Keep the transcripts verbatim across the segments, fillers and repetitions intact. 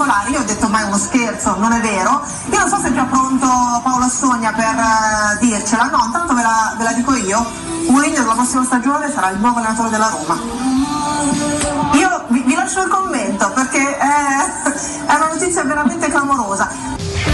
particolare. Io ho detto mai uno scherzo, non è vero. Io non so se è già pronto Paolo Sogna per uh, dircela. No, intanto ve la, ve la dico io. Mourinho della prossima stagione sarà il nuovo allenatore della Roma. Io vi, vi lascio il commento perché è, è una notizia veramente clamorosa.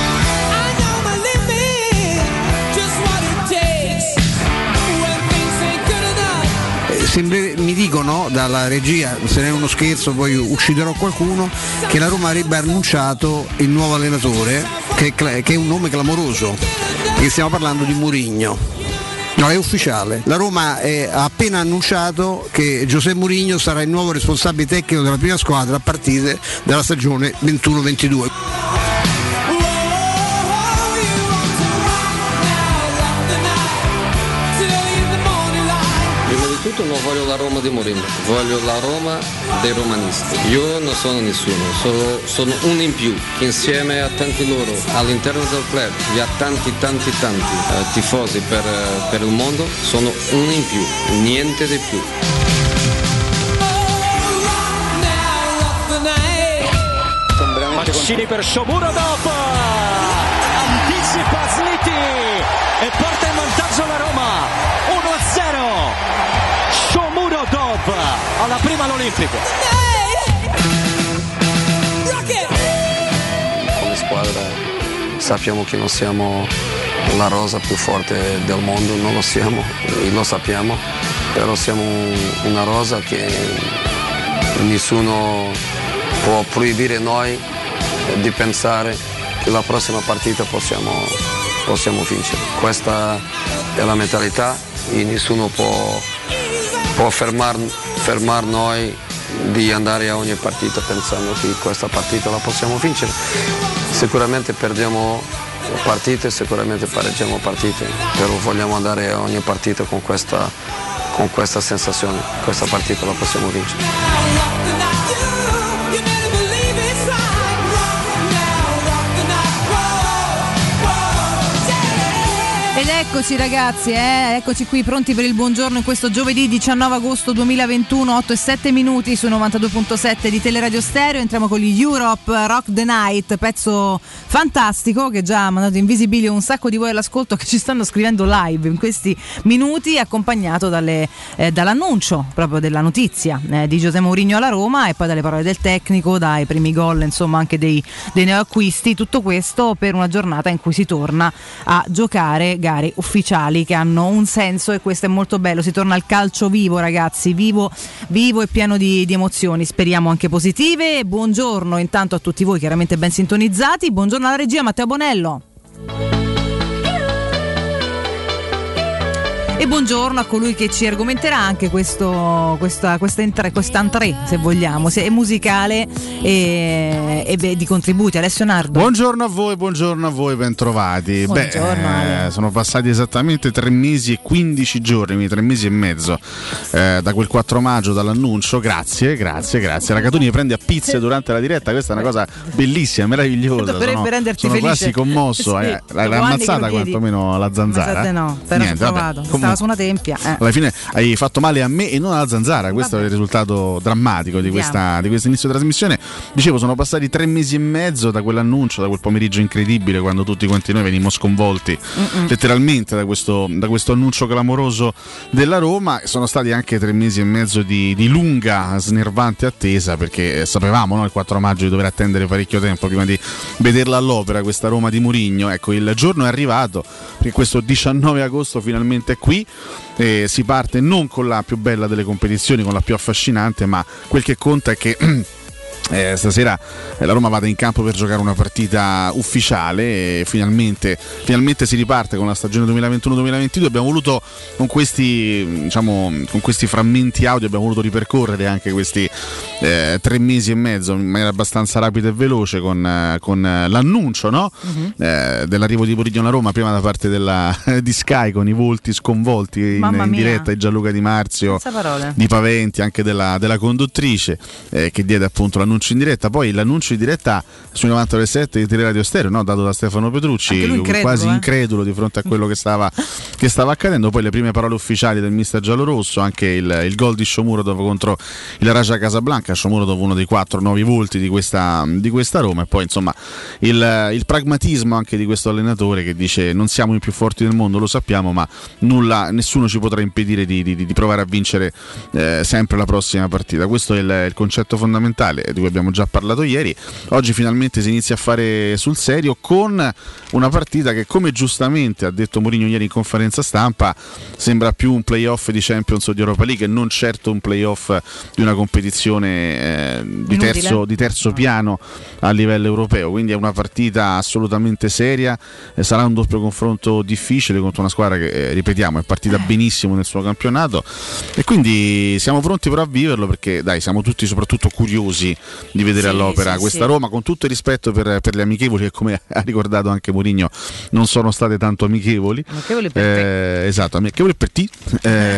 Sempre, mi dicono dalla regia, se non è uno scherzo poi ucciderò qualcuno, che la Roma avrebbe annunciato il nuovo allenatore, che è, che è un nome clamoroso, perché stiamo parlando di Mourinho. No, è ufficiale. La Roma è, ha appena annunciato che José Mourinho sarà il nuovo responsabile tecnico della prima squadra a partire dalla stagione ventuno ventidue. Tutto non voglio la Roma di Mourinho, voglio la Roma dei romanisti. Io non sono nessuno, sono, sono uno in più che insieme a tanti loro all'interno del club e a tanti tanti tanti eh, tifosi per, per il mondo, sono uno in più, niente di più. Mancini per Shomurodov, anticipa Sliti e porta in vantaggio la Roma, uno a zero. Shomurodov alla prima all'Olimpico. Come squadra sappiamo che non siamo la rosa più forte del mondo, non lo siamo, lo sappiamo, però siamo una rosa che nessuno può proibire noi di pensare che la prossima partita possiamo, possiamo vincere. Questa è la mentalità e nessuno può può fermar, fermar noi di andare a ogni partita pensando che questa partita la possiamo vincere. Sicuramente perdiamo partite, sicuramente pareggiamo partite, però vogliamo andare a ogni partita con questa, con questa sensazione, questa partita la possiamo vincere. Ed eccoci ragazzi, eh? eccoci qui pronti per il buongiorno in questo giovedì diciannove agosto duemilaventuno, otto e sette minuti su novantadue virgola sette di Teleradio Stereo. Entriamo con gli Europe Rock the Night, pezzo fantastico che già ha mandato in visibilio un sacco di voi all'ascolto che ci stanno scrivendo live in questi minuti, accompagnato dalle, eh, dall'annuncio proprio della notizia eh, di José Mourinho alla Roma e poi dalle parole del tecnico, dai primi gol insomma anche dei, dei neoacquisti, tutto questo per una giornata in cui si torna a giocare gare ufficiali che hanno un senso, e questo è molto bello. Si torna al calcio vivo ragazzi, vivo, vivo e pieno di, di emozioni, speriamo anche positive. Buongiorno intanto a tutti voi chiaramente ben sintonizzati, buongiorno alla regia Matteo Bonello. E buongiorno a colui che ci argomenterà anche questo, questa, questa entrée, quest'entrée, se vogliamo, se è musicale e, e beh, di contributi. Alessio Nardo. Buongiorno a voi, buongiorno a voi, bentrovati. Buongiorno, Beh, eh, sono passati esattamente tre mesi e quindici giorni, tre mesi e mezzo eh, da quel quattro maggio, dall'annuncio. Grazie, grazie, grazie. Ragazzoni mi prende a pizze durante la diretta, questa è una cosa bellissima, meravigliosa. Dovrebbe sono, renderti sono felice. quasi commosso. Sì, eh, l'hai ammazzata quantomeno la zanzara? No, però Niente, provato. vabbè, Stava su una tempia. Eh. Alla fine hai fatto male a me e non alla zanzara, questo vabbè. È il risultato drammatico di questa di questo inizio di trasmissione. Dicevo, sono passati tre mesi e mezzo da quell'annuncio, da quel pomeriggio incredibile quando tutti quanti noi venimmo sconvolti Mm-mm. letteralmente da questo, da questo annuncio clamoroso della Roma. Sono stati anche tre mesi e mezzo di, di lunga, snervante attesa, perché sapevamo, no, il quattro maggio di dover attendere parecchio tempo prima di vederla all'opera questa Roma di Mourinho. Ecco, il giorno è arrivato, perché questo diciannove agosto finalmente è qui. E si parte non con la più bella delle competizioni, con la più affascinante, ma quel che conta è che Eh, stasera eh, la Roma vada in campo per giocare una partita ufficiale e finalmente, finalmente si riparte con la stagione duemilaventuno duemilaventidue. Abbiamo voluto con questi, diciamo, con questi frammenti audio abbiamo voluto ripercorrere anche questi eh, tre mesi e mezzo in maniera abbastanza rapida e veloce con, eh, con l'annuncio, no? uh-huh. eh, dell'arrivo di Mourinho alla Roma, prima da parte della, di Sky con i volti sconvolti in, in diretta di Gianluca Di Marzio, di Paventi, anche della, della conduttrice eh, che diede appunto l'annuncio l'annuncio in diretta, poi l'annuncio in diretta sui novanta sette di Teleradio Stereo, no? Dato da Stefano Petrucci, incredulo, quasi eh? incredulo di fronte a quello che stava, che stava accadendo. Poi le prime parole ufficiali del mister giallorosso, anche il, il gol di Shomurodov contro il Raja Casablanca, Shomurodov uno dei quattro nuovi volti di questa, di questa Roma, e poi insomma il, il pragmatismo anche di questo allenatore che dice: non siamo i più forti del mondo, lo sappiamo, ma nulla, nessuno ci potrà impedire di, di, di provare a vincere eh, sempre la prossima partita. Questo è il, il concetto fondamentale di cui abbiamo già parlato ieri. Oggi finalmente si inizia a fare sul serio con una partita che, come giustamente ha detto Mourinho ieri in conferenza stampa, sembra più un playoff di Champions o di Europa League e non certo un playoff di una competizione eh, di, terzo, di terzo piano a livello europeo. Quindi è una partita assolutamente seria, eh, sarà un doppio confronto difficile contro una squadra che, eh, ripetiamo, è partita benissimo nel suo campionato, e quindi siamo pronti però a viverlo, perché dai, siamo tutti soprattutto curiosi di vedere sì, all'opera sì, questa sì. Roma, con tutto il rispetto per, per le amichevoli che, come ha ricordato anche Mourinho, non sono state tanto amichevoli, amichevoli per eh, te. Esatto, amichevoli per te, eh,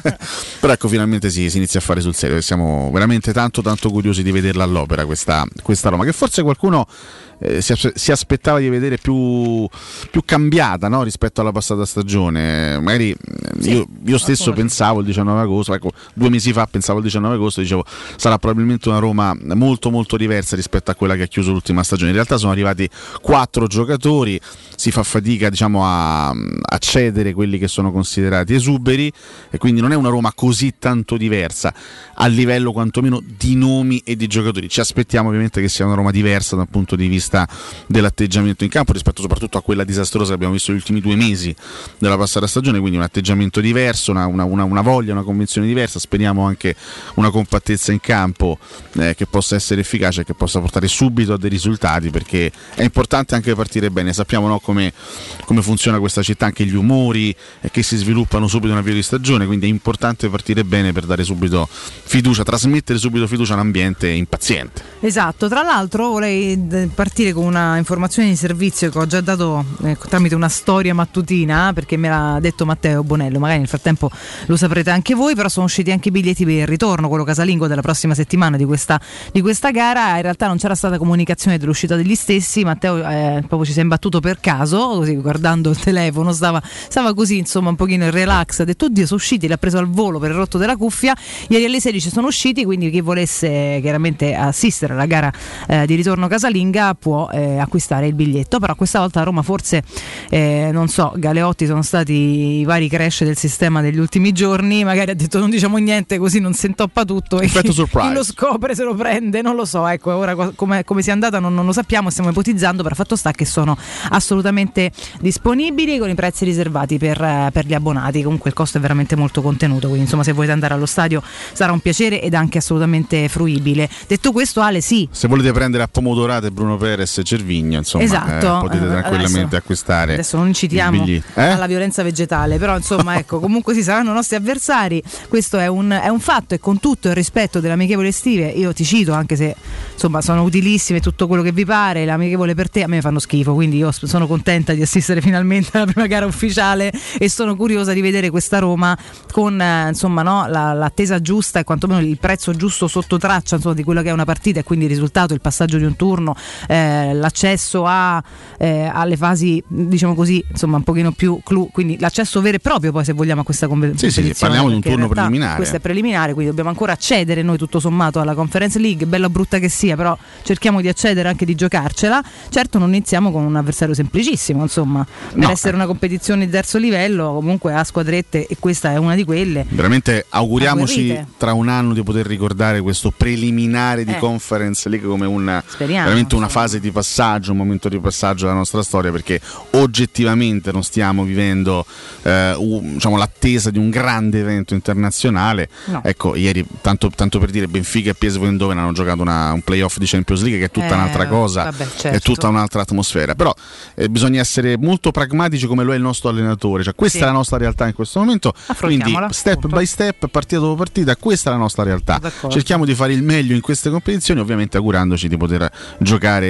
però ecco, finalmente si, si inizia a fare sul serio, siamo veramente tanto tanto curiosi di vederla all'opera questa, questa Roma, che forse qualcuno Eh, si, si aspettava di vedere più, più cambiata, no? Rispetto alla passata stagione. Magari sì, io, io stesso pensavo il diciannove agosto, ecco, due mesi fa pensavo il diciannove agosto, dicevo sarà probabilmente una Roma molto molto diversa rispetto a quella che ha chiuso l'ultima stagione. In realtà sono arrivati quattro giocatori, si fa fatica, diciamo, a, a cedere quelli che sono considerati esuberi, e quindi non è una Roma così tanto diversa a livello quantomeno di nomi e di giocatori. Ci aspettiamo ovviamente che sia una Roma diversa dal punto di vista dell'atteggiamento in campo rispetto soprattutto a quella disastrosa che abbiamo visto negli ultimi due mesi della passata stagione, quindi un atteggiamento diverso, una, una, una, una voglia, una convinzione diversa, speriamo anche una compattezza in campo eh, che possa essere efficace e che possa portare subito a dei risultati, perché è importante anche partire bene. Sappiamo, no, come, come funziona questa città, anche gli umori eh, che si sviluppano subito nella via di stagione, quindi è importante partire bene per dare subito fiducia, trasmettere subito fiducia a un ambiente impaziente. Esatto, tra l'altro vorrei partire con una informazione di servizio che ho già dato eh, tramite una storia mattutina, perché me l'ha detto Matteo Bonello, magari nel frattempo lo saprete anche voi, però sono usciti anche i biglietti per il ritorno, quello casalingo della prossima settimana di questa, di questa gara. In realtà non c'era stata comunicazione dell'uscita degli stessi, Matteo eh, proprio ci si è imbattuto per caso, così guardando il telefono, stava, stava così insomma un pochino in relax, ha detto oddio sono usciti, l'ha preso al volo per il rotto della cuffia, ieri alle sedici sono usciti, quindi chi volesse chiaramente assistere alla gara eh, di ritorno casalinga può Eh, acquistare il biglietto. Però questa volta a Roma forse eh, non so, Galeotti, sono stati i vari crash del sistema degli ultimi giorni, magari ha detto non diciamo niente così non si intoppa tutto, effetto surprise, chi lo scopre se lo prende, non lo so, ecco, ora come, come sia andata non, non lo sappiamo, stiamo ipotizzando, però fatto sta che sono assolutamente disponibili con i prezzi riservati per, per gli abbonati. Comunque il costo è veramente molto contenuto, quindi insomma se volete andare allo stadio sarà un piacere ed anche assolutamente fruibile. Detto questo, Ale, sì, se volete prendere a pomodorate Bruno Perez e Cervigno, insomma, esatto, eh, potete tranquillamente adesso, acquistare. Adesso non incitiamo eh? alla violenza vegetale, però insomma ecco, comunque sì, saranno nostri avversari, questo è un, è un fatto, e con tutto il rispetto delle amichevoli estive, io ti cito, anche se insomma sono utilissime tutto quello che vi pare, l'amichevole per te a me fanno schifo, quindi io sono contenta di assistere finalmente alla prima gara ufficiale e sono curiosa di vedere questa Roma con eh, insomma no, la, l'attesa giusta e quantomeno il prezzo giusto sotto traccia, insomma, di quello che è una partita, e quindi il risultato, il passaggio di un turno, eh, l'accesso a, eh, alle fasi, diciamo così, insomma un pochino più clou, quindi l'accesso vero e proprio poi se vogliamo a questa competizione. Sì, sì, parliamo di un turno preliminare. Questo è preliminare, quindi dobbiamo ancora accedere noi tutto sommato alla Conference League, bella o brutta che sia, però cerchiamo di accedere anche di giocarcela. Certo non iniziamo con un avversario semplicissimo, insomma, per no, essere una competizione di terzo livello comunque a squadrette, e questa è una di quelle. Veramente auguriamoci tra un anno di poter ricordare questo preliminare di eh. Conference League come una, Speriamo, veramente una insomma. fase di passaggio, un momento di passaggio della nostra storia, perché oggettivamente non stiamo vivendo eh, un, diciamo, l'attesa di un grande evento internazionale. No. Ecco, ieri tanto, tanto per dire, Benfica e P S V Eindhoven hanno giocato una, un playoff di Champions League che è tutta eh, un'altra cosa, vabbè, certo. È tutta un'altra atmosfera, però eh, bisogna essere molto pragmatici come lo è il nostro allenatore, cioè questa sì. è la nostra realtà in questo momento, quindi step appunto. by step, partita dopo partita, questa è la nostra realtà. D'accordo. Cerchiamo di fare il meglio in queste competizioni, ovviamente augurandoci di poter giocare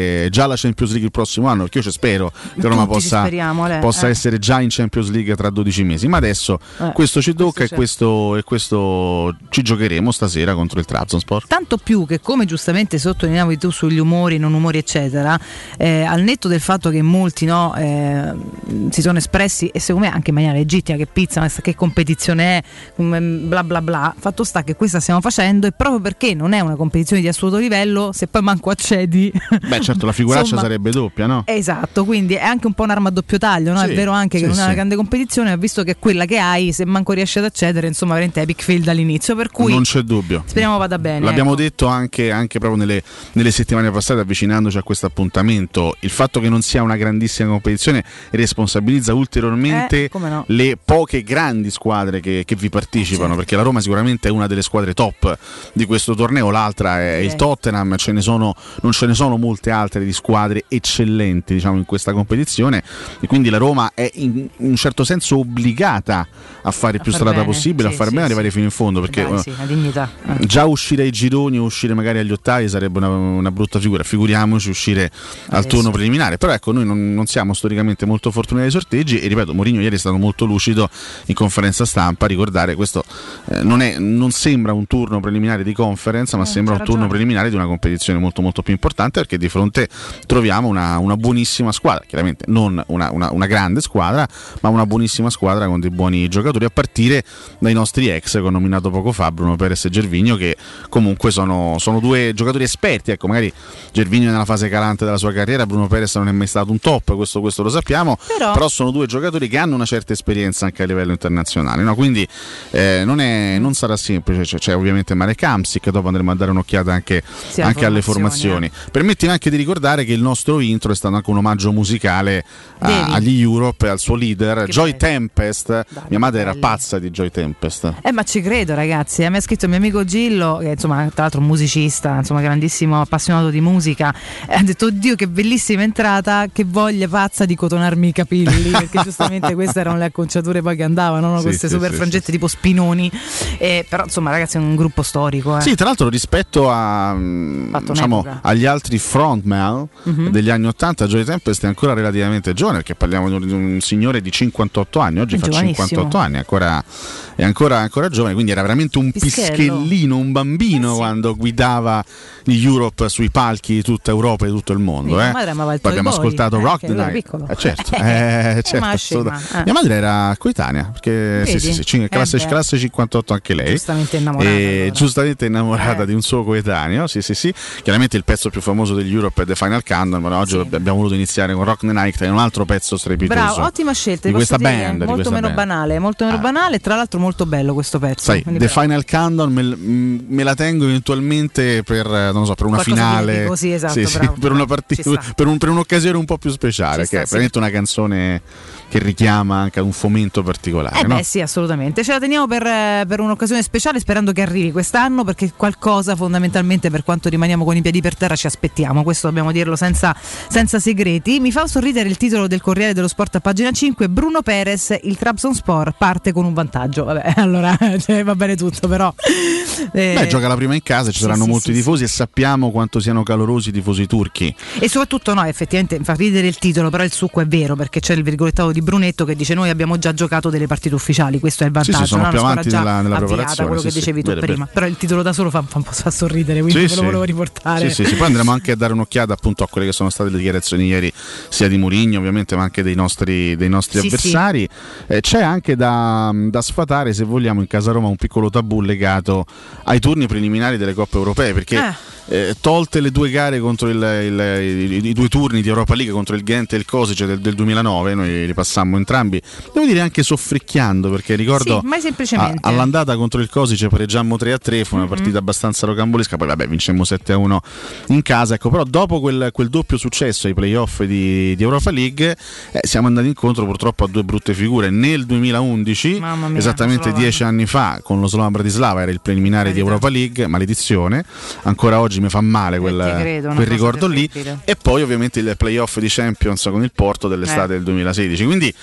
giocare già la Champions League il prossimo anno, perché io ci spero che Roma possa, possa eh. essere già in Champions League tra dodici mesi, ma adesso eh, questo ci tocca questo e, questo, e questo ci giocheremo stasera contro il Trabzonspor. Tanto più che, come giustamente sottolineavi tu sugli umori, non umori eccetera, eh, al netto del fatto che molti no, eh, si sono espressi, e secondo me anche in maniera legittima, che pizza, che competizione è, bla bla bla, fatto sta che questa stiamo facendo, e proprio perché non è una competizione di assoluto livello, se poi manco accedi, beh certo la figuraccia insomma, sarebbe doppia, no? Esatto, quindi è anche un po' un'arma a doppio taglio, no? Sì, è vero anche sì, che non è una sì. grande competizione, ma visto che è quella che hai, se manco riesci ad accedere, insomma veramente epic fail dall'inizio, per cui non c'è dubbio, speriamo vada bene. L'abbiamo ecco. detto anche, anche proprio nelle, nelle settimane passate, avvicinandoci a questo appuntamento, il fatto che non sia una grandissima competizione responsabilizza ulteriormente eh, no. le poche grandi squadre che, che vi partecipano, certo. perché la Roma sicuramente è una delle squadre top di questo torneo, l'altra è okay. il Tottenham, ce ne sono, non ce ne sono molte altre di squadre eccellenti diciamo in questa competizione, e quindi la Roma è in, in un certo senso obbligata a fare il più far strada bene. possibile, sì, a fare sì, bene, sì. arrivare fino in fondo, perché Dai, sì, la dignità. Eh. già uscire ai gironi o uscire magari agli ottavi sarebbe una, una brutta figura, figuriamoci uscire Adesso. al turno preliminare. Però ecco, noi non, non siamo storicamente molto fortunati ai sorteggi, e ripeto, Mourinho ieri è stato molto lucido in conferenza stampa a ricordare questo, eh, non, è, non sembra un turno preliminare di conference, ma eh, sembra un turno preliminare di una competizione molto molto più importante, perché di fronte troviamo una, una buonissima squadra, chiaramente non una, una, una grande squadra, ma una buonissima squadra con dei buoni giocatori, a partire dai nostri ex che ho nominato poco fa, Bruno Perez e Gervinho, che comunque sono, sono due giocatori esperti. Ecco, magari Gervinho è nella fase calante della sua carriera, Bruno Perez non è mai stato un top, questo, questo lo sappiamo, però, però sono due giocatori che hanno una certa esperienza anche a livello internazionale, no? Quindi eh, non, è, non sarà semplice. C'è, c'è ovviamente Marek Hamsik, dopo andremo a dare un'occhiata anche, sì, anche alle formazioni. Eh. Permettimi anche di ricordare che il nostro intro è stato anche un omaggio musicale a, agli Europe e al suo leader che Joy bello. Tempest. Dai, mia madre bello. era pazza di Joy Tempest. Eh, ma ci credo, ragazzi. A me ha scritto il mio amico Gillo, che insomma tra l'altro un musicista, insomma grandissimo appassionato di musica, e ha detto: oddio che bellissima entrata, che voglia pazza di cotonarmi i capelli, perché giustamente queste erano le acconciature poi che andavano, no? Sì, queste sì, super sì, frangette sì. tipo Spinoni, eh, però insomma ragazzi è un gruppo storico, eh. Sì, tra l'altro rispetto a, diciamo, agli altri frontman uh-huh. degli anni ottanta, Joy Tempest è ancora relativamente giovane, perché parliamo di un, un signore di cinquantotto anni, oggi è fa cinquantotto anni, ancora, è ancora, ancora giovane, quindi era veramente un Pischello. pischellino, un bambino eh sì. quando guidava gli Europe sui palchi di tutta Europa e di tutto il mondo. Mia eh. madre amava il Poi abbiamo Boy, ascoltato eh, Rock the Night. Eh, certo, eh, certo scema, eh. Mia madre era coetanea, perché sì, sì, sì, classe, eh classe cinquantotto anche lei. Giustamente innamorata. E allora. giustamente innamorata eh. di un suo coetaneo, sì, sì, sì. Chiaramente il pezzo più famoso degli Europe è The Final Countdown, ma oggi sì. abbiamo voluto iniziare con Rock the Night, che è un altro pezzo strepitoso. Bravo, ottima scelta di questa dire, band, molto di questa meno band. banale, molto meno ah. banale, e tra l'altro molto bello questo pezzo. Sai, The bravo. Final Countdown me, me la tengo eventualmente per, non lo so, per una Qualcosa finale, così, esatto, sì, sì, bravo, per una partita, per, un, per un'occasione un po' più speciale, Ci che sta, è veramente sì. una canzone che richiama anche un fomento particolare. Eh no? beh sì, assolutamente. Ce la teniamo per, per un'occasione speciale, sperando che arrivi quest'anno, perché qualcosa fondamentalmente, per quanto rimaniamo con i piedi per terra, ci aspettiamo. Questo dobbiamo dirlo senza, senza segreti. Mi fa sorridere il titolo del Corriere dello Sport a pagina cinque: Bruno Perez, il Trabzonspor parte con un vantaggio. Vabbè, allora cioè, va bene tutto, però eh, beh, gioca la prima in casa, ci sì, saranno sì, molti sì, tifosi, sì. e sappiamo quanto siano calorosi i tifosi turchi. E soprattutto no, effettivamente fa ridere il titolo, però il succo è vero, perché c'è il virgolettato di Brunetto che dice: noi abbiamo già giocato delle partite ufficiali, questo è il vantaggio, sì, sì, sono no? più Una avanti già nella, nella avviata, preparazione, quello sì, che dicevi sì, tu bene, prima, bene. però il titolo da solo fa, fa un po' fa sorridere, quindi sì, ve lo sì. volevo riportare. Sì, sì, sì. Poi andremo anche a dare un'occhiata appunto a quelle che sono state le dichiarazioni ieri, sia di Mourinho ovviamente, ma anche dei nostri, dei nostri sì, avversari. Sì. Eh, c'è anche da, da sfatare, se vogliamo, in casa Roma un piccolo tabù legato ai turni preliminari delle coppe europee, perché eh. Eh, tolte le due gare contro il, il, i, i due turni di Europa League contro il Ghent e il Košice del, del duemilanove, noi li passammo entrambi, devo dire anche soffricchiando, perché ricordo sì, a, all'andata contro il Košice pareggiammo tre a tre, fu una mm-hmm. partita abbastanza rocambolesca, poi vabbè vincemmo sette a uno in casa, ecco. Però dopo quel, quel doppio successo ai playoff di, di Europa League eh, siamo andati incontro purtroppo a due brutte figure. Nel duemilaundici, mia, esattamente dieci anni fa, con lo Slovan Bratislava, era il preliminare di Europa League, maledizione, ancora oggi mi fa male quel, credo, quel ricordo lì, terribile. E poi ovviamente il playoff di Champions con il Porto dell'estate eh. del duemilasedici, quindi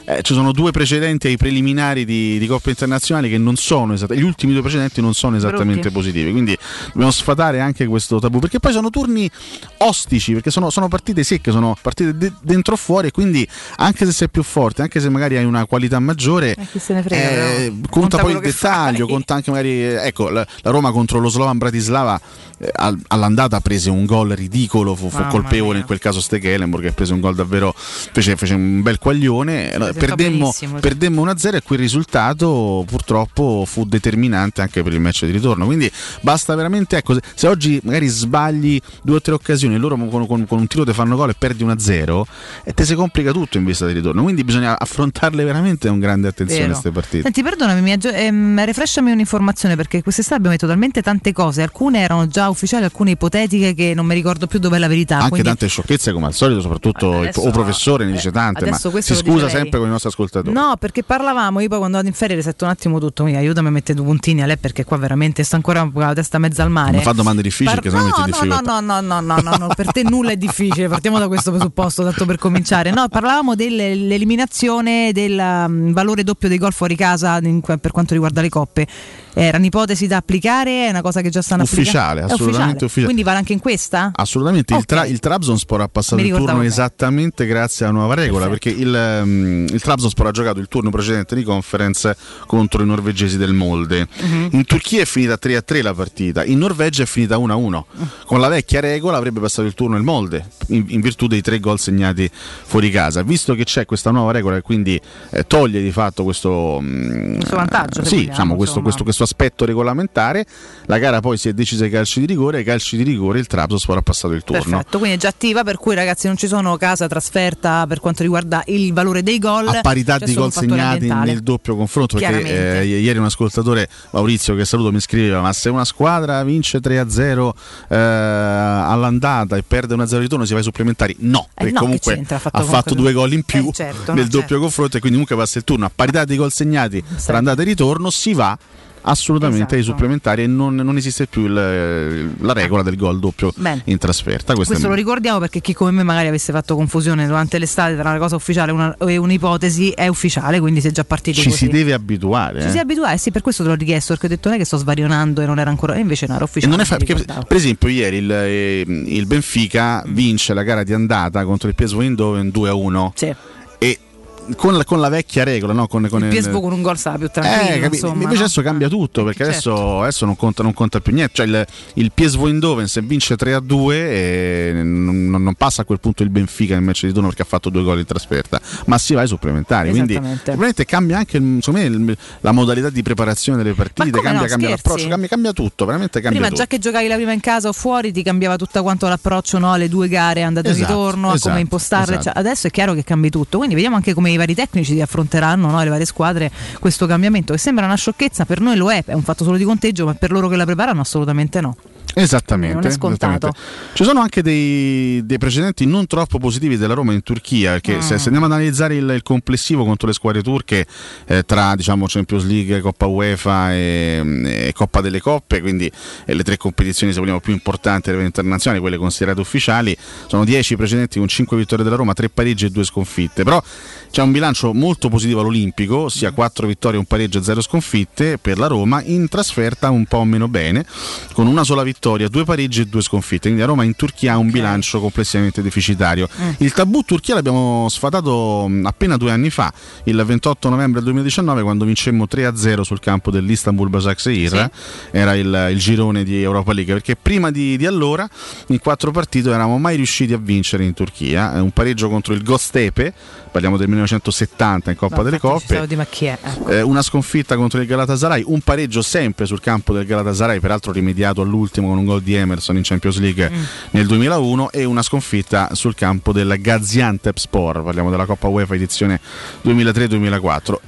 eh, ci sono due precedenti ai preliminari di, di Coppe Internazionali che non sono esattamente, gli ultimi due precedenti non sono esattamente Brutti. positivi, quindi dobbiamo sfatare anche questo tabù, perché poi sono turni ostici, perché sono, sono partite secche, sono partite de- dentro o fuori, e quindi anche se sei più forte, anche se magari hai una qualità maggiore, eh, chi se ne frega, eh, conta, conta poi il dettaglio, fai. conta anche magari, ecco, la, la Roma contro lo Slovan Bratislava eh, all'andata prese un gol ridicolo, fu, fu colpevole mia. in quel caso Stekelenburg, che prese un gol davvero, fece, fece un bel quaglione, perdemmo, perdemmo uno a zero, e quel risultato purtroppo fu determinante anche per il match di ritorno, quindi basta veramente, ecco, se, se oggi magari sbagli due o tre occasioni e loro con, con, con un tiro ti fanno gol e perdi uno a zero, e te si complica tutto in vista di ritorno, quindi bisogna affrontarle veramente con grande attenzione queste partite. Senti, perdonami, mi aggi- ehm, refreshami un'informazione, perché quest'estate abbiamo detto talmente tante cose, alcune erano già ufficiali, alcune ipotetiche, che non mi ricordo più dov'è la verità. Anche quindi... tante sciocchezze come al solito, soprattutto adesso, il professore ne dice tante, ma si scusa sempre con i nostri ascoltatori. No, perché parlavamo, io poi quando vado in ferie resetto un attimo tutto, quindi aiutami a mettere due puntini a lei, perché qua veramente sta ancora con la testa mezza al mare. Ma fa domande difficili, Par- che no, no, no, no, no, no, no, no, no, per te nulla è difficile, partiamo da questo presupposto, tanto per cominciare. No, parlavamo dell'eliminazione del um, valore doppio dei gol fuori casa in, per quanto riguarda le coppe. Era un'ipotesi da applicare? È una cosa che già stanno ufficiale, applicando? assolutamente ufficiale. Quindi vale anche in questa? Assolutamente, okay. il, tra- il Trabzonspor ha passato il turno bene. esattamente grazie alla nuova regola, Perfetto. perché il, um, il Trabzonspor ha giocato il turno precedente di Conference contro i norvegesi del Molde. Uh-huh. In Turchia è finita tre a tre la partita, in Norvegia è finita uno a uno. Uh-huh. Con la vecchia regola avrebbe passato il turno il Molde, in, in virtù dei tre gol segnati fuori casa. Visto che c'è questa nuova regola e quindi eh, toglie di fatto questo, questo vantaggio, sì, vogliamo, diciamo, questo, questo, questo aspetto regolamentare, la gara poi si è decisa ai calci di rigore, ai calci di rigore il Trabzonspor ha passato il turno. Perfetto, quindi è già attiva, per cui ragazzi non ci sono casa trasferta per quanto riguarda il valore dei gol, a parità di gol segnati nel doppio confronto, perché eh, ieri un ascoltatore, Maurizio, che saluto, mi scriveva: ma se una squadra vince tre a zero eh, all'andata e perde uno a zero ritorno si va ai supplementari? No, perché eh no, comunque ha fatto, ha fatto due gol in più eh, certo, nel no, doppio certo. confronto, e quindi comunque passa il turno a parità di gol segnati sì. tra andata e ritorno, si va assolutamente ai esatto. supplementari, e non, non esiste più il, la regola del gol doppio Bene. in trasferta. Questo, Questo lo ricordiamo, perché chi come me magari avesse fatto confusione durante l'estate tra una cosa ufficiale una, e un'ipotesi, è ufficiale, quindi si è già partiti ci così. si deve abituare. Ci eh. si abituare, eh sì, per questo te l'ho richiesto, perché ho detto non è che sto svarionando e non era ancora, e invece no, era ufficiale. E non è fa- perché, per esempio ieri il, il Benfica mm. vince la gara di andata contro il P S V Eindhoven due a uno. Sì. E Con la, con la vecchia regola, no? con, con il P S V il... con un gol sarà più tranquillo, eh, capi- insomma, invece no? adesso cambia tutto, perché certo. adesso, adesso non, conta, non conta più niente, cioè il, il P S V Eindhoven se vince tre a due e non, non passa a quel punto il Benfica nel match di turno perché ha fatto due gol in trasferta, ma si va ai supplementari, quindi probabilmente cambia anche il, me, il, la modalità di preparazione delle partite, cambia, no, cambia l'approccio, cambia, cambia tutto, veramente cambia prima tutto. Già che giocavi la prima in casa o fuori ti cambiava tutto quanto l'approccio, no? Le due gare andate e esatto, ritorno, esatto, a come impostarle, esatto. cioè, adesso è chiaro che cambi tutto, quindi vediamo anche come i vari tecnici ti affronteranno, no? Le varie squadre, questo cambiamento che sembra una sciocchezza, per noi lo è, è un fatto solo di conteggio, ma per loro che la preparano assolutamente no. Esattamente, non è scontato. Esattamente. Ci sono anche dei, dei precedenti non troppo positivi della Roma in Turchia, perché mm. se, se andiamo ad analizzare il, il complessivo contro le squadre turche, eh, tra diciamo Champions League, Coppa UEFA e, e Coppa delle Coppe, quindi eh, le tre competizioni se vogliamo più importanti a livello internazionale, quelle considerate ufficiali, sono dieci precedenti con cinque vittorie della Roma, tre pareggi e due sconfitte, però c'è un bilancio molto positivo all'Olimpico, ossia quattro vittorie, un pareggio e zero sconfitte per la Roma. In trasferta un po' meno bene, con una sola vittoria, due pareggi e due sconfitte, quindi la Roma in Turchia ha un okay. bilancio complessivamente deficitario. Mm. Il tabù Turchia l'abbiamo sfatato appena due anni fa, il ventotto novembre duemiladiciannove, quando vincemmo tre a zero sul campo dell'Istanbul Başakşehir, sì. era il, il girone di Europa League, perché prima di, di allora in quattro partite non eravamo mai riusciti a vincere in Turchia, un pareggio contro il Göztepe, parliamo del millenovecentosettanta in Coppa no, delle Coppe, di è, ecco. eh, una sconfitta contro il Galatasaray, un pareggio sempre sul campo del Galatasaray, peraltro rimediato all'ultimo con un gol di Emerson in Champions League mm. nel duemilauno, e una sconfitta sul campo del Gaziantepspor, parliamo della Coppa UEFA edizione duemilatré duemilaquattro.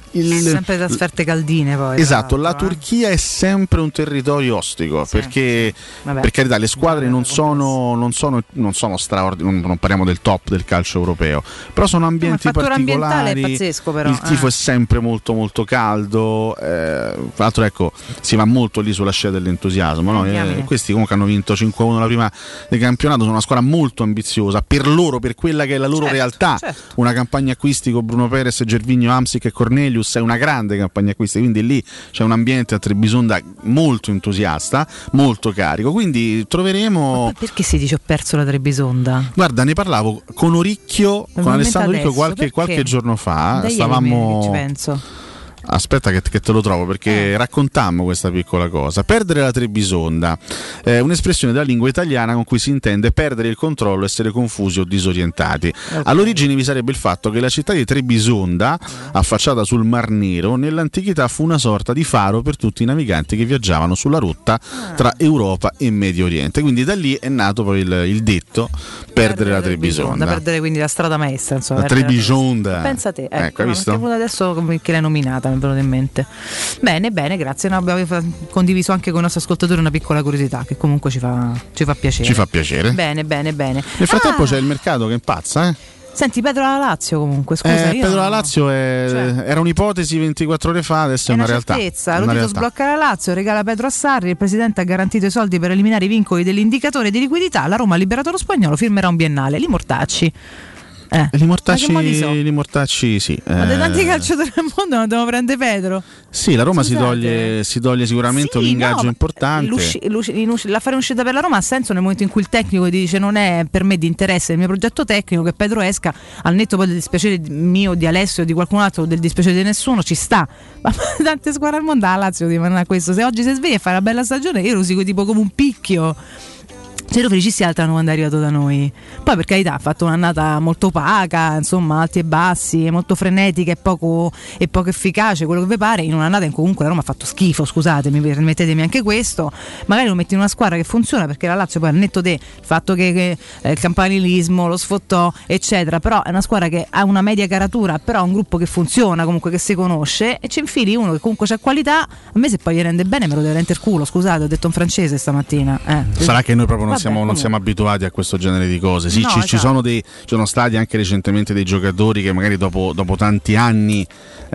il, sempre trasferte caldine poi. Esatto, la Turchia è sempre un territorio ostico, sì, perché vabbè, per carità le squadre non sono, non sono, non sono straordinarie, non, non parliamo del top del calcio europeo, però sono ambienti no, il fattore particolari, ambientale è pazzesco, però. il tifo eh. è sempre molto molto caldo, eh, tra l'altro ecco si va molto lì sulla scia dell'entusiasmo, no? eh, questi comunque hanno vinto cinque a uno la prima del campionato, sono una squadra molto ambiziosa per loro, per quella che è la loro certo, realtà, certo. Una campagna acquisti con Bruno Perez, Gervinho, Hamsik e Cornelius è una grande campagna acquisti, quindi lì c'è un ambiente a Trebisonda molto entusiasta, molto carico, quindi troveremo. Ma perché si dice ho perso la Trebisonda? Guarda, ne parlavo con Oricchio, con Alessandro Oricchio qualche, qualche giorno fa. Da stavamo che ci penso. Aspetta che, che te lo trovo, perché eh. raccontammo questa piccola cosa. Perdere la Trebisonda è un'espressione della lingua italiana con cui si intende perdere il controllo, essere confusi o disorientati. Okay. All'origine vi sarebbe il fatto che la città di Trebisonda, affacciata sul Mar Nero, nell'antichità fu una sorta di faro per tutti i naviganti che viaggiavano sulla rotta tra Europa e Medio Oriente. Quindi da lì è nato poi il, il detto perdere, perdere la Trebisonda. Perdere quindi la strada maestra, insomma. La Trebisonda. Pensa te, ecco, ecco, hai visto? Adesso che l'hai nominata mi è venuto in mente. Bene, bene, grazie. No, abbiamo condiviso anche con i nostri ascoltatori una piccola curiosità che comunque ci fa, ci fa piacere. Ci fa piacere. Bene, bene, bene. Nel frattempo ah. c'è il mercato che impazza, eh? Senti, Pedro alla Lazio comunque, scusa. Eh, io Pedro no. alla Lazio è, cioè, era un'ipotesi ventiquattro ore fa, adesso è, è una, una realtà. certezza. Una Rodito realtà. Sblocca la Lazio, regala Pedro a Sarri, il presidente ha garantito i soldi per eliminare i vincoli dell'indicatore di liquidità, la Roma ha liberato lo spagnolo, firmerà un biennale. Li Mortacci. Eh. Li Mortacci, so? li Mortacci sì. Ma eh. dei tanti calciatori al mondo non devono prendere Pedro. Sì, la Roma si Scusate. toglie, si toglie sicuramente sì, un ingaggio no, importante. L'usci, l'usci, l'usci, la fare un'uscita per la Roma ha senso nel momento in cui il tecnico ti dice non è per me di interesse il mio progetto tecnico, che Pedro esca, al netto poi del dispiacere mio, di Alessio o di qualcun altro, del dispiacere di nessuno, ci sta. Ma tante squadre al mondo, la Lazio ti fanno questo. Se oggi si sveglia e fa una bella stagione, io lo seguo tipo come un picchio. C'ero felicissima altro quando è arrivato da noi. Poi per carità ha fatto un'annata molto opaca, insomma alti e bassi, molto frenetica e poco, e poco efficace, quello che vi pare, in un'annata in cui comunque la Roma ha fatto schifo, scusatemi, permettetemi anche questo. Magari lo metti in una squadra che funziona, perché la Lazio poi al netto del fatto che, che eh, il campanilismo lo sfottò eccetera, però è una squadra che ha una media caratura, però ha un gruppo che funziona, comunque che si conosce, e ci infili uno che comunque c'ha qualità. A me se poi gli rende bene me lo deve rendere il culo, scusate, ho detto in francese stamattina. eh. Sarà che noi proprio non Vabbè, siamo, non siamo abituati a questo genere di cose. Sì, no, ci, esatto. ci sono dei, ci sono stati anche recentemente dei giocatori che magari dopo, dopo tanti anni eh,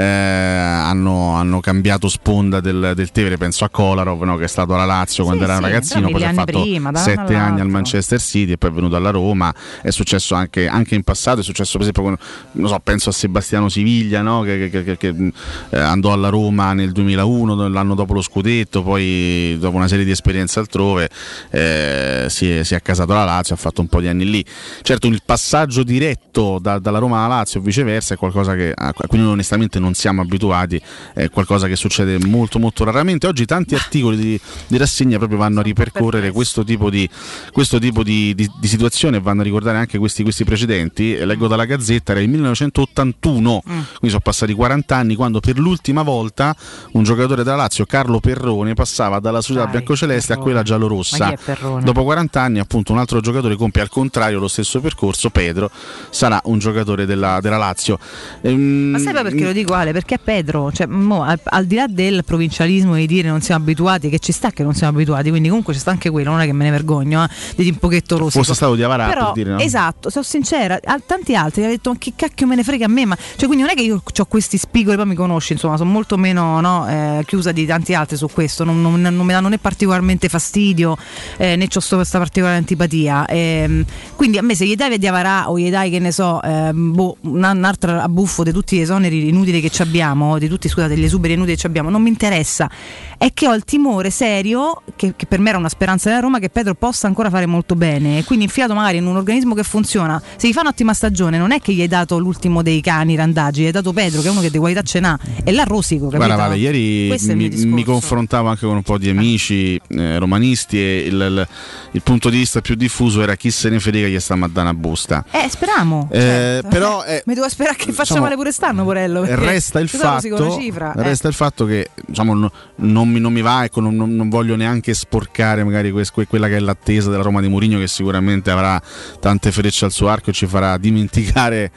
hanno, hanno cambiato sponda del, del Tevere. Penso a Kolarov, no, che è stato alla Lazio sì, quando era sì, un ragazzino, poi si è fatto prima, sette anni al all'altro. Manchester City e poi è venuto alla Roma. È successo anche, anche in passato, è successo per esempio con, non so, penso a Sebastiano Siviglia, no, che, che, che, che eh, andò alla Roma nel duemilauno, l'anno dopo lo scudetto, poi dopo una serie di esperienze altrove eh, si, è, si è accasato alla Lazio, ha fatto un po' di anni lì. Certo, il passaggio diretto da, dalla Roma alla Lazio o viceversa è qualcosa che a cui noi onestamente non siamo abituati, è qualcosa che succede molto molto raramente. Oggi tanti articoli di, di rassegna proprio vanno a ripercorrere questo tipo di, questo tipo di, di, di situazione e vanno a ricordare anche questi, questi precedenti. Leggo dalla Gazzetta, era il millenovecentottantuno, mm. quindi sono passati quaranta anni, quando per l'ultima volta un giocatore della Lazio, Carlo Perrone, passava dalla società biancoceleste a quella giallorossa. Dopo quaranta anni appunto un altro giocatore compie al contrario lo stesso percorso. Pedro sarà un giocatore della, della Lazio. Ehm, Ma sai perché lo dico, Ale? Perché Pedro, cioè, mo, al, al di là del provincialismo di dire non siamo abituati, che ci sta che non siamo abituati, quindi comunque c'è sta anche quello, non è che me ne vergogno, eh, di un pochetto rosico. Fosse stato di Avarà, però, per dire, no? Esatto, sono sincera, a tanti altri hanno detto ma che cacchio me ne frega a me, ma cioè, quindi non è che io ho questi spigoli, poi mi conosci, insomma, sono molto meno, no, eh, chiusa di tanti altri su questo, non, non, non mi danno né particolarmente fastidio eh, né c'ho questa particolare antipatia, eh, quindi a me se gli dai di Avarà o gli dai, che ne so, eh, boh, un, un altro abbuffo di tutti gli esoneri inutili che ci abbiamo, di tutti, scusate, gli esuberi inutili che ci abbiamo, non mi interessa, è che ho il timore serio, che, che per me era una speranza della Roma, che Pedro possa ancora fare molto bene, e quindi infilato magari in un organismo che funziona, se gli fa un'ottima stagione non è che gli hai dato l'ultimo dei cani Randaggi, gli hai dato Pedro che è uno che di qualità ce n'ha, e là rosico, capito? Guarda Vale, ieri mi, mi confrontavo anche con un po' di amici eh, romanisti e il, il, il punto di vista più diffuso era chi se ne frega, gli sta a dare una busta. Eh, speriamo. Eh, certo. Però eh, mi devo sperare che faccia diciamo, male pure stanno, Porello. Resta il fatto, cifra, resta eh. il fatto che diciamo, no, non, mi, non mi va, ecco, non, non voglio neanche sporcare magari que, que, quella che è l'attesa della Roma di Mourinho, che sicuramente avrà tante frecce al suo arco e ci farà dimenticare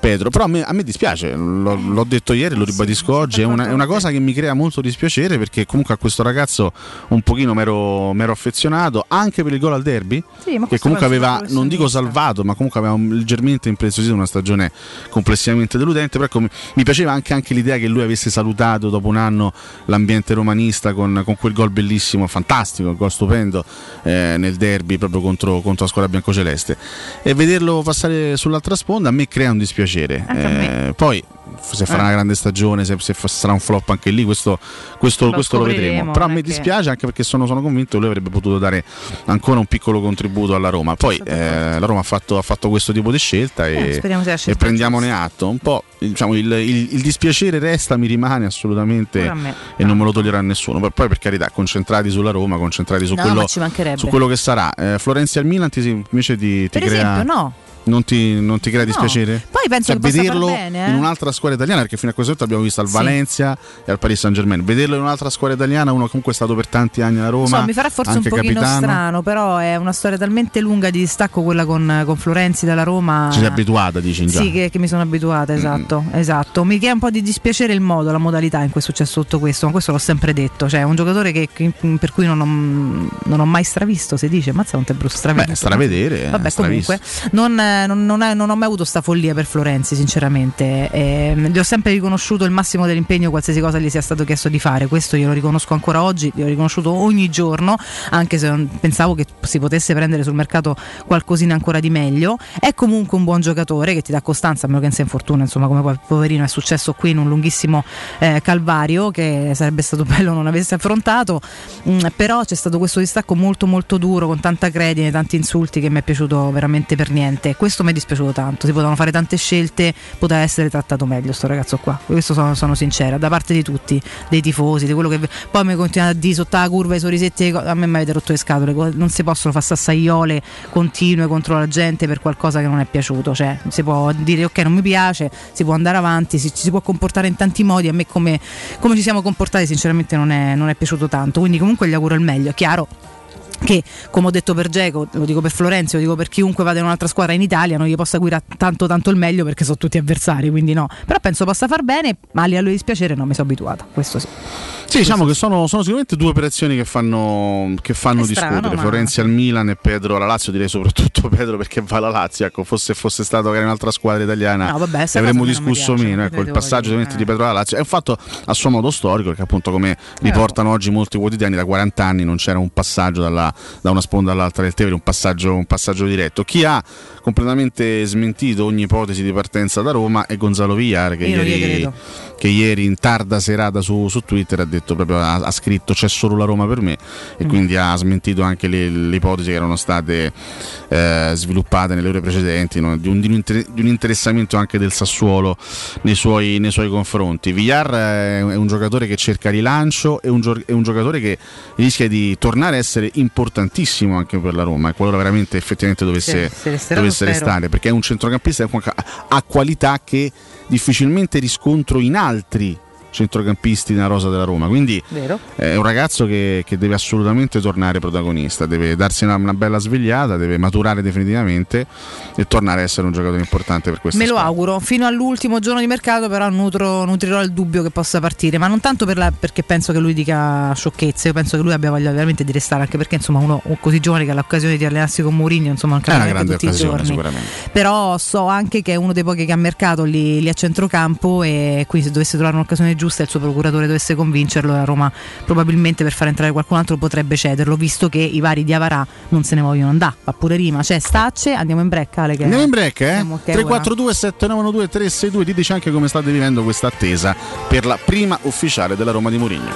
Pedro. Però a me, a me dispiace, l'ho, l'ho detto ieri, lo ribadisco oggi, è una, è una cosa che mi crea molto dispiacere, perché comunque a questo ragazzo un pochino m'ero, m'ero affezionato anche per il gol al derby, sì, ma che comunque aveva, non dico salvato, ma comunque aveva leggermente impreziosito una stagione complessivamente deludente. Però ecco, mi, mi piaceva anche, anche l'idea che lui avesse salutato dopo un anno l'ambiente romanista con, con quel gol bellissimo, fantastico, un gol stupendo eh, nel derby proprio contro, contro la squadra biancoceleste, e vederlo passare sull'altra sponda a me crea un dispiacere. Eh, poi se farà eh. una grande stagione, se, se sarà un flop anche lì, questo, questo, lo, questo lo vedremo. Però a me dispiace anche perché sono, sono convinto che lui avrebbe potuto dare ancora un piccolo contributo alla Roma. Poi eh, la Roma ha fatto, ha fatto questo tipo di scelta e, eh, e prendiamone atto. Un po', diciamo, il, il, il dispiacere resta, mi rimane assolutamente, e non me lo toglierà nessuno. Poi per carità, concentrati sulla Roma, concentrati su, no, quello, su quello che sarà. eh, Florenzi al Milan ti, invece ti, ti per crea esempio no Non ti, non ti crea dispiacere? No. Poi penso cioè, che vederlo possa far bene, eh? in un'altra squadra italiana, perché fino a questo punto abbiamo visto al sì. Valencia e al Paris Saint-Germain. Vederlo in un'altra squadra italiana, uno comunque è stato per tanti anni alla Roma. So, mi farà forse un pochino capitano. strano, però è una storia talmente lunga di distacco quella con, con Florenzi dalla Roma. Ci sei abituata, dici già? Sì, che, che mi sono abituata, esatto, mm. esatto. Mi crea un po' di dispiacere il modo, la modalità in cui è successo tutto questo, ma questo l'ho sempre detto. Cioè, è un giocatore che, che, per cui non ho, non ho mai stravisto, si dice, mazza non te brutto stravisto. Beh, stravedere. Vabbè, stravisto. comunque, non, non, non, è, non ho mai avuto sta follia per Florenzi, sinceramente. Eh, gli ho sempre riconosciuto il massimo dell'impegno, qualsiasi cosa gli sia stato chiesto di fare. Questo io lo riconosco ancora oggi, l'ho riconosciuto ogni giorno, anche se non pensavo che si potesse prendere sul mercato qualcosina ancora di meglio. È comunque un buon giocatore che ti dà costanza, a meno che non sia infortuna, insomma, come poi poverino è successo qui in un lunghissimo eh, calvario che sarebbe stato bello non avesse affrontato. Mm, però c'è stato questo distacco molto molto duro, con tanta credine, tanti insulti, che mi è piaciuto veramente per niente. Questo mi è dispiaciuto tanto, si potevano fare tante scelte, poteva essere trattato meglio sto ragazzo qua, questo sono, sono sincera, da parte di tutti, dei tifosi, di quello che poi mi continuano a dire sotto la curva i sorrisetti, a me mi avete rotto le scatole, non si possono fare sassaiole continue contro la gente per qualcosa che non è piaciuto. Cioè si può dire ok, non mi piace, si può andare avanti, si, ci si può comportare in tanti modi. A me come, come ci siamo comportati sinceramente non è, non è piaciuto tanto, quindi comunque gli auguro il meglio. È chiaro che, come ho detto per Dzeko, lo dico per Florenzi, lo dico per chiunque vada in un'altra squadra in Italia, non gli posso augurare tanto tanto il meglio, perché sono tutti avversari, quindi no, però penso possa far bene, ma a livello di dispiacere non mi sono abituata, questo sì. Sì, diciamo che sono, sono sicuramente due operazioni che fanno, che fanno discutere. Strano, Florenzi ma... al Milan e Pedro alla Lazio, direi soprattutto Pedro perché va alla Lazio. Ecco, fosse fosse stato magari un'altra squadra italiana, no, vabbè, ne avremmo discusso meno. Piace, ecco, il passaggio eh. di Pedro alla Lazio è un fatto a suo modo storico, perché appunto, come riportano eh. oggi molti quotidiani, da quaranta anni non c'era un passaggio dalla, da una sponda all'altra del Tevere, un passaggio, un passaggio diretto. Chi ha completamente smentito ogni ipotesi di partenza da Roma è Gonzalo Villar, che ieri, che ieri in tarda serata su, su Twitter ha detto proprio, ha, ha scritto c'è solo la Roma per me, e mm. quindi ha smentito anche le, le ipotesi che erano state eh, sviluppate nelle ore precedenti, no? di, un, di, un inter- di un interessamento anche del Sassuolo nei suoi, nei suoi confronti. Villar è, è un giocatore che cerca rilancio, è un, gio- è un giocatore che rischia di tornare a essere importantissimo anche per la Roma, e qualora veramente effettivamente dovesse, sì, dovesse restare, perché è un centrocampista che ha qualità che difficilmente riscontro in altri centrocampisti nella rosa della Roma, quindi Vero. è un ragazzo che, che deve assolutamente tornare protagonista, deve darsi una, una bella svegliata, deve maturare definitivamente e tornare a essere un giocatore importante per questa me squadra. Lo auguro, fino all'ultimo giorno di mercato però nutro, nutrirò il dubbio che possa partire, ma non tanto per la, perché penso che lui dica sciocchezze, io penso che lui abbia voglia veramente di restare, anche perché insomma uno così giovane che ha l'occasione di allenarsi con Mourinho, insomma non capita neanche tutti i giorni, sicuramente. Però so anche che è uno dei pochi che ha mercato lì, lì a centrocampo, e quindi se dovesse trovare un'occasione giusta, il suo procuratore dovesse convincerlo, la Roma probabilmente per far entrare qualcun altro potrebbe cederlo, visto che i vari Diavarà non se ne vogliono andare, fa pure rima, c'è Stacce, andiamo in break, Ale, che andiamo in break, eh? tre quattro due sette nove uno due tre sei due, diteci anche come state vivendo questa attesa per la prima ufficiale della Roma di Mourinho.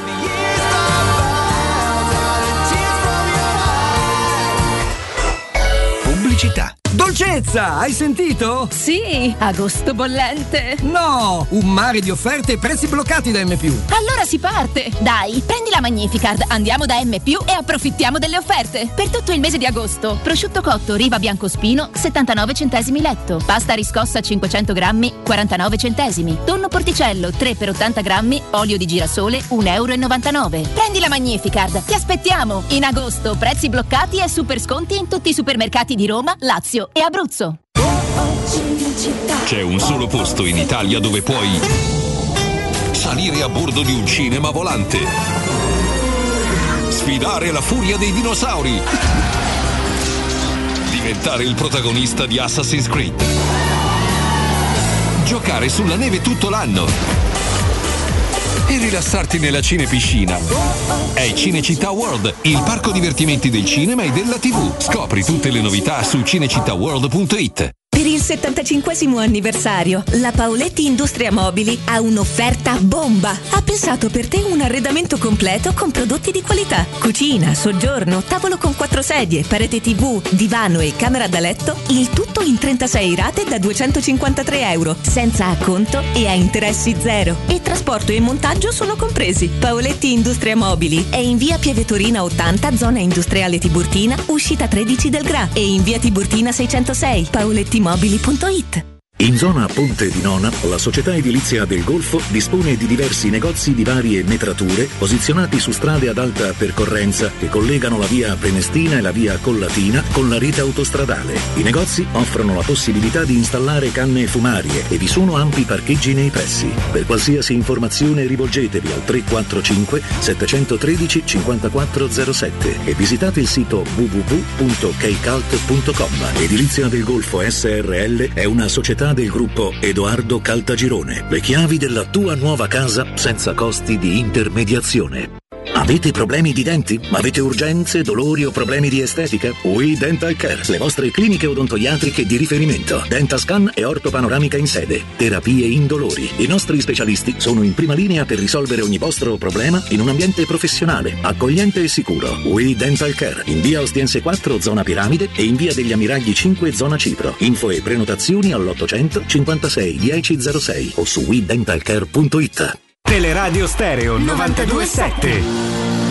Pubblicità. Dolcezza, hai sentito? Sì, agosto bollente. No, un mare di offerte e prezzi bloccati da M+. Allora si parte. Dai, prendi la Magnificard, andiamo da M+ e approfittiamo delle offerte. Per tutto il mese di agosto, prosciutto cotto Riva Biancospino settantanove centesimi letto, pasta riscossa cinquecento grammi quarantanove centesimi, tonno porticello tre per ottanta grammi, olio di girasole un euro e novantanove. Prendi la Magnificard, ti aspettiamo. In agosto prezzi bloccati e super sconti in tutti i supermercati di Roma, Lazio e Abruzzo. C'è un solo posto in Italia dove puoi salire a bordo di un cinema volante, sfidare la furia dei dinosauri, diventare il protagonista di Assassin's Creed, giocare sulla neve tutto l'anno e rilassarti nella cinepiscina. È Cinecittà World, il parco divertimenti del cinema e della tivù. Scopri tutte le novità su cinecittàworld punto it. Per il settantacinquesimo anniversario, la Paoletti Industria Mobili ha un'offerta bomba. Ha pensato per te un arredamento completo con prodotti di qualità. Cucina, soggiorno, tavolo con quattro sedie, parete tivù, divano e camera da letto, il tutto in trentasei rate da duecentocinquantatré euro, senza acconto e a interessi zero. E trasporto e montaggio sono compresi. Paoletti Industria Mobili è in via Pievetorina ottanta, zona industriale Tiburtina, uscita tredici del Gra, e in via Tiburtina seicentosei. Paoletti mobili punto it. In zona Ponte di Nona, la società edilizia del Golfo dispone di diversi negozi di varie metrature posizionati su strade ad alta percorrenza che collegano la via Prenestina e la via Collatina con la rete autostradale. I negozi offrono la possibilità di installare canne fumarie e vi sono ampi parcheggi nei pressi. Per qualsiasi informazione rivolgetevi al tre quattro cinque sette uno tre cinque quattro zero sette e visitate il sito w w w punto keicalt punto com. Edilizia del Golfo S R L è una società del gruppo Edoardo Caltagirone. Le chiavi della tua nuova casa senza costi di intermediazione. Avete problemi di denti? Avete urgenze, dolori o problemi di estetica? We Dental Care, le vostre cliniche odontoiatriche di riferimento. Dentascan e ortopanoramica in sede. Terapie indolori. I nostri specialisti sono in prima linea per risolvere ogni vostro problema in un ambiente professionale, accogliente e sicuro. We Dental Care, in via Ostiense quattro, zona Piramide, e in via degli Ammiragli cinque, zona Cipro. Info e prenotazioni all'ottocento cinquantasei dieci zero sei o su we dental care punto it. Teleradio Stereo novantadue sette.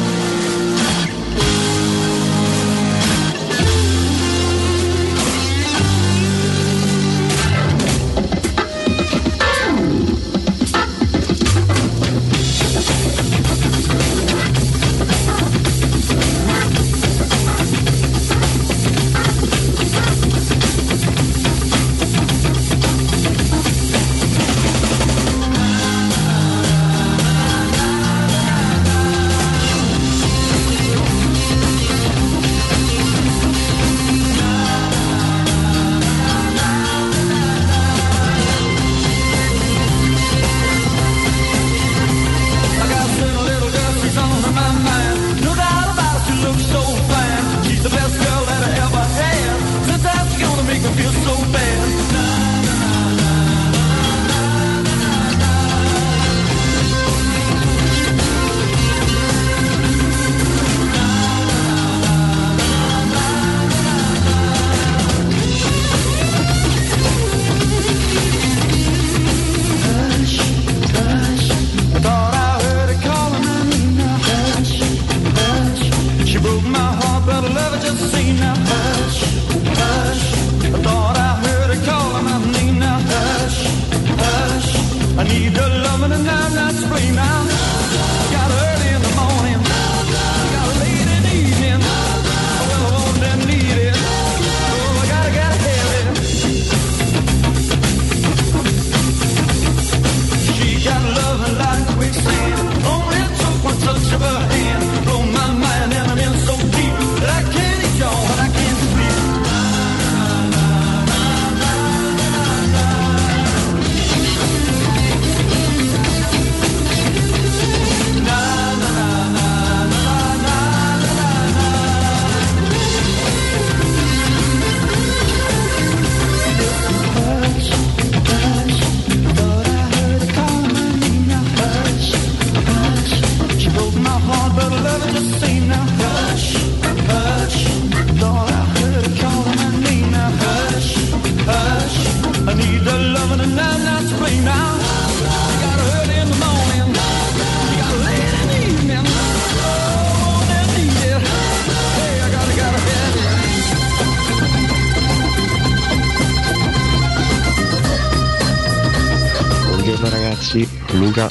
Luca,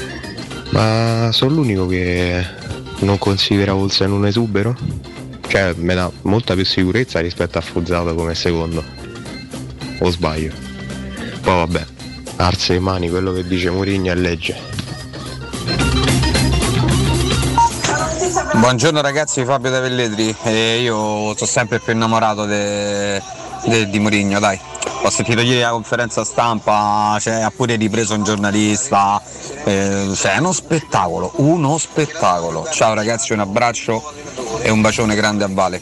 ma sono l'unico che non considera Olsen un esubero? Cioè, mi dà molta più sicurezza rispetto a Fuzzato come secondo. O sbaglio? Poi vabbè, alza le mani, quello che dice Mourinho è legge. Buongiorno ragazzi, Fabio da Velletri. Eh, io sono sempre più innamorato de, de, di Mourinho, dai. Ho sentito ieri la conferenza stampa, cioè, ha pure ripreso un giornalista, eh, cioè è uno spettacolo, uno spettacolo. Ciao ragazzi, un abbraccio e un bacione grande a Vale.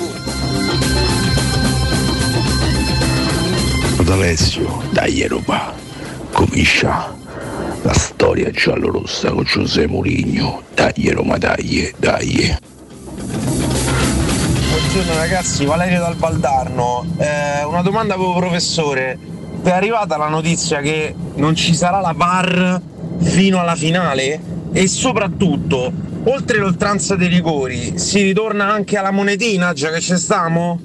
Ad Alessio, dai Roma, comincia la storia giallorossa con José Mourinho, dai Roma, dai, dai. Buongiorno ragazzi, Valerio dal Valdarno. Eh, una domanda per il professore. Ti è arrivata la notizia che non ci sarà la V A R fino alla finale? E soprattutto, oltre l'oltranza dei rigori, si ritorna anche alla monetina, già che ci stiamo?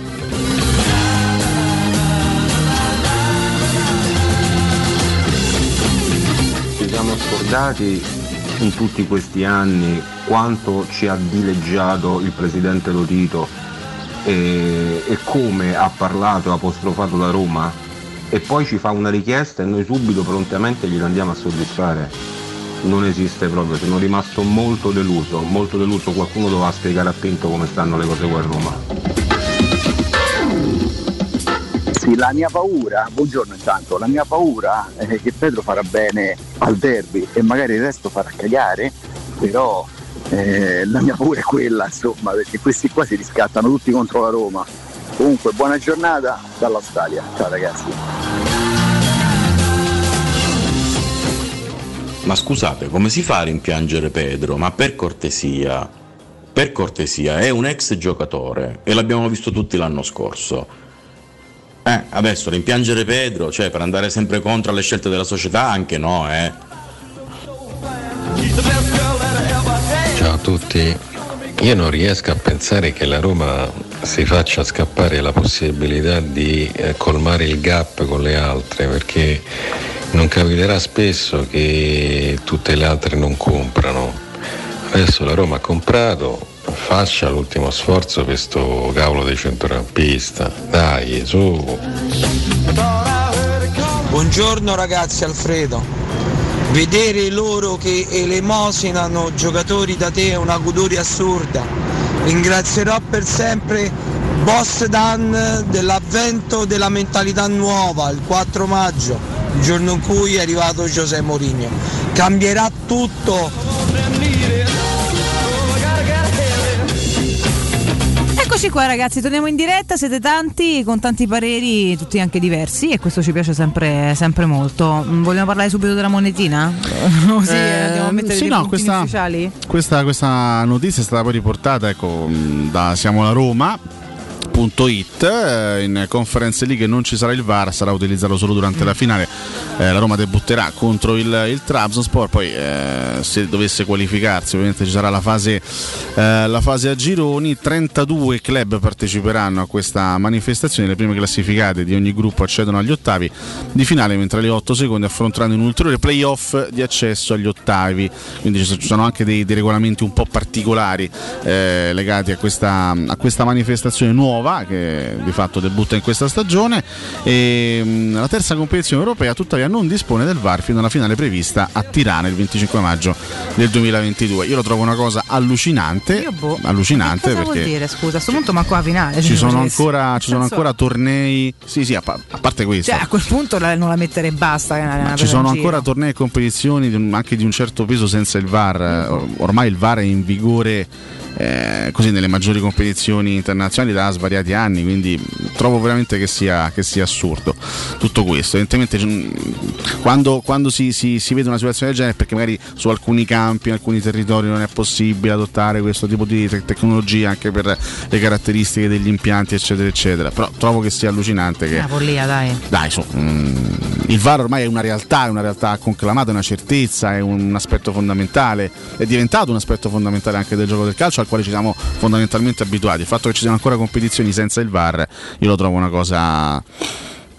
Ci siamo scordati in tutti questi anni quanto ci ha dileggiato il presidente Lotito e, e come ha parlato e apostrofato la Roma, e poi ci fa una richiesta e noi subito prontamente gliela andiamo a soddisfare. Non esiste proprio, sono rimasto molto deluso, molto deluso. Qualcuno dovrà spiegare a Pinto come stanno le cose qua a Roma. Sì, la mia paura, buongiorno intanto, la mia paura è che Pedro farà bene al derby e magari il resto farà cagare, però eh, la mia paura è quella, insomma, perché questi qua si riscattano tutti contro la Roma. Comunque buona giornata dalla Stalia, ciao ragazzi. Ma scusate, come si fa a rimpiangere Pedro? Ma per cortesia, per cortesia, è un ex giocatore e l'abbiamo visto tutti l'anno scorso. Eh, adesso rimpiangere Pedro, cioè per andare sempre contro le scelte della società, anche no, eh. Ciao a tutti. Io non riesco a pensare che la Roma si faccia scappare la possibilità di eh, colmare il gap con le altre, perché non capiterà spesso che tutte le altre non comprano. Adesso la Roma ha comprato, faccia l'ultimo sforzo per sto cavolo di centrocampista, dai, su. Buongiorno ragazzi, Alfredo. Vedere loro che elemosinano giocatori da te è una goduria assurda. Ringrazierò per sempre Boss Dan dell'avvento della mentalità nuova, il quattro maggio, il giorno in cui è arrivato José Mourinho. Cambierà tutto. Eccoci qua ragazzi, torniamo in diretta, siete tanti, con tanti pareri, tutti anche diversi, e questo ci piace sempre, sempre molto. Vogliamo parlare subito della monetina? Così eh, andiamo a mettere sì, dei no, puntini questa, ufficiali? Questa, questa notizia è stata poi riportata, ecco, da Siamo la Roma punto it, in Conference League non ci sarà il V A R, sarà utilizzato solo durante mm. la finale. Eh, la Roma debutterà contro il, il Trabzonspor, poi eh, se dovesse qualificarsi ovviamente ci sarà la fase, eh, la fase a gironi. Trentadue club parteciperanno a questa manifestazione, le prime classificate di ogni gruppo accedono agli ottavi di finale, mentre le otto seconde affronteranno un ulteriore playoff di accesso agli ottavi, quindi ci sono anche dei, dei regolamenti un po' particolari eh, legati a questa, a questa manifestazione nuova che di fatto debutta in questa stagione. E mh, la terza competizione europea tuttavia non dispone del V A R fino alla finale prevista a Tirana il venticinque maggio del duemilaventidue. Io lo trovo una cosa allucinante. Io boh. allucinante cosa perché vuol dire, scusa, a questo punto manco la finale ci sono ancora, ci sono ancora tornei, sì sì, a, pa- a parte questo, cioè a quel punto la, non la mettere e basta, è una, una ci sono giro. ancora tornei e competizioni di un, anche di un certo peso senza il V A R. Ormai il V A R è in vigore Eh, così nelle maggiori competizioni internazionali da svariati anni, quindi trovo veramente che sia, che sia assurdo tutto questo. Evidentemente quando, quando si, si, si vede una situazione del genere è perché magari su alcuni campi, in alcuni territori non è possibile adottare questo tipo di te- tecnologia anche per le caratteristiche degli impianti eccetera eccetera, però trovo che sia allucinante che una follia, dai dai su, mm, il V A R ormai è una realtà, è una realtà conclamata, è una certezza, è un aspetto fondamentale, è diventato un aspetto fondamentale anche del gioco del calcio al quale ci siamo fondamentalmente abituati. Il fatto che ci siano ancora competizioni senza il V A R io lo trovo una cosa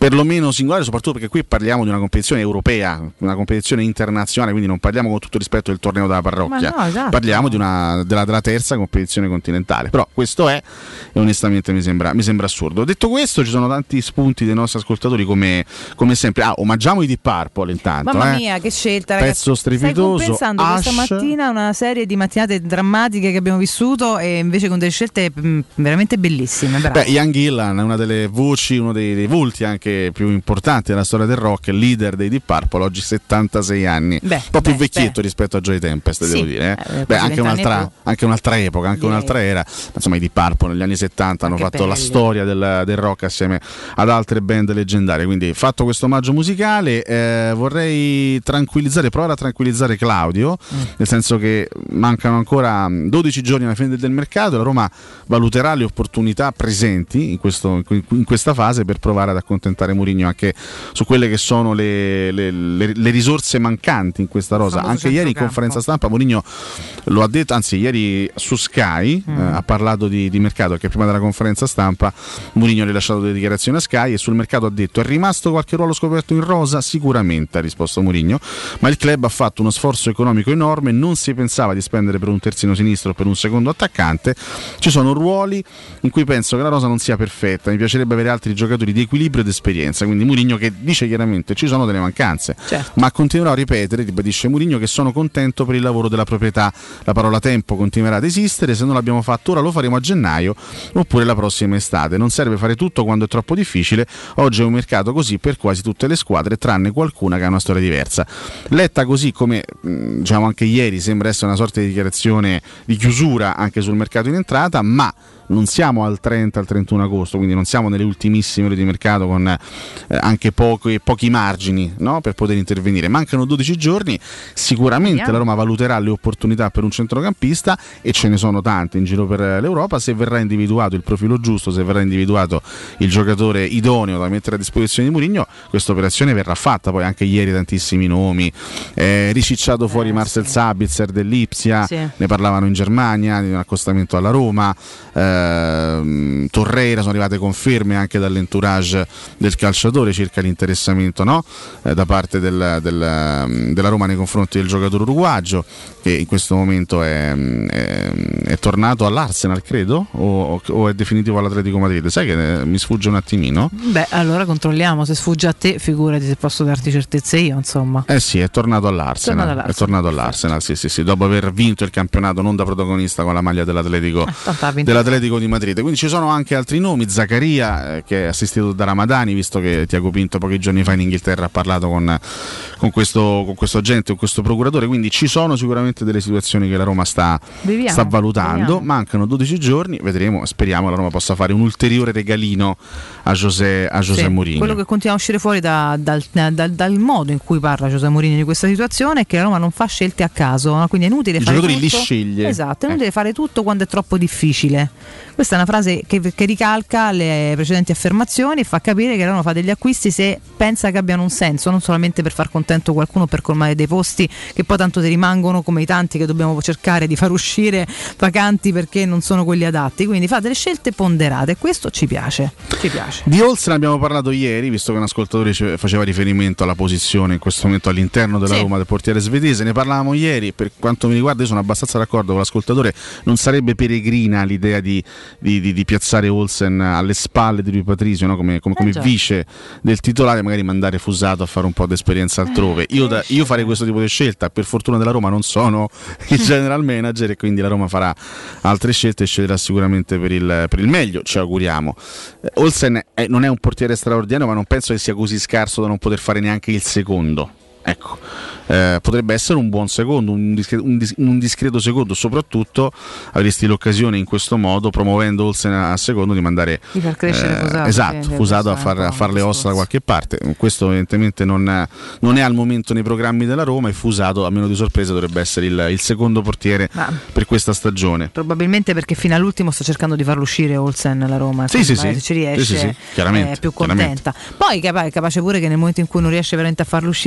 perlomeno singolare, soprattutto perché qui parliamo di una competizione europea, una competizione internazionale, quindi non parliamo con tutto rispetto del torneo della parrocchia, no, esatto. parliamo di una, della, della terza competizione continentale, però questo è e onestamente mi sembra, mi sembra assurdo. Detto questo, ci sono tanti spunti dei nostri ascoltatori come, come sempre. Ah, omaggiamo i Deep Purple intanto. Mamma eh. mia, che scelta, ragazzi. Pezzo strepitoso. Stai compensando Ash. questa mattina una serie di mattinate drammatiche che abbiamo vissuto e invece con delle scelte mh, veramente bellissime. Bravo. Beh, Ian Gillan è una delle voci, uno dei, dei volti anche più importanti della storia del rock, leader dei Deep Purple, oggi settantasei anni, beh, un po' più beh, vecchietto beh. rispetto a Joy Tempest, Sì, devo dire. Eh. eh, Beh, anche un'altra, anche un'altra epoca, anche Direi. un'altra era. Insomma, i Deep Purple negli anni settanta hanno Che fatto belli. la storia del, del rock assieme ad altre band leggendarie. Quindi, fatto questo omaggio musicale, eh, vorrei tranquillizzare, provare a tranquillizzare Claudio, mm. nel senso che mancano ancora dodici giorni alla fine del mercato. La Roma valuterà le opportunità presenti in, questo, in questa fase per provare ad accontentare Mourinho anche su quelle che sono le, le, le, le risorse mancanti in questa rosa. Anche ieri in conferenza stampa Mourinho lo ha detto, anzi ieri su Sky mm. eh, ha parlato di, di mercato, perché prima della conferenza stampa Mourinho ha rilasciato delle dichiarazioni a Sky e sul mercato ha detto: è rimasto qualche ruolo scoperto in rosa? Sicuramente, ha risposto Mourinho, ma il club ha fatto uno sforzo economico enorme, non si pensava di spendere per un terzino sinistro o per un secondo attaccante. Ci sono ruoli in cui penso che la rosa non sia perfetta, mi piacerebbe avere altri giocatori di equilibrio ed esperienza. Quindi Mourinho che dice chiaramente ci sono delle mancanze, certo. ma continuerò a ripetere, ribadisce Mourinho, che sono contento per il lavoro della proprietà. La parola tempo continuerà ad esistere, se non l'abbiamo fatto ora lo faremo a gennaio oppure la prossima estate. Non serve fare tutto quando è troppo difficile, oggi è un mercato così per quasi tutte le squadre tranne qualcuna che ha una storia diversa. Letta così, come diciamo anche ieri, sembra essere una sorta di dichiarazione di chiusura anche sul mercato in entrata, ma non siamo al trenta, al trentuno agosto, quindi non siamo nelle ultimissime ore di mercato con eh, anche pochi, pochi margini, no? Per poter intervenire. Mancano dodici giorni, sicuramente Andiamo. La Roma valuterà le opportunità per un centrocampista e ce ne sono tante in giro per l'Europa. Se verrà individuato il profilo giusto, se verrà individuato il giocatore idoneo da mettere a disposizione di Mourinho, questa operazione verrà fatta. Poi anche ieri tantissimi nomi, eh, ricicciato fuori eh, Marcel sì. Sabitzer dell'Ipsia, sì. ne parlavano in Germania di un accostamento alla Roma. Eh, Torreira, sono arrivate conferme anche dall'entourage del calciatore circa l'interessamento, no? eh, da parte del, del, della Roma nei confronti del giocatore uruguagio, che in questo momento è, è, è tornato all'Arsenal, credo, o, o è definitivo all'Atletico Madrid. Sai che mi sfugge un attimino? Beh, allora controlliamo, se sfugge a te figurati se posso darti certezze io, insomma. Eh sì, è tornato all'Arsenal, tornato all'Arsenal. è tornato all'Arsenal, sì, sì, sì, dopo aver vinto il campionato non da protagonista con la maglia dell'Atletico, eh, dell'Atletico di Madrid. Quindi ci sono anche altri nomi, Zaccaria eh, che è assistito da Ramadani, visto che Tiago Pinto pochi giorni fa in Inghilterra ha parlato con, con, questo, con questo agente, con questo procuratore. Quindi ci sono sicuramente delle situazioni che la Roma sta, viviamo, sta valutando. viviamo. Mancano dodici giorni, vedremo, speriamo la Roma possa fare un ulteriore regalino a José, a José sì, Mourinho. Quello che continua a uscire fuori da, dal, dal, dal modo in cui parla José Mourinho di questa situazione è che la Roma non fa scelte a caso, no? Quindi è inutile I fare giocatori tutto. li sceglie. Esatto, è inutile eh. fare tutto quando è troppo difficile. Questa è una frase che, che ricalca le precedenti affermazioni e fa capire che la Roma fa degli acquisti se pensa che abbiano un senso, non solamente per far contento qualcuno, per colmare dei posti che poi tanto ti rimangono, come i tanti che dobbiamo cercare di far uscire vacanti perché non sono quelli adatti. Quindi fa delle scelte ponderate e questo ci piace, ci piace. Di Olsen abbiamo parlato ieri, visto che un ascoltatore faceva riferimento alla posizione in questo momento all'interno della sì. Roma del portiere svedese. Ne parlavamo ieri, per quanto mi riguarda io sono abbastanza d'accordo con l'ascoltatore, non sarebbe peregrina l'idea di Di, di, di piazzare Olsen alle spalle di Rui Patricio, no? come, come, come eh vice del titolare, magari mandare Fusato a fare un po' di esperienza altrove. Io, da, io farei questo tipo di scelta. Per fortuna della Roma non sono il general manager e quindi la Roma farà altre scelte e sceglierà sicuramente per il, per il meglio, ci auguriamo. eh, Olsen è, non è un portiere straordinario, ma non penso che sia così scarso da non poter fare neanche il secondo. Ecco, eh, potrebbe essere un buon secondo, un discreto, un, dis- un discreto secondo. Soprattutto avresti l'occasione in questo modo, promuovendo Olsen a secondo, di mandare di far crescere eh, Fusato, esatto, Fusato a far, a far le ossa da qualche parte. Questo evidentemente non è, non è al momento nei programmi della Roma, e Fusato, a meno di sorpresa, dovrebbe essere il, il secondo portiere Ma per questa stagione. Probabilmente perché fino all'ultimo sto cercando di farlo uscire Olsen la Roma, sì, sì, se sì. ci riesce sì, sì, sì. Chiaramente, è più contenta. Poi è capace pure che nel momento in cui non riesce veramente a farlo uscire per niente,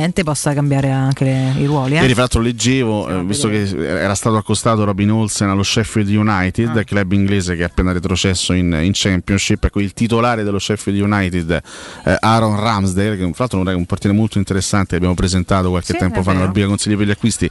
probabilmente possa cambiare anche le, i ruoli. Eh? Ieri fra l'altro leggevo, eh, visto che era stato accostato Robin Olsen allo Sheffield United, ah. club inglese che è appena retrocesso in, in Championship, ecco il titolare dello Sheffield United, eh, Aaron Ramsdale, che fra l'altro è un portiere molto interessante che abbiamo presentato qualche sì, tempo fa nella rubrica consigli per gli acquisti,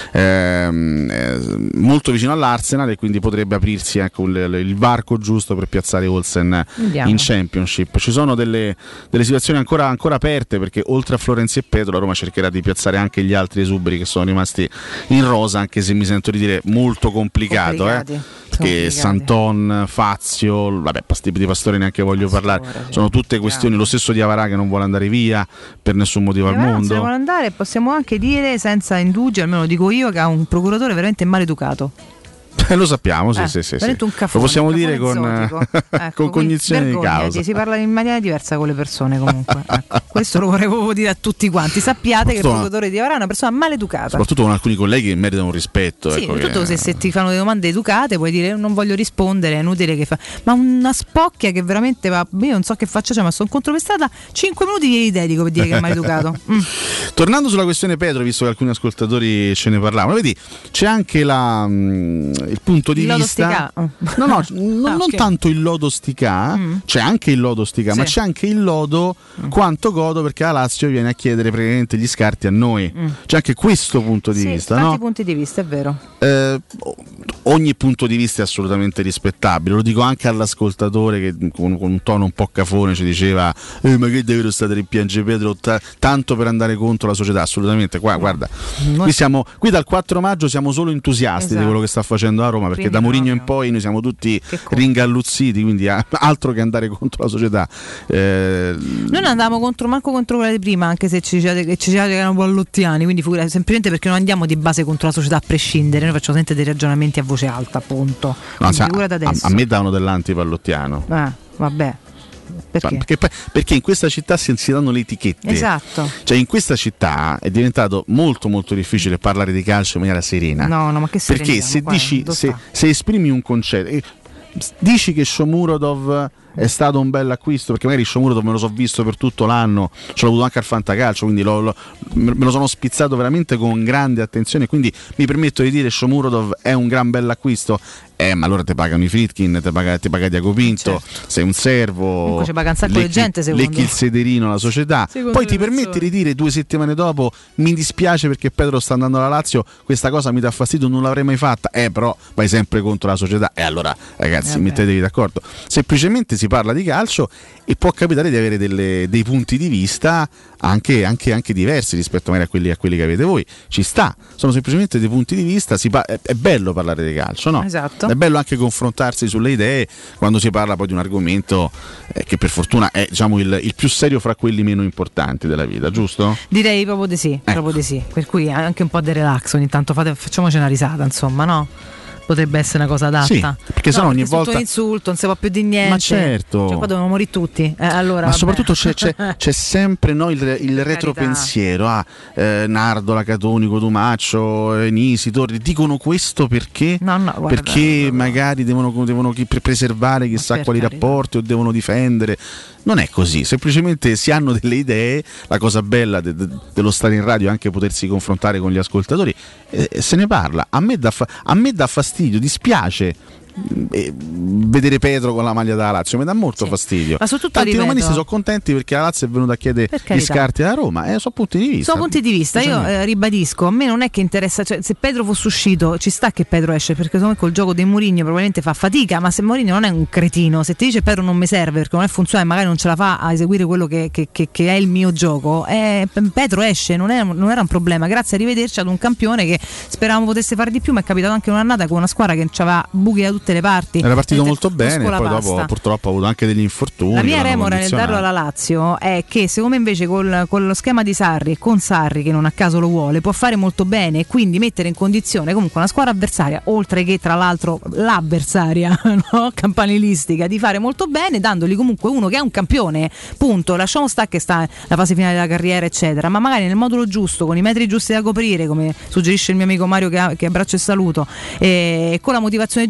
ehm, eh, molto vicino all'Arsenal, e quindi potrebbe aprirsi ecco, il, il varco giusto per piazzare Olsen Andiamo. in Championship. Ci sono delle, delle situazioni ancora, ancora aperte, perché oltre a Florenzi e Pedro la Roma cercherà di piazzare anche gli altri esuberi che sono rimasti in rosa, anche se mi sento di dire molto complicato, eh? Perché Santon, Fazio, vabbè, di Pastore neanche voglio Pastore, parlare, sì. sono tutte questioni, lo stesso di Avarà che non vuole andare via per nessun motivo al mondo. Se vuole andare, possiamo anche dire senza indugi, almeno lo dico io, che ha un procuratore veramente maleducato. Eh, lo sappiamo, sì, eh, sì, sì, sì. Un cafone, lo possiamo dire con, ecco, con cognizione di causa. Si parla in maniera diversa con le persone comunque. Ecco, questo lo vorrei proprio dire a tutti quanti. Sappiate che il procuratore di Avarà è una persona maleducata. Soprattutto con alcuni colleghi che meritano un rispetto. Sì, ecco soprattutto che... se, se ti fanno delle domande educate puoi dire non voglio rispondere, è inutile che fa. Ma una spocchia che veramente va. Io non so che faccia, cioè, ma sono contro per strada, cinque minuti glieli dedico per dire che è maleducato. Mm. Tornando sulla questione Pedro, visto che alcuni ascoltatori ce ne parlavano, vedi, c'è anche la, mh, il punto di il vista. Sticà. No, no, n- ah, non okay. tanto il lodo Sticà, mm. c'è anche il lodo Sticà, sì. ma c'è anche il lodo mm. quanto godo, perché la Lazio viene a chiedere praticamente gli scarti a noi. Mm. C'è anche questo punto di sì, vista, tanti no? punti di vista, è vero. Eh, ogni punto di vista è assolutamente rispettabile, lo dico anche all'ascoltatore che con, con un tono un po' cafone ci diceva eh, ma che davvero state a rimpiangere Pedro t- tanto per andare contro la società. Assolutamente, qua guarda, qui, siamo, qui dal quattro maggio siamo solo entusiasti esatto. di quello che sta facendo a Roma, perché quindi da Mourinho in poi noi siamo tutti ringalluzziti, quindi altro che andare contro la società. Eh, noi non andavamo contro manco contro quella di prima, anche se ci dicevate che, ci dicevate che erano ballottiani, quindi semplicemente perché non andiamo di base contro la società a prescindere, noi facciamo sempre dei ragionamenti a voce alta, appunto. No, cioè, a, a me davano dell'antipallottiano. Eh, vabbè. Perché? Perché, perché in questa città si, si danno le etichette. Esatto. Cioè in questa città è diventato molto molto difficile parlare di calcio in maniera serena. No, no, ma che perché se qua, dici se, se esprimi un concetto, eh, dici che Shomurodov è stato un bel acquisto, perché magari Shomurodov me lo so visto per tutto l'anno, ce l'ho avuto anche al Fantacalcio, quindi lo, lo, me lo sono spizzato veramente con grande attenzione, quindi mi permetto di dire Shomurodov è un gran bell'acquisto. Eh, ma allora ti pagano i Fritkin, ti paga, ti paga Diaco Pinto, certo. sei un servo. Comunque ci paga un sacco di gente, secondo lecchi il sederino alla società. Secondo Poi ti permetti di dire due settimane dopo mi dispiace perché Pedro sta andando alla Lazio, questa cosa mi dà fastidio, non l'avrei mai fatta. Eh, però vai sempre contro la società. E eh, allora, ragazzi, eh mettetevi d'accordo. Semplicemente si parla di calcio e può capitare di avere delle, dei punti di vista anche, anche, anche diversi rispetto magari a quelli, a quelli che avete voi. Ci sta, sono semplicemente dei punti di vista. Si pa- è, è bello parlare di calcio, no? Esatto. È bello anche confrontarsi sulle idee quando si parla poi di un argomento eh, che per fortuna è, diciamo, il, il più serio fra quelli meno importanti della vita, giusto? Direi proprio di sì, ecco. proprio di sì. Per cui anche un po' di relax ogni tanto, fate, facciamoci una risata, insomma, no? Potrebbe essere una cosa adatta. Sì, perché sennò no, ogni perché volta un insulto, non si può più di niente. Ma certo. Cioè, qua dovevano morire tutti. Eh, allora, ma soprattutto c'è, c'è, c'è sempre no, il, il retropensiero. Ah, eh, Nardo, Catonico, Tumaccio, Enisi, Torri dicono questo perché? No, no, guarda, perché no, magari devono, devono preservare chissà quali carità. rapporti o devono difendere. Non è così, semplicemente si hanno delle idee, la cosa bella de- de- dello stare in radio è anche potersi confrontare con gli ascoltatori, e se ne parla. A me dà, fa- a me dà fastidio, dispiace eh, vedere Pedro con la maglia della Lazio, mi dà molto sì. fastidio. Ma soprattutto tanti ripeto, romanisti sono contenti perché la Lazio è venuta a chiedere gli scarti alla Roma, eh, sono punti di vista. Sono punti di vista, io eh, ribadisco, a me non è che interessa, cioè, se Pedro fosse uscito ci sta che Pedro esce, perché secondo me col gioco dei Mourinho probabilmente fa fatica, ma se Mourinho non è un cretino, se ti dice Pedro non mi serve perché non è funzionale, magari non ce la fa a eseguire quello che, che, che, che è il mio gioco, eh, Pedro esce, non, è, non era un problema. Grazie, arrivederci ad un campione che speravamo potesse fare di più, ma è capitato anche un'annata con una squadra che aveva buchi da tutte le parti. Era partito molto bene, poi pasta. dopo purtroppo ha avuto anche degli infortuni. La mia remora nel darlo alla Lazio è che secondo me invece col, con lo schema di Sarri e con Sarri, che non a caso lo vuole, può fare molto bene e quindi mettere in condizione comunque una squadra avversaria, oltre che tra l'altro l'avversaria no? campanilistica, di fare molto bene, dandogli comunque uno che è un campione, punto. Lasciamo stare che sta la fase finale della carriera eccetera, ma magari nel modulo giusto, con i metri giusti da coprire, come suggerisce il mio amico Mario che, ha, che abbraccio e saluto, e con la motivazione giusta può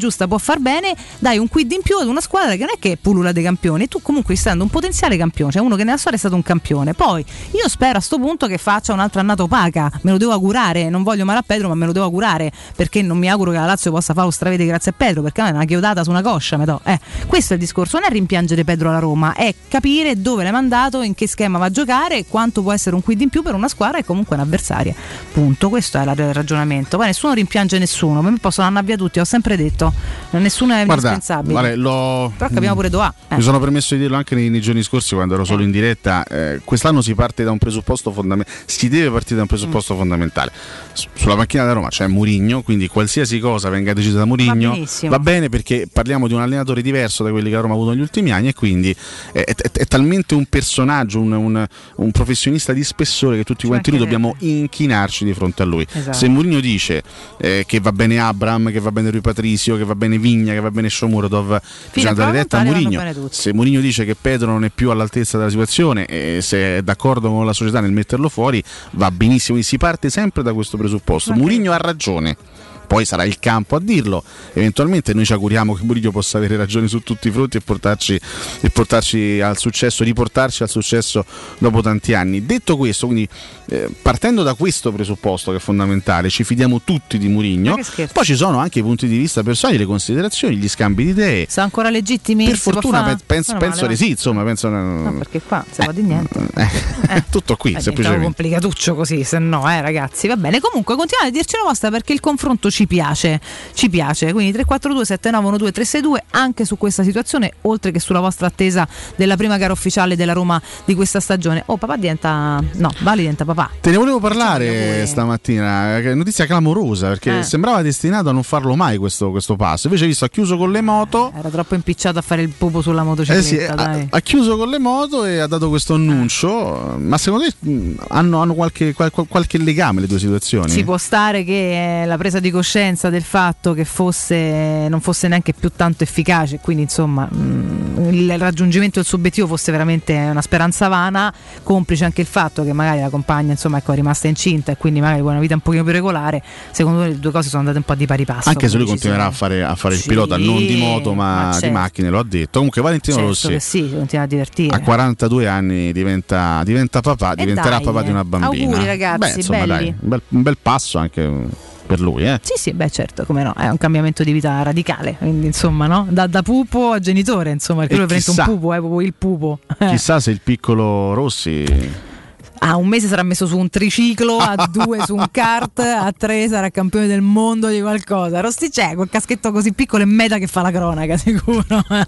far bene, dai un quid in più ad una squadra che non è che pullula dei campioni, tu comunque stai dando un potenziale campione, cioè uno che nella storia è stato un campione. Poi io spero a sto punto che faccia un'altra annata opaca, me lo devo augurare, non voglio male a Pedro, ma me lo devo augurare, perché non mi auguro che la Lazio possa fare lo stravede grazie a Pedro, perché è una chiodata su una coscia, me do. Eh, questo è il discorso, non è rimpiangere Pedro alla Roma, è capire dove l'hai mandato, in che schema va a giocare, quanto può essere un quid in più per una squadra e comunque un'avversaria. Punto, questo è il ragionamento. Poi nessuno rimpiange nessuno, per me possono andare via tutti, ho sempre detto, nessuno è Guarda, indispensabile. Vale, lo, però capiamo pure Doha. Eh. Mi sono permesso di dirlo anche nei, nei giorni scorsi quando ero solo eh. in diretta, eh, quest'anno si parte da un presupposto fondamentale, si deve partire da un presupposto mm. fondamentale. S- sulla panchina della Roma c'è Mourinho, quindi qualsiasi cosa venga decisa da Mourinho va, va bene, perché parliamo di un allenatore diverso da quelli che la Roma ha avuto negli ultimi anni e quindi è, è, è, è talmente un personaggio, un, un, un professionista di spessore che tutti Ci quanti noi dobbiamo inchinarci di fronte a lui. Esatto. Se Mourinho dice eh, che va bene Abraham, che va bene Rui Patricio, che va bene Vigna, che va bene Shomurodov, bisogna dare retta a Mourinho. Se Mourinho dice che Pedro non è più all'altezza della situazione e se è d'accordo con la società nel metterlo fuori, va benissimo. Quindi si parte sempre da questo presupposto. Okay. Mourinho ha ragione. Poi sarà il campo a dirlo, eventualmente noi ci auguriamo che Mourinho possa avere ragione su tutti i fronti e portarci, e portarci al successo, riportarci al successo dopo tanti anni. Detto questo, quindi eh, partendo da questo presupposto che è fondamentale, ci fidiamo tutti di Mourinho, poi ci sono anche i punti di vista personali, le considerazioni, gli scambi di idee. Sono ancora legittimi? Per fortuna pe- penso, penso di sì, insomma, penso no, perché qua non si può di niente. Eh, eh, tutto qui, è semplicemente. È un complicatuccio così, se no, eh ragazzi, va bene. Comunque continuate a dirci la vostra, perché il confronto ci piace, ci piace. Quindi tre quattro due sette nove uno due tre sei due anche su questa situazione, oltre che sulla vostra attesa della prima gara ufficiale della Roma di questa stagione. Oh, papà diventa no, Vali diventa papà. Te ne volevo parlare stamattina, notizia clamorosa, perché eh. sembrava destinato a non farlo mai questo, questo passo, invece visto ha chiuso con le moto, era troppo impicciato a fare il pupo sulla motocicletta. Eh sì, dai. Ha, ha chiuso con le moto e ha dato questo annuncio, ma secondo te hanno, hanno qualche, qual, qualche legame le due situazioni? Ci può stare che la presa di coscienza del fatto che fosse non fosse neanche più tanto efficace, quindi insomma mh, il raggiungimento del suo obiettivo fosse veramente una speranza vana, complice anche il fatto che magari la compagna insomma ecco, è rimasta incinta e quindi magari vuole una vita un pochino più regolare. Secondo me le due cose sono andate un po' di pari passo, anche se lui continuerà a fare, a fare sì, il pilota non di moto ma, ma certo. di macchine, lo ha detto. Comunque Valentino certo Rossi che sì, continua a divertire, a quarantadue anni diventa, diventa papà, e diventerà dai, papà di una bambina. Auguri ragazzi. Beh, insomma, belli. Dai, un, bel, un bel passo anche per lui, eh? Sì, sì, beh certo, come no, è un cambiamento di vita radicale, quindi insomma, no? Da, da pupo a genitore, insomma, perché lui prende un pupo, eh, proprio il pupo. Chissà se il piccolo Rossi a un mese sarà messo su un triciclo, a due su un kart, a tre sarà campione del mondo di qualcosa. Rossi c'è quel caschetto così piccolo e meta che fa la cronaca, sicuro.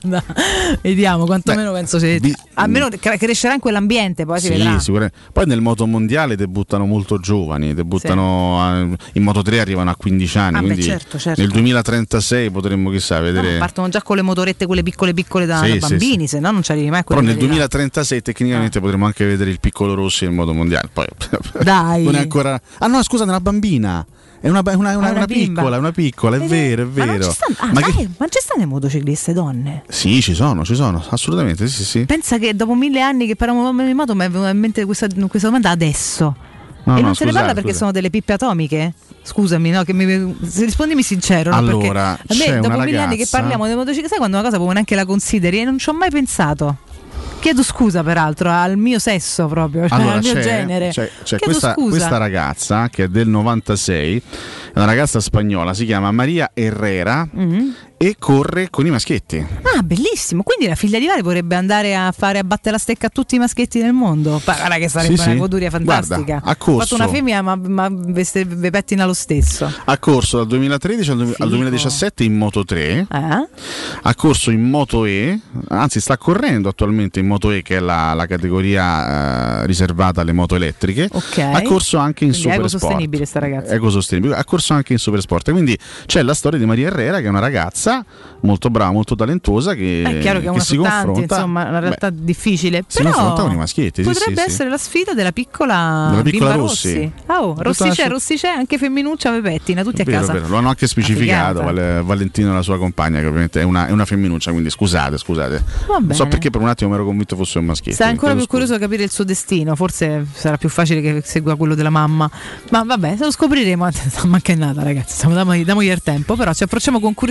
Vediamo, quantomeno Beh, penso se, di, almeno crescerà in quell'ambiente, poi sì, si vedrà. Sicuramente. Poi nel moto mondiale debuttano molto giovani, debuttano sì. a, in Moto tre arrivano a quindici anni, ah, quindi beh, certo, certo. nel duemilatrentasei potremmo chissà vedere. No, partono già con le motorette quelle piccole piccole da, sì, da bambini, sì, se no non ci arrivi mai. Però nel duemilatrentasei tecnicamente ah. potremmo anche vedere il piccolo Rossi nel moto mondiale. Poi dai, non è ancora. Ah no, scusa, è una bambina. È una, una, una, una, una piccola, è una piccola, è vero, è vero. Ma, non ci stanno, ah, ma, dai, che... ma ci stanno le motocicliste donne? Sì, ci sono, ci sono, assolutamente, sì, sì. Pensa che dopo mille anni che parliamo di moto mi è venuta in mente questa, questa domanda adesso. No, e no, non se scusate, ne parla perché scusate. sono delle pippe atomiche? Scusami, no, che mi, se rispondimi sincero. Allora, no, perché a me dopo mille anni che parliamo di motociclette, sai quando una cosa proprio neanche la consideri e non ci ho mai pensato. Chiedo scusa peraltro al mio sesso proprio, cioè allora, al mio c'è, genere. C'è, c'è questa, questa ragazza che è del novantasei, è una ragazza spagnola, si chiama Maria Herrera mm-hmm. e corre con i maschietti. Ah, bellissimo! Quindi la figlia di Vale vorrebbe andare a fare a battere la stecca a tutti i maschietti del mondo. Guarda che sarebbe sì, una sì. goduria fantastica. Guarda, ha corso. Ha fatto una femmina ma, ma veste, ve pettina lo stesso. Ha corso dal duemilatredici al, al duemiladiciassette in Moto tre, eh? ha corso in Moto E, anzi sta correndo attualmente in Moto E, che è la, la categoria eh, riservata alle moto elettriche. Okay. Ha corso anche in quindi Supersport. Ecosostenibile sta ragazza. Ecosostenibile. Ha corso anche in Supersport. Quindi c'è la storia di Maria Herrera, che è una ragazza molto brava, molto talentuosa, che, è chiaro che, è una che si tanti, confronta, insomma, una realtà beh, difficile, si però confronta con i maschietti. Potrebbe sì, essere sì. la sfida della piccola, della piccola bimba Rossi. Rossi. Ah, oh, Rossi c'è, Rossi c'è, anche femminuccia ve pettina, tutti vero, a casa. Vero. Lo hanno anche specificato Vale, Valentino e la sua compagna, che ovviamente è una, è una femminuccia, quindi scusate, scusate. Non so perché per un attimo mi ero convinto fosse un maschietto. Sarà ancora più curioso di capire il suo destino, forse sarà più facile che segua quello della mamma, ma vabbè, se lo scopriremo. Manca è nata, ragazzi, damogli il tempo, però ci approcciamo con curiosità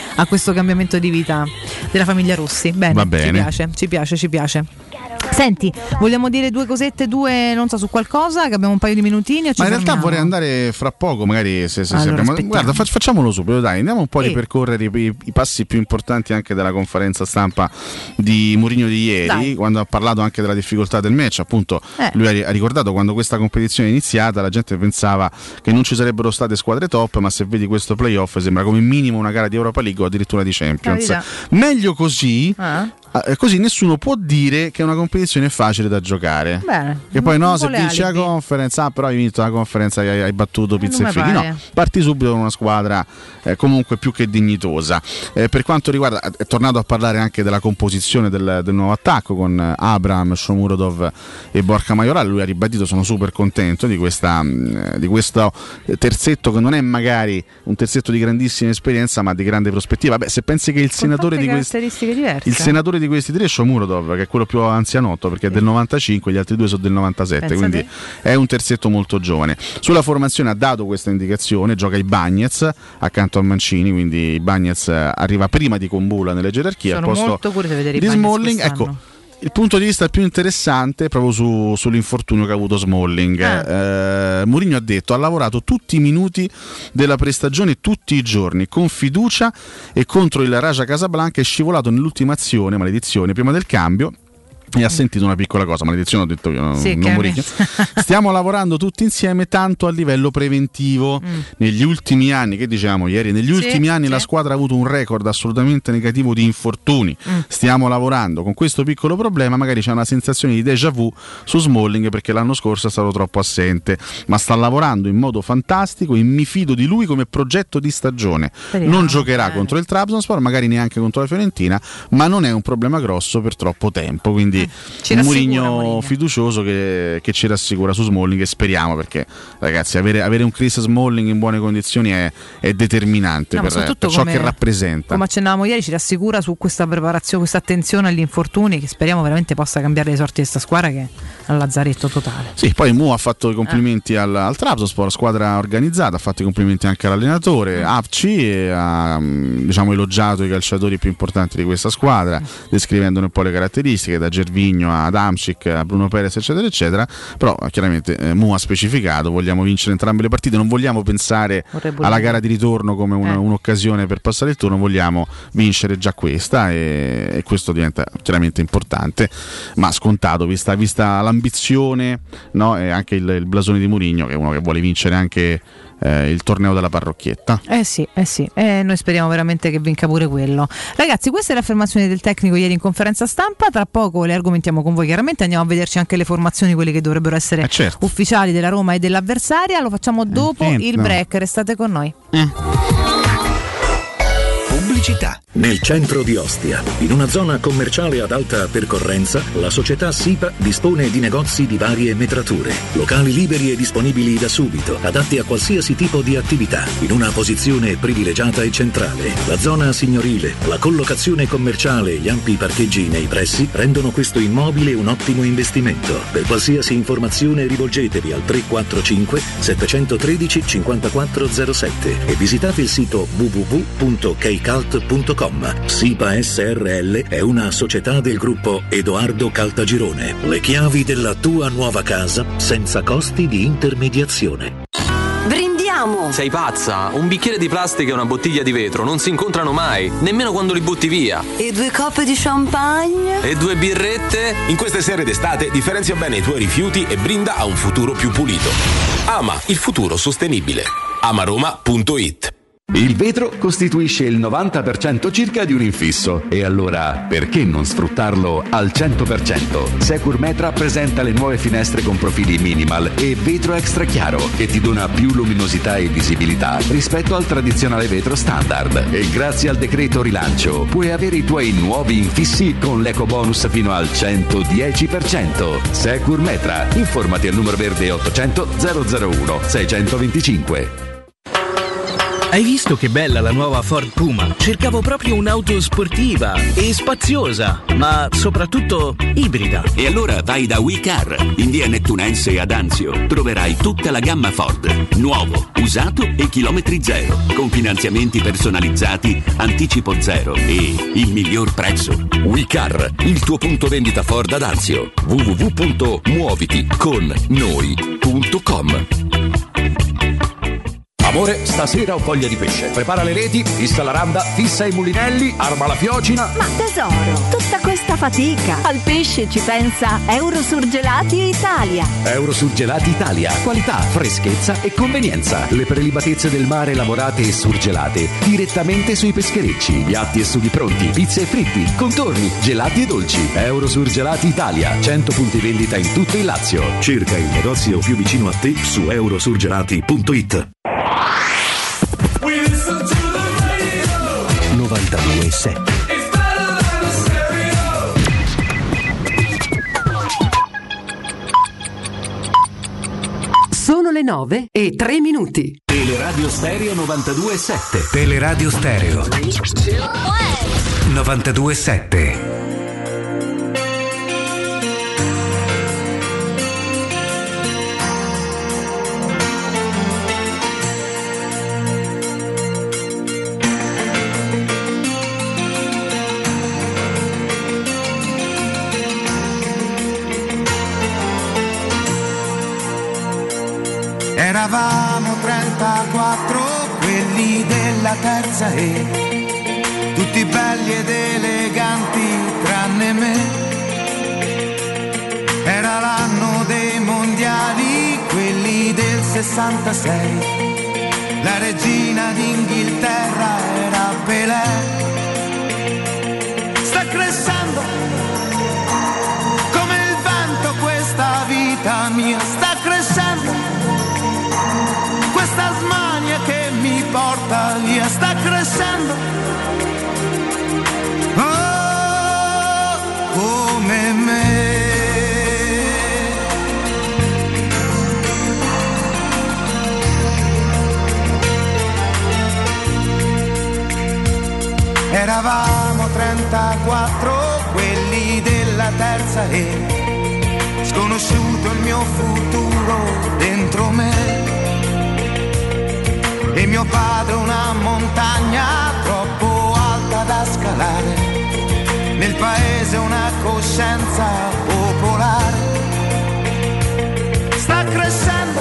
a questo cambiamento di vita della famiglia Rossi. Bene, Va bene. ci piace, ci piace, ci piace. Senti, vogliamo dire due cosette, due non so su qualcosa, che abbiamo un paio di minutini o ci Ma in realtà fermiamo? vorrei andare fra poco, magari se, se, Allora, se abbiamo... aspettiamo. Guarda, fac- facciamolo subito, dai, andiamo un po' a Sì. ripercorrere i, i passi più importanti anche della conferenza stampa di Mourinho di ieri, Dai. quando ha parlato anche della difficoltà del match. Appunto, Eh. lui ha, ri- ha ricordato quando questa competizione è iniziata, la gente pensava che non ci sarebbero state squadre top, ma se vedi questo playoff sembra come minimo una gara di Europa League o addirittura di Champions. Carità. Meglio così. Ah. Eh, così nessuno può dire che è una competizione facile da giocare. Bene. Che poi no, Un se po' le vinci la alibi. conference, ah, però hai vinto la conference, hai, hai battuto pizza non e mi figli. pare. No, parti subito con una squadra eh, comunque più che dignitosa. Eh, per quanto riguarda, è tornato a parlare anche della composizione del, del nuovo attacco con Abraham, Shomurodov e Borja Majoral. Lui ha ribadito: sono super contento di, questa, mh, di questo terzetto, che non è magari un terzetto di grandissima esperienza, ma di grande prospettiva. Beh, se pensi che il Con senatore tante di questi caratteristiche diverse. il senatore di questi tre è Shomurodov, che è quello più anzianotto, perché è del novantacinque, gli altri due sono del novantasette, Pensa quindi è un terzetto molto giovane. Sulla formazione ha dato questa indicazione: gioca Ibañez accanto a Mancini, quindi Ibañez arriva prima di Kumbula nelle gerarchie. Sono al posto molto curiosa di vedere di Ibañez Smalling. quest'anno. Ecco, il punto di vista più interessante è proprio su, sull'infortunio che ha avuto Smalling. Eh, Mourinho ha detto: ha lavorato tutti i minuti della prestagione, tutti i giorni, con fiducia, e contro il Raja Casablanca è scivolato nell'ultima azione, maledizione, prima del cambio. E ha sentito una piccola cosa, maledizione ho detto io, Sì, non Mourinho. Stiamo lavorando tutti insieme tanto a livello preventivo. Mm. Negli ultimi anni, che dicevamo ieri, negli Sì, ultimi anni sì. la squadra ha avuto un record assolutamente negativo di infortuni. Mm. Stiamo lavorando con questo piccolo problema, magari c'è una sensazione di déjà vu su Smalling perché l'anno scorso è stato troppo assente, ma sta lavorando in modo fantastico e mi fido di lui come progetto di stagione. Speriamo, non giocherà bene. contro il Trabzonspor, magari neanche contro la Fiorentina, ma non è un problema grosso per troppo tempo, quindi Ci un rassicura Mourinho Mourinho. fiducioso che, che ci rassicura su Smalling, e speriamo, perché ragazzi avere, avere un Chris Smalling in buone condizioni è, è determinante No, ma per, soprattutto per ciò come- che rappresenta. Come accennavamo ieri, ci rassicura su questa preparazione, questa attenzione agli infortuni, che speriamo veramente possa cambiare le sorti di questa squadra, che è al lazzaretto totale. Sì, poi Mu ha fatto i complimenti al, al Trabzonspor, squadra organizzata, ha fatto i complimenti anche all'allenatore Avci, e ha mh, diciamo elogiato i calciatori più importanti di questa squadra, descrivendone un po' le caratteristiche, da Gervinho ad Amcic a Bruno Perez eccetera eccetera. Però chiaramente eh, Mu ha specificato: vogliamo vincere entrambe le partite, non vogliamo pensare Vorrei alla dire. gara di ritorno come una- Eh. un'occasione per passare il turno, vogliamo vincere già questa, e, e questo diventa chiaramente importante, ma scontato vista, vista l'ambizione, no? E anche il, il blasone di Mourinho, che è uno che vuole vincere anche eh, il torneo della parrocchietta. Eh sì, eh sì, e noi speriamo veramente che vinca pure quello. Ragazzi, queste le affermazioni del tecnico ieri in conferenza stampa, tra poco le argomentiamo con voi, chiaramente andiamo a vederci anche le formazioni, quelle che dovrebbero essere Eh, certo. ufficiali della Roma e dell'avversaria, lo facciamo dopo niente, il no. break, restate con noi. Pubblicità. Nel centro di Ostia, in una zona commerciale ad alta percorrenza, la società SIPA dispone di negozi di varie metrature, locali liberi e disponibili da subito, adatti a qualsiasi tipo di attività, in una posizione privilegiata e centrale. La zona signorile, la collocazione commerciale e gli ampi parcheggi nei pressi rendono questo immobile un ottimo investimento. Per qualsiasi informazione rivolgetevi al tre quattro cinque sette uno tre cinque zero sette e visitate il sito w w w punto keycult punto com. SIPA S R L è una società del gruppo Edoardo Caltagirone. Le chiavi della tua nuova casa senza costi di intermediazione. Brindiamo! Sei pazza? Un bicchiere di plastica e una bottiglia di vetro non si incontrano mai, nemmeno quando li butti via. E due coppe di champagne? E due birrette? In queste sere d'estate differenzia bene i tuoi rifiuti e brinda a un futuro più pulito. Ama il futuro sostenibile. amaroma punto it. Il vetro costituisce il novanta per cento circa di un infisso, e allora perché non sfruttarlo al cento per cento? Securmetra presenta le nuove finestre con profili minimal e vetro extra chiaro, che ti dona più luminosità e visibilità rispetto al tradizionale vetro standard. E grazie al decreto rilancio puoi avere i tuoi nuovi infissi con l'eco bonus fino al centodieci per cento. Securmetra, informati al numero verde ottocento zero zero uno sei due cinque. Hai visto che bella la nuova Ford Puma? Cercavo proprio un'auto sportiva e spaziosa, ma soprattutto ibrida. E allora vai da WeCar, in via Nettunense ad Anzio. Troverai tutta la gamma Ford, nuovo, usato e chilometri zero, con finanziamenti personalizzati, anticipo zero e il miglior prezzo. WeCar, il tuo punto vendita Ford ad Anzio. w w w punto muoviti con noi punto com. Amore, stasera ho voglia di pesce. Prepara le reti, fissa la randa, fissa i mulinelli, arma la fiocina. Ma tesoro, tutta questa fatica. Al pesce ci pensa Eurosurgelati Italia. Eurosurgelati Italia. Qualità, freschezza e convenienza. Le prelibatezze del mare lavorate e surgelate direttamente sui pescherecci. Piatti e sughi pronti, pizze e fritti, contorni, gelati e dolci. Eurosurgelati Italia. cento punti vendita in tutto il Lazio. Cerca il negozio più vicino a te su eurosurgelati punto it. novantadue sette. Sono le nove e tre minuti. Teleradio Stereo novantadue sette. Teleradio Stereo novantadue sette. Eravamo trentaquattro, quelli della terza E, tutti belli ed eleganti tranne me. Era l'anno dei mondiali, quelli del sessantasei. La regina d'Inghilterra era Pelé. Sta crescendo come il vento questa vita mia, sta crescendo questa smania che mi porta via, sta crescendo. Oh, come me. Eravamo trentaquattro, quelli della terza E, sconosciuto il mio futuro dentro me. E mio padre una montagna troppo alta da scalare, nel paese una coscienza popolare. Sta crescendo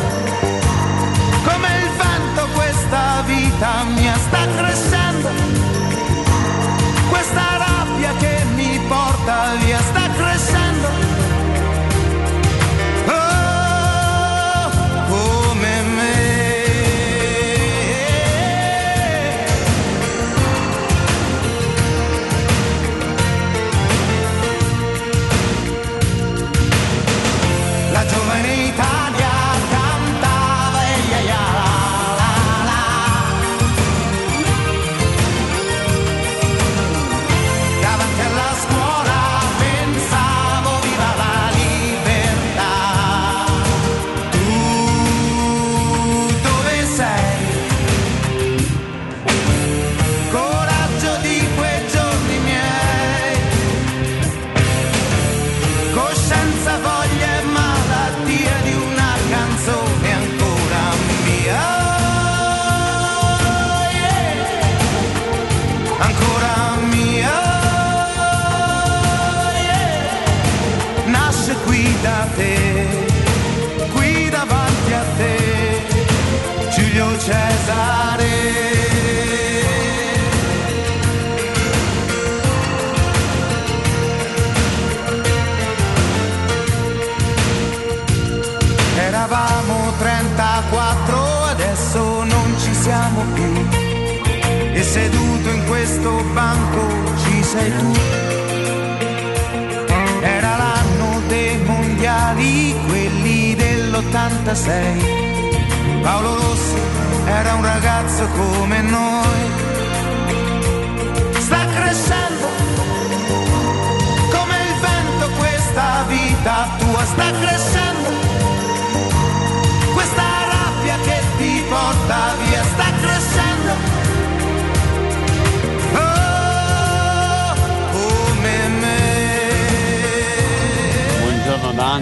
come il vento questa vita mia, sta crescendo questa rabbia che mi porta via, sta crescendo. Oh, come me. La giovane Italia cantava e ya ya la la la. Davanti alla scuola pensavo viva la libertà. Tu dove sei? Coraggio di quei giorni miei, coscienza, voglia e malattia di una canzone ancora mia. Oh, yeah. Ancora mia. Oh, yeah. Nasce qui da te, qui davanti a te, Giulio Cesare. Eravamo trentaquattro, adesso non ci siamo più, e seduto in questo banco ci sei tu. Era l'anno dei mondiali, quelli dell'ottantasei. Paolo Rossi era un ragazzo come noi. Sta crescendo come il vento questa vita tua, sta crescendo questa rabbia che ti porta via, sta crescendo.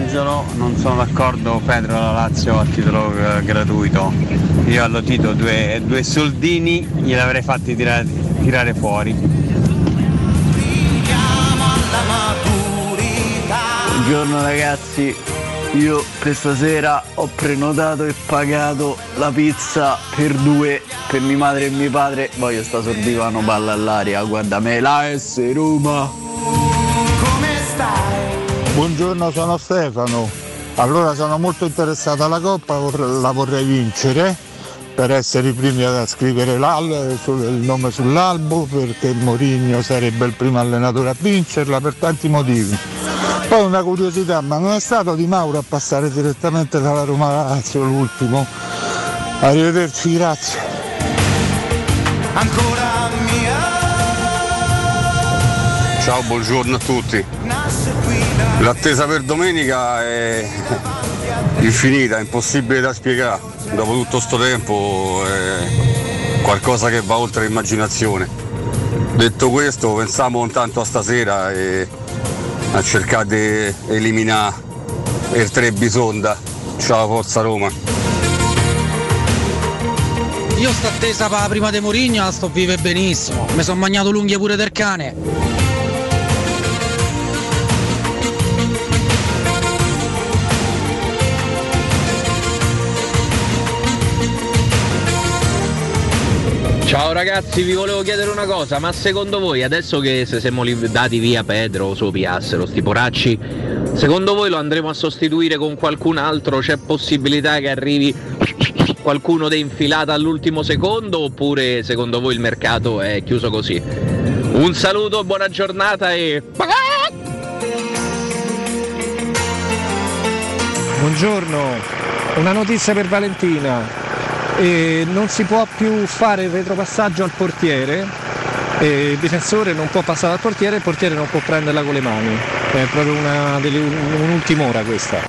Angelo, non sono d'accordo Pedro alla Lazio a titolo eh, gratuito. Io allo Tito due, due soldini gliel'avrei fatti tirare, tirare fuori. Buongiorno ragazzi, io per stasera ho prenotato e pagato la pizza per due per mia madre e mio padre. Voglio sta sul divano, palla all'aria, guarda me la S Roma. Come stai? Buongiorno, sono Stefano. Allora sono molto interessato alla Coppa, la vorrei vincere per essere i primi a scrivere il nome sull'albo, perché Mourinho sarebbe il primo allenatore a vincerla per tanti motivi. Poi una curiosità, ma non è stato Di Mauro a passare direttamente dalla Roma alla Lazio l'ultimo? Arrivederci, grazie. Ancora mia. Ciao, buongiorno a tutti. L'attesa per domenica è infinita, è impossibile da spiegare. Dopo tutto sto tempo è qualcosa che va oltre l'immaginazione. Detto questo, pensiamo intanto a stasera e a cercare di eliminare il Trebisonda. Ciao, forza Roma. Io sto attesa per la prima di Mourinho, la sto vive benissimo. Mi sono mangiato l'unghia pure del cane. Ciao ragazzi, vi volevo chiedere una cosa, ma secondo voi adesso che se siamo dati via Pedro, so piassero, sti poracci, secondo voi lo andremo a sostituire con qualcun altro? C'è possibilità che arrivi qualcuno de infilata all'ultimo secondo, oppure secondo voi il mercato è chiuso così? Un saluto, buona giornata e... Buongiorno, una notizia per Valentina. E non si può più fare il retropassaggio al portiere, e il difensore non può passare al portiere, il portiere non può prenderla con le mani. È proprio una delle, un'ultima ora questa.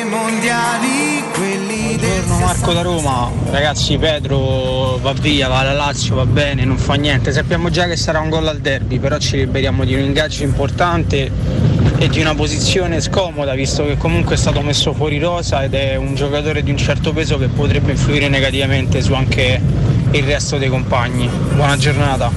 Buongiorno Marco da Roma, ragazzi Pedro va via, va alla Lazio, va bene, non fa niente, sappiamo già che sarà un gol al derby, però ci liberiamo di un ingaggio importante e di una posizione scomoda, visto che comunque è stato messo fuori rosa ed è un giocatore di un certo peso che potrebbe influire negativamente su anche il resto dei compagni. Buona giornata.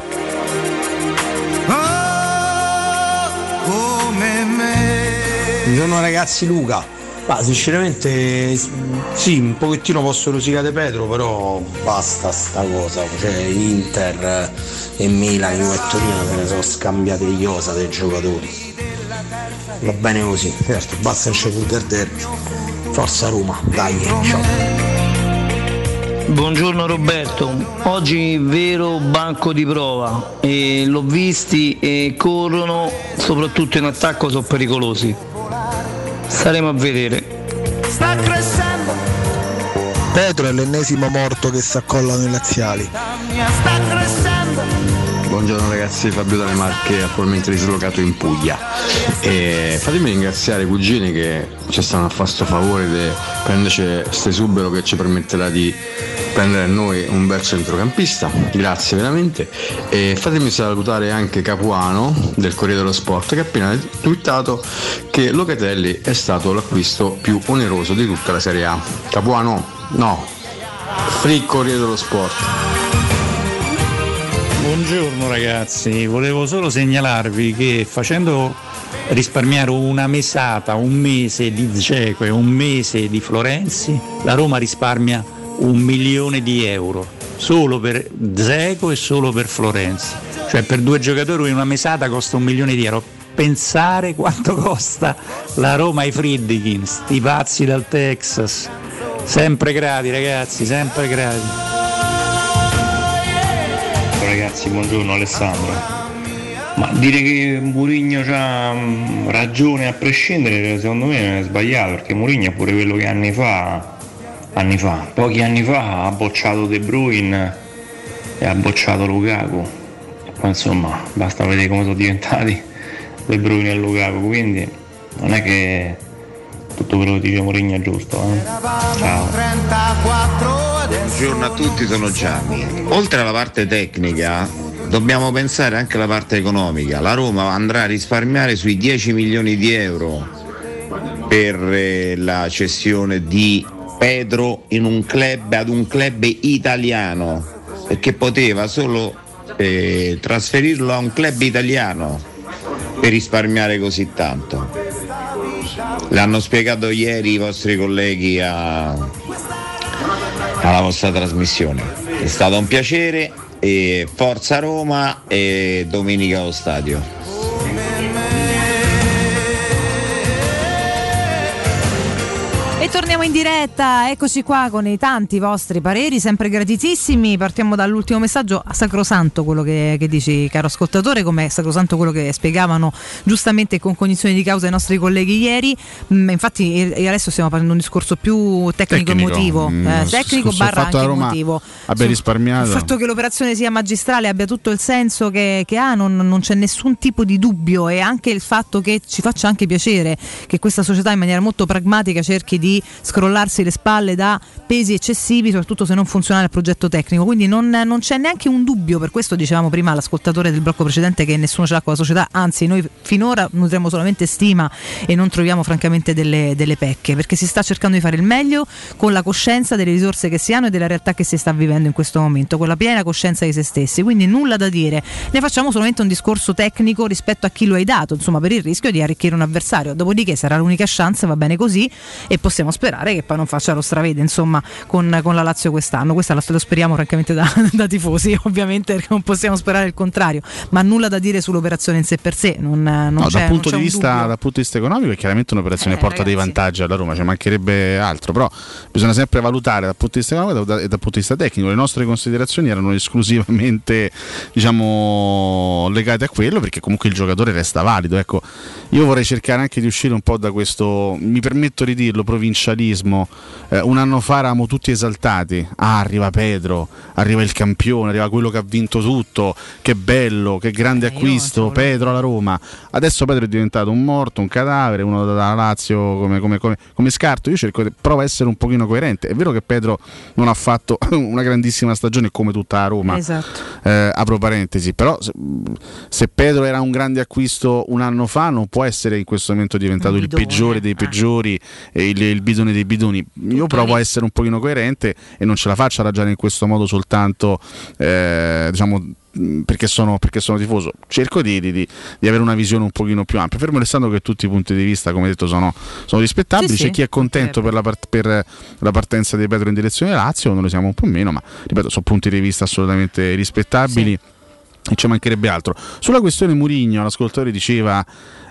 Buongiorno ragazzi, Luca. Ma sinceramente sì, un pochettino posso rosicare Pedro, però basta sta cosa, cioè Inter e Milan, Juve e Torino se ne sono scambiate gli osa dei giocatori. Va bene così, certo, basta non c'è punto del derby. Forza Roma, dai, ciao. Buongiorno Roberto, oggi vero banco di prova e l'ho visti e corrono, soprattutto in attacco sono pericolosi. Staremo a vedere. Sta crescendo. Pedro è l'ennesimo morto che si accolla nei laziali. Sta crescendo. Buongiorno ragazzi, Fabio dalle Marche, attualmente dislocato in Puglia. E fatemi ringraziare i cugini che ci stanno a fare sto favore di prenderci ste subero che ci permetterà di prendere a noi un bel centrocampista. Grazie veramente. E fatemi salutare anche Capuano del Corriere dello Sport, che ha appena twittato che Locatelli è stato l'acquisto più oneroso di tutta la Serie A. Capuano, no. Free Corriere dello Sport. Buongiorno ragazzi, volevo solo segnalarvi che facendo risparmiare una mesata, un mese di Dzeko e un mese di Florenzi, la Roma risparmia un milione di euro solo per Dzeko e solo per Florenzi, cioè per due giocatori una mesata costa un milione di euro. Pensare quanto costa la Roma ai Friedkin, sti pazzi dal Texas. Sempre grati ragazzi, sempre grati. Ragazzi, buongiorno Alessandro. Ma dire che Mourinho ha ragione a prescindere secondo me è sbagliato, perché Mourinho è pure quello che anni fa, anni fa, pochi anni fa ha bocciato De Bruyne e ha bocciato Lukaku. Poi insomma basta vedere come sono diventati De Bruyne e Lukaku, quindi non è che tutto quello che dice Mourinho è giusto, eh? Ciao. Buongiorno a tutti, sono Gianni. Oltre alla parte tecnica dobbiamo pensare anche alla parte economica. La Roma andrà a risparmiare sui dieci milioni di euro per eh, la cessione di Pedro in un club, ad un club italiano, perché poteva solo eh, trasferirlo a un club italiano per risparmiare così tanto. L'hanno spiegato ieri i vostri colleghi a, alla vostra trasmissione. È stato un piacere e forza Roma e domenica allo stadio. E torniamo in diretta, eccoci qua con i tanti vostri pareri, sempre gratitissimi. Partiamo dall'ultimo messaggio, a sacrosanto quello che, che dici, caro ascoltatore, come sacrosanto quello che spiegavano giustamente con cognizione di causa i nostri colleghi ieri. Mm, infatti io e adesso stiamo facendo un discorso più tecnico-emotivo, mm, eh, tecnico sul barra fatto anche Roma emotivo. Abbia risparmiato. Il fatto che l'operazione sia magistrale, abbia tutto il senso che, che ha, non, non c'è nessun tipo di dubbio, e anche il fatto che ci faccia anche piacere che questa società in maniera molto pragmatica cerchi di scrollarsi le spalle da pesi eccessivi, soprattutto se non funziona il progetto tecnico. Quindi non, non c'è neanche un dubbio. Per questo dicevamo prima all'ascoltatore del blocco precedente che nessuno ce l'ha con la società, anzi noi finora nutriamo solamente stima e non troviamo francamente delle, delle pecche, perché si sta cercando di fare il meglio con la coscienza delle risorse che si hanno e della realtà che si sta vivendo in questo momento, con la piena coscienza di se stessi. Quindi nulla da dire, ne facciamo solamente un discorso tecnico rispetto a chi lo hai dato, insomma, per il rischio di arricchire un avversario. Dopodiché sarà l'unica chance, va bene così, e possiamo sperare che poi non faccia lo stravede, insomma, con, con la Lazio quest'anno. Questa lo speriamo francamente da, da tifosi, ovviamente, perché non possiamo sperare il contrario, ma nulla da dire sull'operazione in sé per sé. Non, non no, c'è, dal, punto non di c'è vista, un dal punto di vista economico è chiaramente un'operazione eh, che porta ragazzi. dei vantaggi alla Roma, ci mancherebbe altro, però bisogna sempre valutare dal punto di vista economico e dal, dal punto di vista tecnico. Le nostre considerazioni erano esclusivamente, diciamo, legate a quello, perché comunque il giocatore resta valido. Ecco, io vorrei cercare anche di uscire un po' da questo, mi permetto di dirlo, provincialismo. Eh, un anno fa eravamo tutti esaltati, ah, arriva Pedro, arriva il campione, arriva quello che ha vinto tutto, che bello, che grande eh, acquisto, Pedro alla Roma. Adesso Pedro è diventato un morto, un cadavere, uno dalla Lazio come, come, come, come scarto. Io cerco, provo a essere un pochino coerente. È vero che Pedro non ha fatto una grandissima stagione come tutta la Roma, esatto. eh, apro parentesi, però se, se Pedro era un grande acquisto un anno fa, non può essere in questo momento diventato il peggiore dei peggiori e il, il bidone dei bidoni. Io provo a essere un pochino coerente e non ce la faccio a ragionare in questo modo soltanto, eh, diciamo, perché sono, perché sono tifoso. Cerco di, di, di, di avere una visione un pochino più ampia, fermo restando che tutti i punti di vista, come detto, sono, sono rispettabili. Sì, c'è sì, chi è contento per la, part- per la partenza di Pedro in direzione Lazio, noi siamo un po' meno, ma ripeto, sono punti di vista assolutamente rispettabili. Sì. E ci mancherebbe altro. Sulla questione Mourinho, l'ascoltatore diceva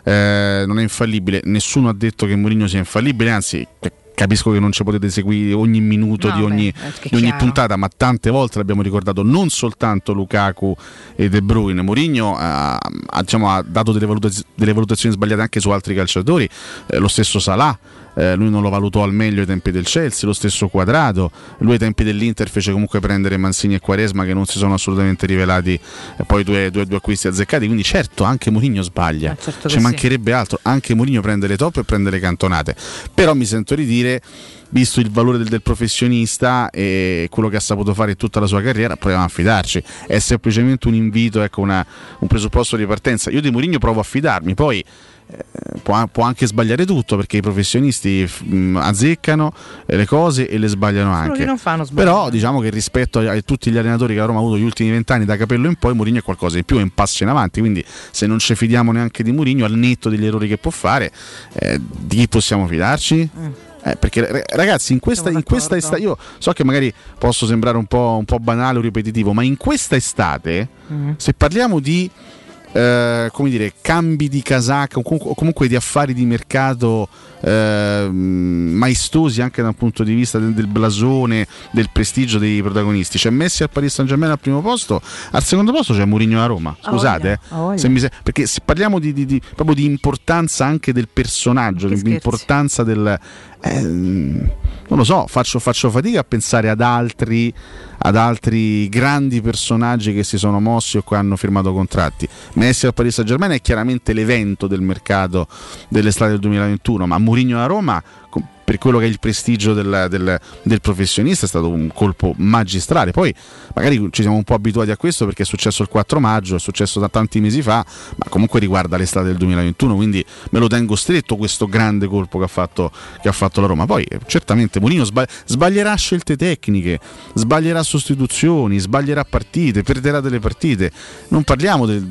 eh, non è infallibile. Nessuno ha detto che Mourinho sia infallibile, anzi capisco che non ci potete seguire ogni minuto no, di ogni, beh, di ogni puntata, ma tante volte l'abbiamo ricordato, non soltanto Lukaku e De Bruyne. Mourinho ha, ha, diciamo, ha dato delle, valutaz- delle valutazioni sbagliate anche su altri calciatori, eh, lo stesso Salah. Eh, lui non lo valutò al meglio ai tempi del Chelsea, lo stesso Quadrato. Lui ai tempi dell'Inter fece comunque prendere Mancini e Quaresma, che non si sono assolutamente rivelati eh, poi due, due, due acquisti azzeccati. Quindi certo, anche Mourinho sbaglia, eh, certo ci mancherebbe sì. altro. Anche Mourinho prende le top e prende le cantonate. Però mi sento di dire, visto il valore del, del professionista e quello che ha saputo fare in tutta la sua carriera, proviamo a fidarci. È semplicemente un invito, ecco, una, un presupposto di partenza. Io di Mourinho provo a fidarmi, poi eh, può, può anche sbagliare tutto, perché i professionisti mh, azzeccano eh, le cose e le sbagliano anche. Non fanno però diciamo che rispetto a, a tutti gli allenatori che a Roma ha avuto gli ultimi vent'anni, da Capello in poi, Mourinho è qualcosa di più, è un passo in avanti. Quindi se non ci fidiamo neanche di Mourinho, al netto degli errori che può fare, eh, di chi possiamo fidarci? Mm. Eh, perché ragazzi, in questa, in questa estate, io so che magari posso sembrare un po', un po' banale o ripetitivo, ma in questa estate, mm. se parliamo di eh, come dire, cambi di casacca o comunque, o comunque di affari di mercato eh, maestosi anche dal punto di vista del, del blasone, del prestigio dei protagonisti, c'è Messi al Paris Saint-Germain al primo posto, al secondo posto c'è Mourinho a Roma. Scusate, oh, eh, se mi se- perché se parliamo di, di, di, proprio di importanza anche del personaggio, di importanza del Eh, non lo so, faccio, faccio fatica a pensare ad altri ad altri grandi personaggi che si sono mossi o che hanno firmato contratti. Messi al Paris Saint-Germain è chiaramente l'evento del mercato dell'estate del duemilaventuno, ma Mourinho a Roma, per quello che è il prestigio del, del, del professionista, è stato un colpo magistrale. Poi magari ci siamo un po' abituati a questo perché è successo il quattro maggio, è successo da tanti mesi fa, ma comunque riguarda l'estate del duemilaventuno, quindi me lo tengo stretto questo grande colpo che ha fatto, che ha fatto la Roma. Poi certamente Mourinho sbaglierà scelte tecniche, sbaglierà sostituzioni, sbaglierà partite, perderà delle partite. Non parliamo del,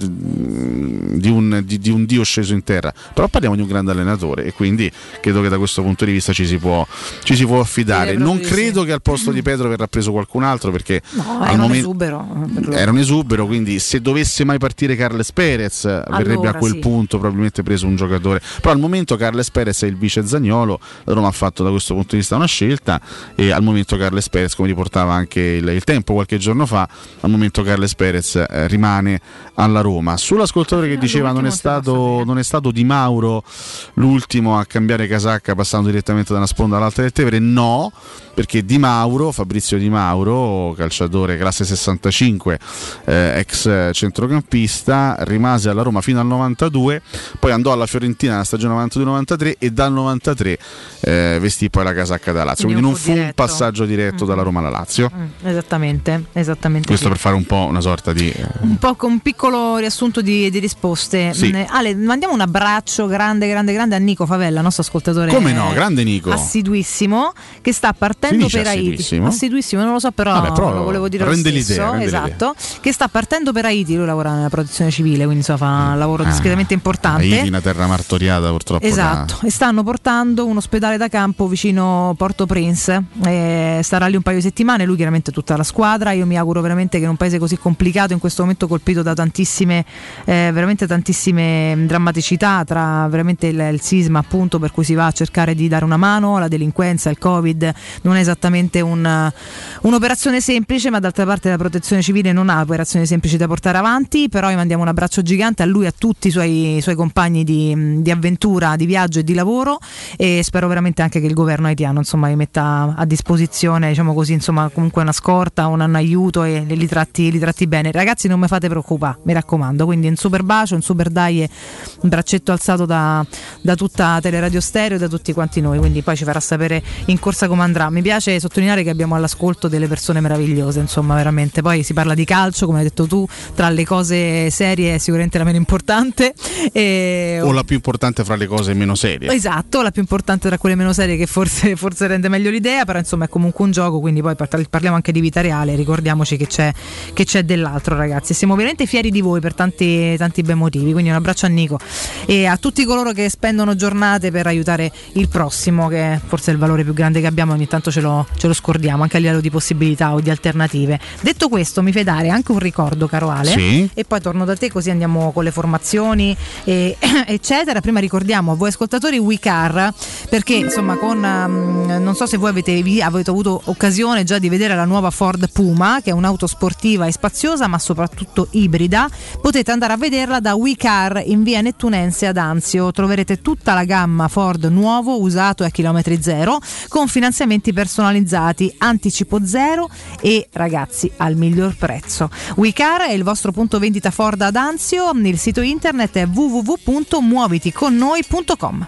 di, un, di, di un dio sceso in terra, però parliamo di un grande allenatore e quindi credo che da questo punto di vista ci si può, ci si può affidare. Non credo che al posto di Pedro verrà preso qualcun altro, perché no, al era momento un esubero era un esubero, quindi se dovesse mai partire Carles Perez allora, verrebbe a quel sì. punto probabilmente preso un giocatore, però al momento Carles Perez è il vice Zaniolo, la Roma ha fatto da questo punto di vista una scelta e al momento Carles Perez, come riportava anche il, il Tempo qualche giorno fa, al momento Carles Perez eh, rimane alla Roma. Sull'ascoltatore che diceva non è stato non è stato Di Mauro l'ultimo a cambiare casacca passando direttamente da una sponda all'altra del Tevere, no, perché Di Mauro, Fabrizio Di Mauro, calciatore classe sessantacinque, eh, ex centrocampista, rimase alla Roma fino al novantadue, poi andò alla Fiorentina nella stagione novantadue novantatré e dal novantatré eh, vestì poi la casacca da Lazio, quindi, quindi non fu diretto. un passaggio diretto mm. dalla Roma alla Lazio. Mm, esattamente, esattamente. Questo sì. per fare un po' una sorta di eh... un po' con un piccolo riassunto di, di risposte. Sì. Mm, Ale, mandiamo un abbraccio grande, grande, grande a Nico Favella, nostro ascoltatore. Come no, grande Nico, assiduissimo, che sta partendo per Haiti. Assiduissimo? assiduissimo, non lo so, però, Vabbè, però lo volevo dire rende lo stesso. l'idea, rende esatto, l'idea. Che sta partendo per Haiti. Lui lavora nella protezione civile, quindi insomma fa un lavoro ah, discretamente importante. Haiti, una terra martoriata purtroppo. Esatto, da... e stanno portando un ospedale da campo vicino Port-au-Prince. Eh, starà lì un paio di settimane. Lui chiaramente tutta la squadra. Io mi auguro veramente che in un paese così complicato, in questo momento colpito da tantissime, eh, veramente tantissime drammaticità, tra veramente il, il sisma appunto, per cui si va a cercare di dare una mano, la delinquenza, il Covid non è esattamente un, un'operazione semplice, ma d'altra parte la protezione civile non ha operazioni semplici da portare avanti. Però gli mandiamo un abbraccio gigante a lui e a tutti i suoi, i suoi compagni di, di avventura, di viaggio e di lavoro, e spero veramente anche che il governo haitiano insomma li metta a disposizione, diciamo così, insomma comunque una scorta, un, un aiuto, e li tratti, li tratti bene. Ragazzi, non mi fate preoccupare, mi raccomando. Quindi un super bacio, un super dai, un braccetto alzato da, da tutta Teleradio Stereo e da tutti quanti noi. Quindi poi ci farà sapere in corsa come andrà. Mi piace sottolineare che abbiamo all'ascolto delle persone meravigliose, insomma veramente. Poi si parla di calcio, come hai detto tu, tra le cose serie è sicuramente la meno importante e... o la più importante fra le cose meno serie. Esatto, la più importante tra quelle meno serie, che forse, forse rende meglio l'idea, però insomma è comunque un gioco, quindi poi parliamo anche di vita reale, ricordiamoci che c'è, che c'è dell'altro, ragazzi. Siamo veramente fieri di voi per tanti, tanti bei motivi, quindi un abbraccio a Nico e a tutti coloro che spendono giornate per aiutare il prossimo, che forse è il valore più grande che abbiamo, ogni tanto ce lo, ce lo scordiamo anche a livello di possibilità o di alternative. Detto questo, mi fai dare anche un ricordo, caro Ale, sì. E poi torno da te, così andiamo con le formazioni e, eccetera. Prima ricordiamo a voi ascoltatori WeCar, perché insomma con um, non so se voi avete, avete avuto occasione già di vedere la nuova Ford Puma, che è un'auto sportiva e spaziosa ma soprattutto ibrida. Potete andare a vederla da WeCar in via Nettunense ad Anzio. Troverete tutta la gamma Ford nuovo, usato e a chilometri zero, con finanziamenti personalizzati, anticipo zero e ragazzi al miglior prezzo. WeCar è il vostro punto vendita Ford ad Anzio. Il sito internet è w w w punto muoviticonnoi punto com.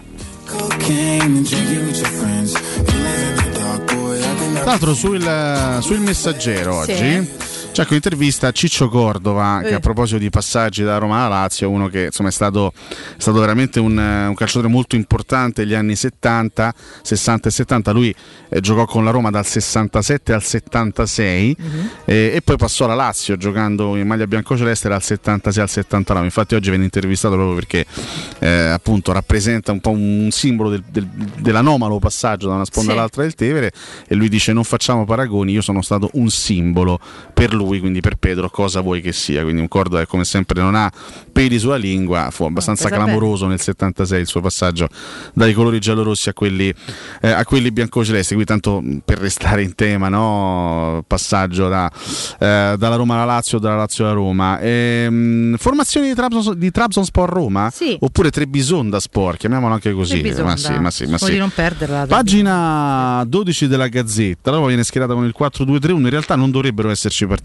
Tra l'altro sul, sul Messaggero oggi sì. c'è anche un'intervista a Ciccio Cordova, eh. che a proposito di passaggi da Roma alla Lazio, uno che insomma è stato, è stato veramente un, un calciatore molto importante negli anni settanta, sessanta e settanta. Lui eh, giocò con la Roma dal sessantasette al settantasei uh-huh. eh, e poi passò alla Lazio giocando in maglia biancoceleste dal settantasei al settantanove. Infatti oggi viene intervistato proprio perché eh, appunto rappresenta un po' un simbolo del, del, dell'anomalo passaggio da una sponda sì. all'altra del Tevere, e lui dice: non facciamo paragoni, io sono stato un simbolo per lui, quindi per Pedro, cosa vuoi che sia. Quindi un Cordova che come sempre non ha peli sulla lingua. Fu abbastanza no, clamoroso nel settantasei il suo passaggio dai colori giallorossi a quelli, eh, a quelli biancocelesti. Qui tanto per restare in tema, no? Passaggio da, eh, dalla Roma alla Lazio, dalla Lazio alla Roma. Ehm, formazione di, Trabzon, di Trabzonspor Roma? Sì. Oppure Trebisonda Sport, chiamiamolo anche così. Ma sì, ma sì, ma sì. Di non perderla, pagina dodici della Gazzetta. La Roma viene schierata con il quattro due tre uno. In realtà non dovrebbero esserci particolari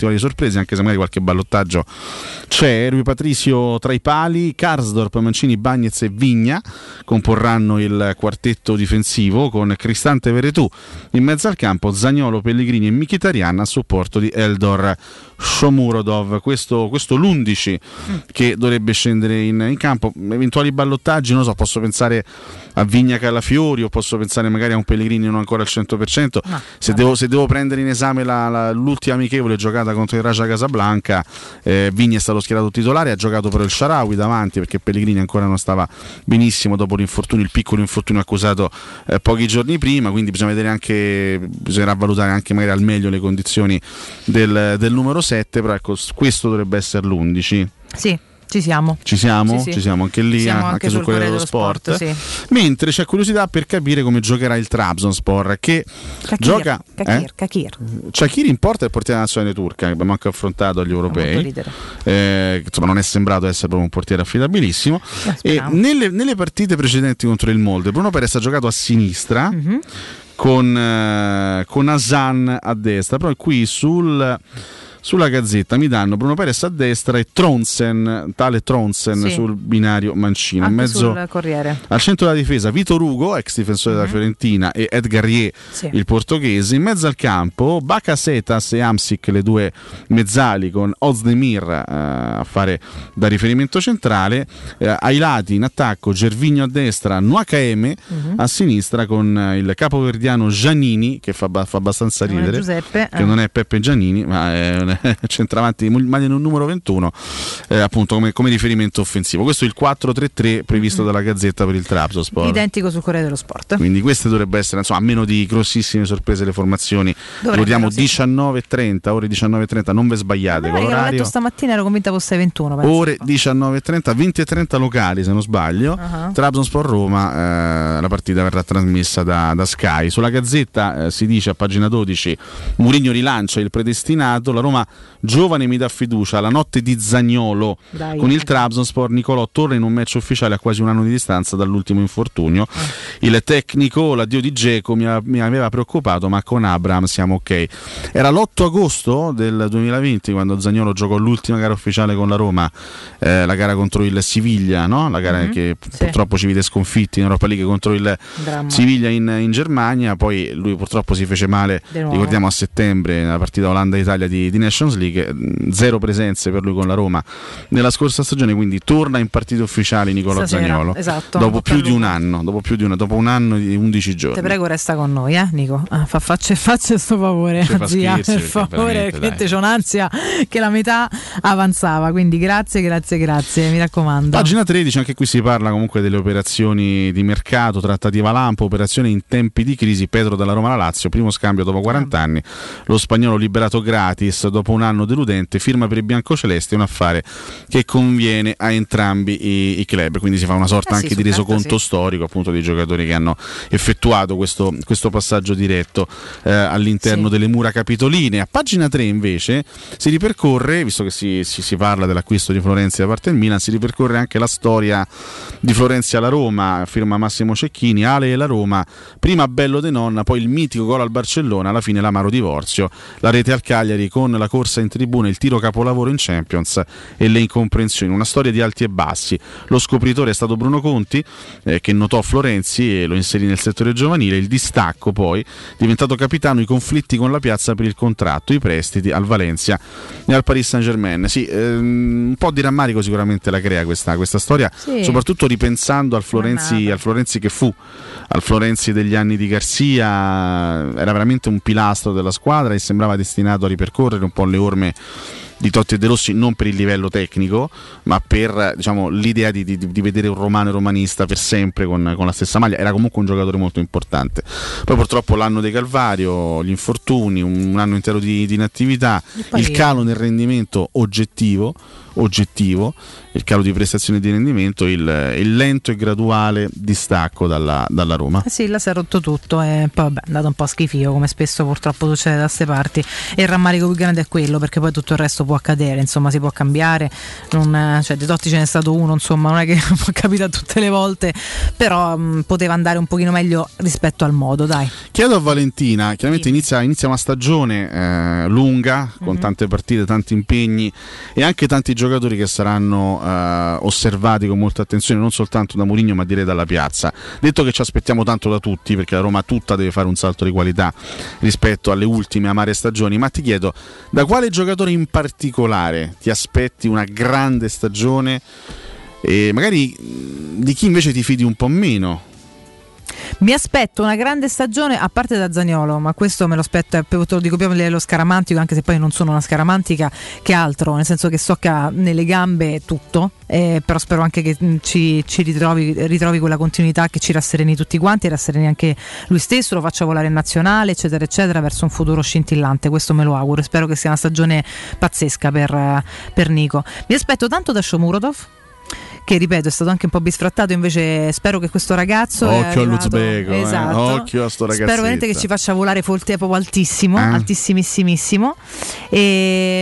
particolari sorprese, anche se magari qualche ballottaggio c'è. Rui Patricio tra i pali, Karsdorp, Mancini, Bagnez e Vigna comporranno il quartetto difensivo, con Cristante, Veretù in mezzo al campo, Zaniolo, Pellegrini e Mkhitaryan a supporto di Eldor Shomurodov. Questo, questo l'undici che dovrebbe scendere in, in campo. Eventuali ballottaggi, non so, posso pensare a Vigna Calafiori, o posso pensare magari a un Pellegrini non ancora al cento per cento. No, se, devo, se devo prendere in esame la, la, l'ultima amichevole giocata contro il Raja Casablanca, eh, Vigna è stato schierato titolare, ha giocato però il Shaarawy davanti, perché Pellegrini ancora non stava benissimo dopo l'infortunio, il piccolo infortunio accusato eh, pochi giorni prima, quindi bisogna vedere anche, bisognerà valutare anche magari al meglio le condizioni del, del numero sette, però ecco, questo dovrebbe essere l'undici. Sì. Ci siamo. Ci siamo? Sì, sì. Ci siamo anche lì, siamo anche, anche sul Corriere dello Sport. Sport sì. Mentre c'è curiosità per capire come giocherà il Trabzonspor, che Kakir, gioca Kakir, eh? Kakir. Shaqiri in porta, il portiere nazionale turca, che abbiamo anche affrontato agli europei. Eh, insomma, non è sembrato essere proprio un portiere affidabilissimo. E nelle, nelle partite precedenti contro il Molde, Bruno Perez ha giocato a sinistra. Mm-hmm. Con, eh, con Hasan a destra, però qui sul sulla Gazzetta mi danno Bruno Perez a destra e Tronsen, tale Tronsen sì. sul binario Mancino. Anche in mezzo sul Corriere. Al centro della difesa Vitor Hugo, ex difensore mm-hmm. della Fiorentina, e Edgar Rieu, sì. il portoghese. In mezzo al campo Bakasetas e Hamsik, le due mezzali, con Ozdemir eh, a fare da riferimento centrale. Eh, ai lati in attacco Gervinho a destra, Nwakaeme mm-hmm. a sinistra, con il capoverdiano Giannini, che fa, fa abbastanza non ridere, Giuseppe, che eh. non è Peppe Giannini, ma è centravanti, maglia numero ventuno, eh, appunto come, come riferimento offensivo. Questo è il quattro tre tre previsto mm. dalla Gazzetta per il Trabzonspor, identico sul Corriere dello Sport. Quindi queste dovrebbe essere, insomma, a meno di grossissime sorprese, le formazioni. Ricordiamo sì. diciannove e trenta, ore diciannove e trenta, non ve sbagliate con l'orario. L'ho letto stamattina, ero convinta fosse ventuno, ore diciannove e trenta, venti e trenta locali se non sbaglio. Uh-huh. Trabzonspor Roma, eh, la partita verrà trasmessa da, da Sky. Sulla Gazzetta eh, si dice a pagina dodici: Mourinho rilancia il predestinato, la Roma giovane mi dà fiducia, la notte di Zaniolo. Dai, con il Trabzonspor Nicolò torna in un match ufficiale a quasi un anno di distanza dall'ultimo infortunio. Eh. Il tecnico, l'addio di Dzeko mi, mi aveva preoccupato, ma con Abraham siamo ok. Era l'otto agosto del duemilaventi quando Zaniolo giocò l'ultima gara ufficiale con la Roma, eh, la gara contro il Siviglia, no? La gara mm-hmm. che sì. purtroppo ci vide sconfitti in Europa League contro il Dramma. Siviglia in, in Germania. Poi lui purtroppo si fece male, ricordiamo, a settembre nella partita Olanda-Italia di, di Nations League. Zero presenze per lui con la Roma nella scorsa stagione, quindi torna in partite ufficiali Nicolò Stasera, Zaniolo esatto, dopo più di un anno dopo più di una dopo un anno e undici giorni. Te prego, resta con noi, eh Nico, ah, fa faccia e faccia sto favore, fa zia, scherzi, per favore, perché c'ho un'ansia che la metà avanzava, quindi grazie grazie grazie, mi raccomando. Pagina tredici, anche qui si parla comunque delle operazioni di mercato, trattativa lampo, operazione in tempi di crisi. Pedro dalla Roma alla Lazio, primo scambio dopo quaranta anni, lo spagnolo liberato gratis dopo un anno deludente, firma per i biancocelesti, un affare che conviene a entrambi i, i club, quindi si fa una sorta eh sì, anche di resoconto sì. storico, appunto, dei giocatori che hanno effettuato questo, questo passaggio diretto eh, all'interno sì. delle mura capitoline. A pagina tre invece si ripercorre, visto che si, si, si parla dell'acquisto di Florenzi da parte del Milan, si ripercorre anche la storia di Florenzi alla Roma, firma Massimo Cecchini, Ale e la Roma, prima bello de nonna, poi il mitico gol al Barcellona, alla fine l'amaro divorzio, la rete al Cagliari con la corsa in tribuna, il tiro capolavoro in Champions e le incomprensioni. Una storia di alti e bassi. Lo scopritore è stato Bruno Conti, eh, che notò Florenzi e lo inserì nel settore giovanile. Il distacco poi, diventato capitano, i conflitti con la piazza per il contratto, i prestiti al Valencia e al Paris Saint-Germain. Sì, ehm, un po' di rammarico sicuramente la crea questa, questa storia, sì. soprattutto ripensando al Florenzi, al Florenzi che fu, al Florenzi degli anni di Garzia. Era veramente un pilastro della squadra e sembrava destinato a ripercorrere un po' le orme di Totti e De Rossi, non per il livello tecnico, ma per, diciamo, l'idea di, di, di vedere un romano e romanista per sempre con, con la stessa maglia. Era comunque un giocatore molto importante. Poi purtroppo l'anno dei Calvario, gli infortuni, un anno intero di, di inattività, il calo nel rendimento oggettivo oggettivo, il calo di prestazione e di rendimento, il, il lento e graduale distacco dalla, dalla Roma. Eh sì, là si è rotto tutto e poi vabbè, è andato un po' a schifio, come spesso purtroppo succede da queste parti, e il rammarico più grande è quello, perché poi tutto il resto può accadere, insomma si può cambiare, non, cioè De Totti ce n'è stato uno, insomma non è che capita tutte le volte, però mh, poteva andare un pochino meglio rispetto al modo, dai. Chiedo a Valentina, chiaramente inizia, inizia una stagione eh, lunga, con mm-hmm. tante partite, tanti impegni e anche tanti giocatori che saranno eh, osservati con molta attenzione, non soltanto da Mourinho ma direi dalla piazza. Detto che ci aspettiamo tanto da tutti, perché la Roma tutta deve fare un salto di qualità rispetto alle ultime amare stagioni, ma ti chiedo, da quale giocatore in particolare ti aspetti una grande stagione e magari di chi invece ti fidi un po' meno? Mi aspetto una grande stagione, a parte da Zaniolo, ma questo me lo aspetto, te lo dico più lo scaramantico, anche se poi non sono una scaramantica, che altro, nel senso che so che ha nelle gambe tutto, eh, però spero anche che ci, ci ritrovi, ritrovi quella continuità che ci rassereni tutti quanti, e rassereni anche lui stesso, lo faccia volare in nazionale, eccetera eccetera, verso un futuro scintillante. Questo me lo auguro, spero che sia una stagione pazzesca per, per Nico. Mi aspetto tanto da Shomurodov, che ripeto è stato anche un po' bisfrattato, invece spero che questo ragazzo occhio all'Uzbeko, esatto, eh, occhio a sto ragazzetto, spero veramente che ci faccia volare folte proprio altissimo, eh? altissimissimissimo, e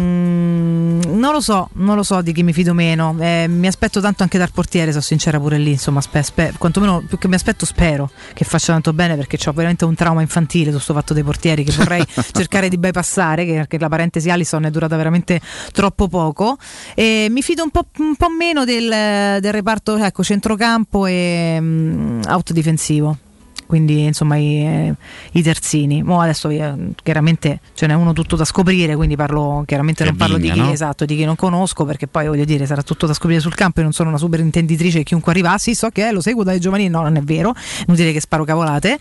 mm, non lo so non lo so di chi mi fido meno, eh, mi aspetto tanto anche dal portiere, sono sincera pure lì, insomma spe, spe, quantomeno più che mi aspetto spero che faccia tanto bene, perché ho veramente un trauma infantile su sto fatto dei portieri che vorrei cercare di bypassare, che, perché la parentesi Alisson è durata veramente troppo poco, e mi fido un po', un po' meno del del reparto, ecco, centrocampo e um, autodifensivo, quindi insomma i, eh, i terzini. Mo adesso eh, chiaramente ce n'è uno tutto da scoprire, quindi parlo chiaramente che non parlo Vigna, di chi, no? esatto, di chi non conosco, perché poi voglio dire sarà tutto da scoprire sul campo, io non sono una super intenditrice che chiunque arriva, sì so che è, lo seguo dai giovanili, no non è vero, inutile che sparo cavolate,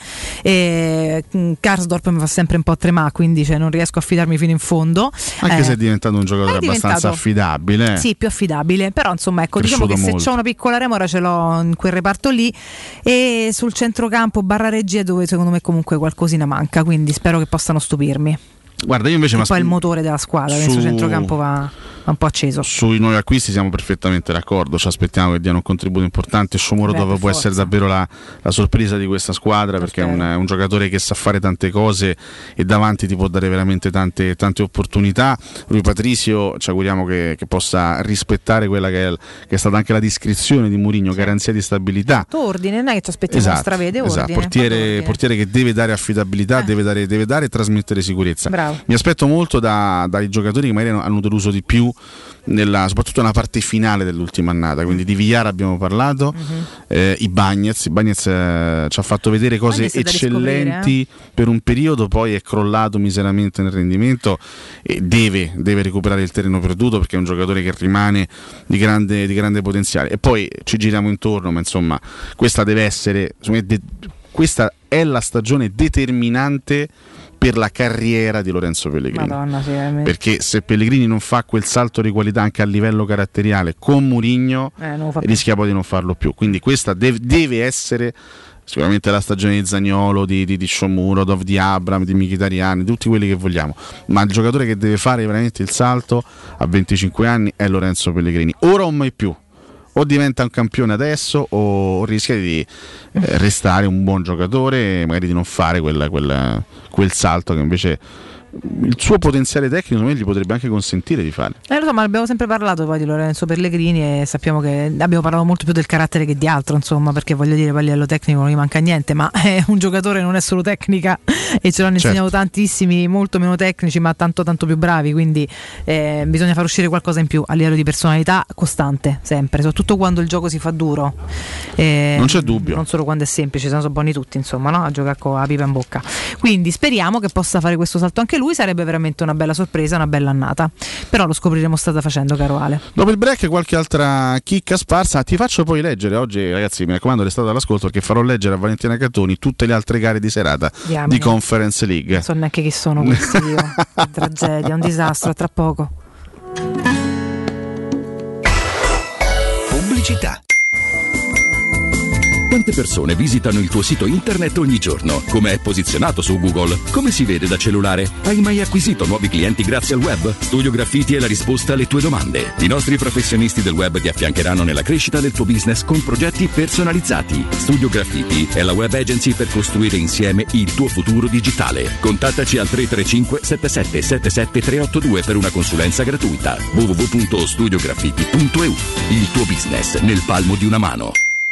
e Karsdorp mi fa sempre un po' tremare, quindi cioè, non riesco a fidarmi fino in fondo, anche eh, se è diventato un giocatore abbastanza affidabile, sì, più affidabile, però insomma ecco, cresciuto diciamo che molto. se c'ho una piccola remora ce l'ho in quel reparto lì, e sul centrocampo barra regia dove secondo me comunque qualcosina manca, quindi spero che possano stupirmi. Guarda, io invece e ma poi il motore della squadra, su... il suo centrocampo va un po' acceso. Sui nuovi acquisti siamo perfettamente d'accordo, ci aspettiamo che diano un contributo importante. Shomurodov può forza. essere davvero la, la sorpresa di questa squadra, perché è un, un giocatore che sa fare tante cose e davanti ti può dare veramente tante, tante opportunità. Rui Patricio ci auguriamo che, che possa rispettare quella che è, che è stata anche la descrizione di Mourinho, garanzia di stabilità, ordine, non è che ci aspettiamo esatto, stravede, ordine, esatto. Portiere, ordine. portiere che deve dare affidabilità, eh. deve, dare, deve dare e trasmettere sicurezza. Bravo. Mi aspetto molto da, dai giocatori che magari hanno deluso di più, nella, soprattutto nella parte finale dell'ultima annata, quindi di Villar abbiamo parlato, uh-huh. eh, Ibañez, Ibañez eh, ci ha fatto vedere cose eccellenti eh? per un periodo, poi è crollato miseramente nel rendimento e deve, deve recuperare il terreno perduto, perché è un giocatore che rimane di grande, di grande potenziale. E poi ci giriamo intorno, ma insomma questa deve essere, de- questa è la stagione determinante per la carriera di Lorenzo Pellegrini. Madonna, sì, perché se Pellegrini non fa quel salto di qualità anche a livello caratteriale con Mourinho, eh, rischia poi di non farlo più, quindi questa deve, deve essere sicuramente la stagione di Zaniolo, di, di, di Shomurodov, di Abraham, di Mkhitaryan, di tutti quelli che vogliamo, ma il giocatore che deve fare veramente il salto a venticinque anni è Lorenzo Pellegrini, ora o mai più. O diventa un campione adesso o rischia di eh, restare un buon giocatore e magari di non fare quel, quel, quel salto che invece il suo potenziale tecnico secondo me gli potrebbe anche consentire di fare. Eh, lo so, ma abbiamo sempre parlato poi di Lorenzo Pellegrini e sappiamo che abbiamo parlato molto più del carattere che di altro, insomma, perché voglio dire, poi a livello tecnico non gli manca niente, ma è un giocatore, non è solo tecnica, e ce l'hanno insegnato certo. tantissimi, molto meno tecnici, ma tanto tanto più bravi, quindi eh, bisogna far uscire qualcosa in più a livello di personalità costante, sempre, soprattutto quando il gioco si fa duro. Eh, non c'è dubbio. Non solo quando è semplice, sono buoni tutti, insomma, no? A giocare con la pipa in bocca. Quindi speriamo che possa fare questo salto anche lui. Lui sarebbe veramente una bella sorpresa, una bella annata, però lo scopriremo strada facendo, caro Ale. Dopo il break qualche altra chicca sparsa, ti faccio poi leggere oggi, ragazzi, mi raccomando, restate all'ascolto, perché farò leggere a Valentina Cattoni tutte le altre gare di serata Diamine. di Conference League. Non so neanche chi sono questi, io. Che tragedia, un disastro, a tra poco. Pubblicità. Quante persone visitano il tuo sito internet ogni giorno? Come è posizionato su Google? Come si vede da cellulare? Hai mai acquisito nuovi clienti grazie al web? Studio Graffiti è la risposta alle tue domande. I nostri professionisti del web ti affiancheranno nella crescita del tuo business con progetti personalizzati. Studio Graffiti è la web agency per costruire insieme il tuo futuro digitale. Contattaci al tre tre cinque sette sette sette sette tre otto due per una consulenza gratuita. w w w punto studio graffiti punto e u. Il tuo business nel palmo di una mano.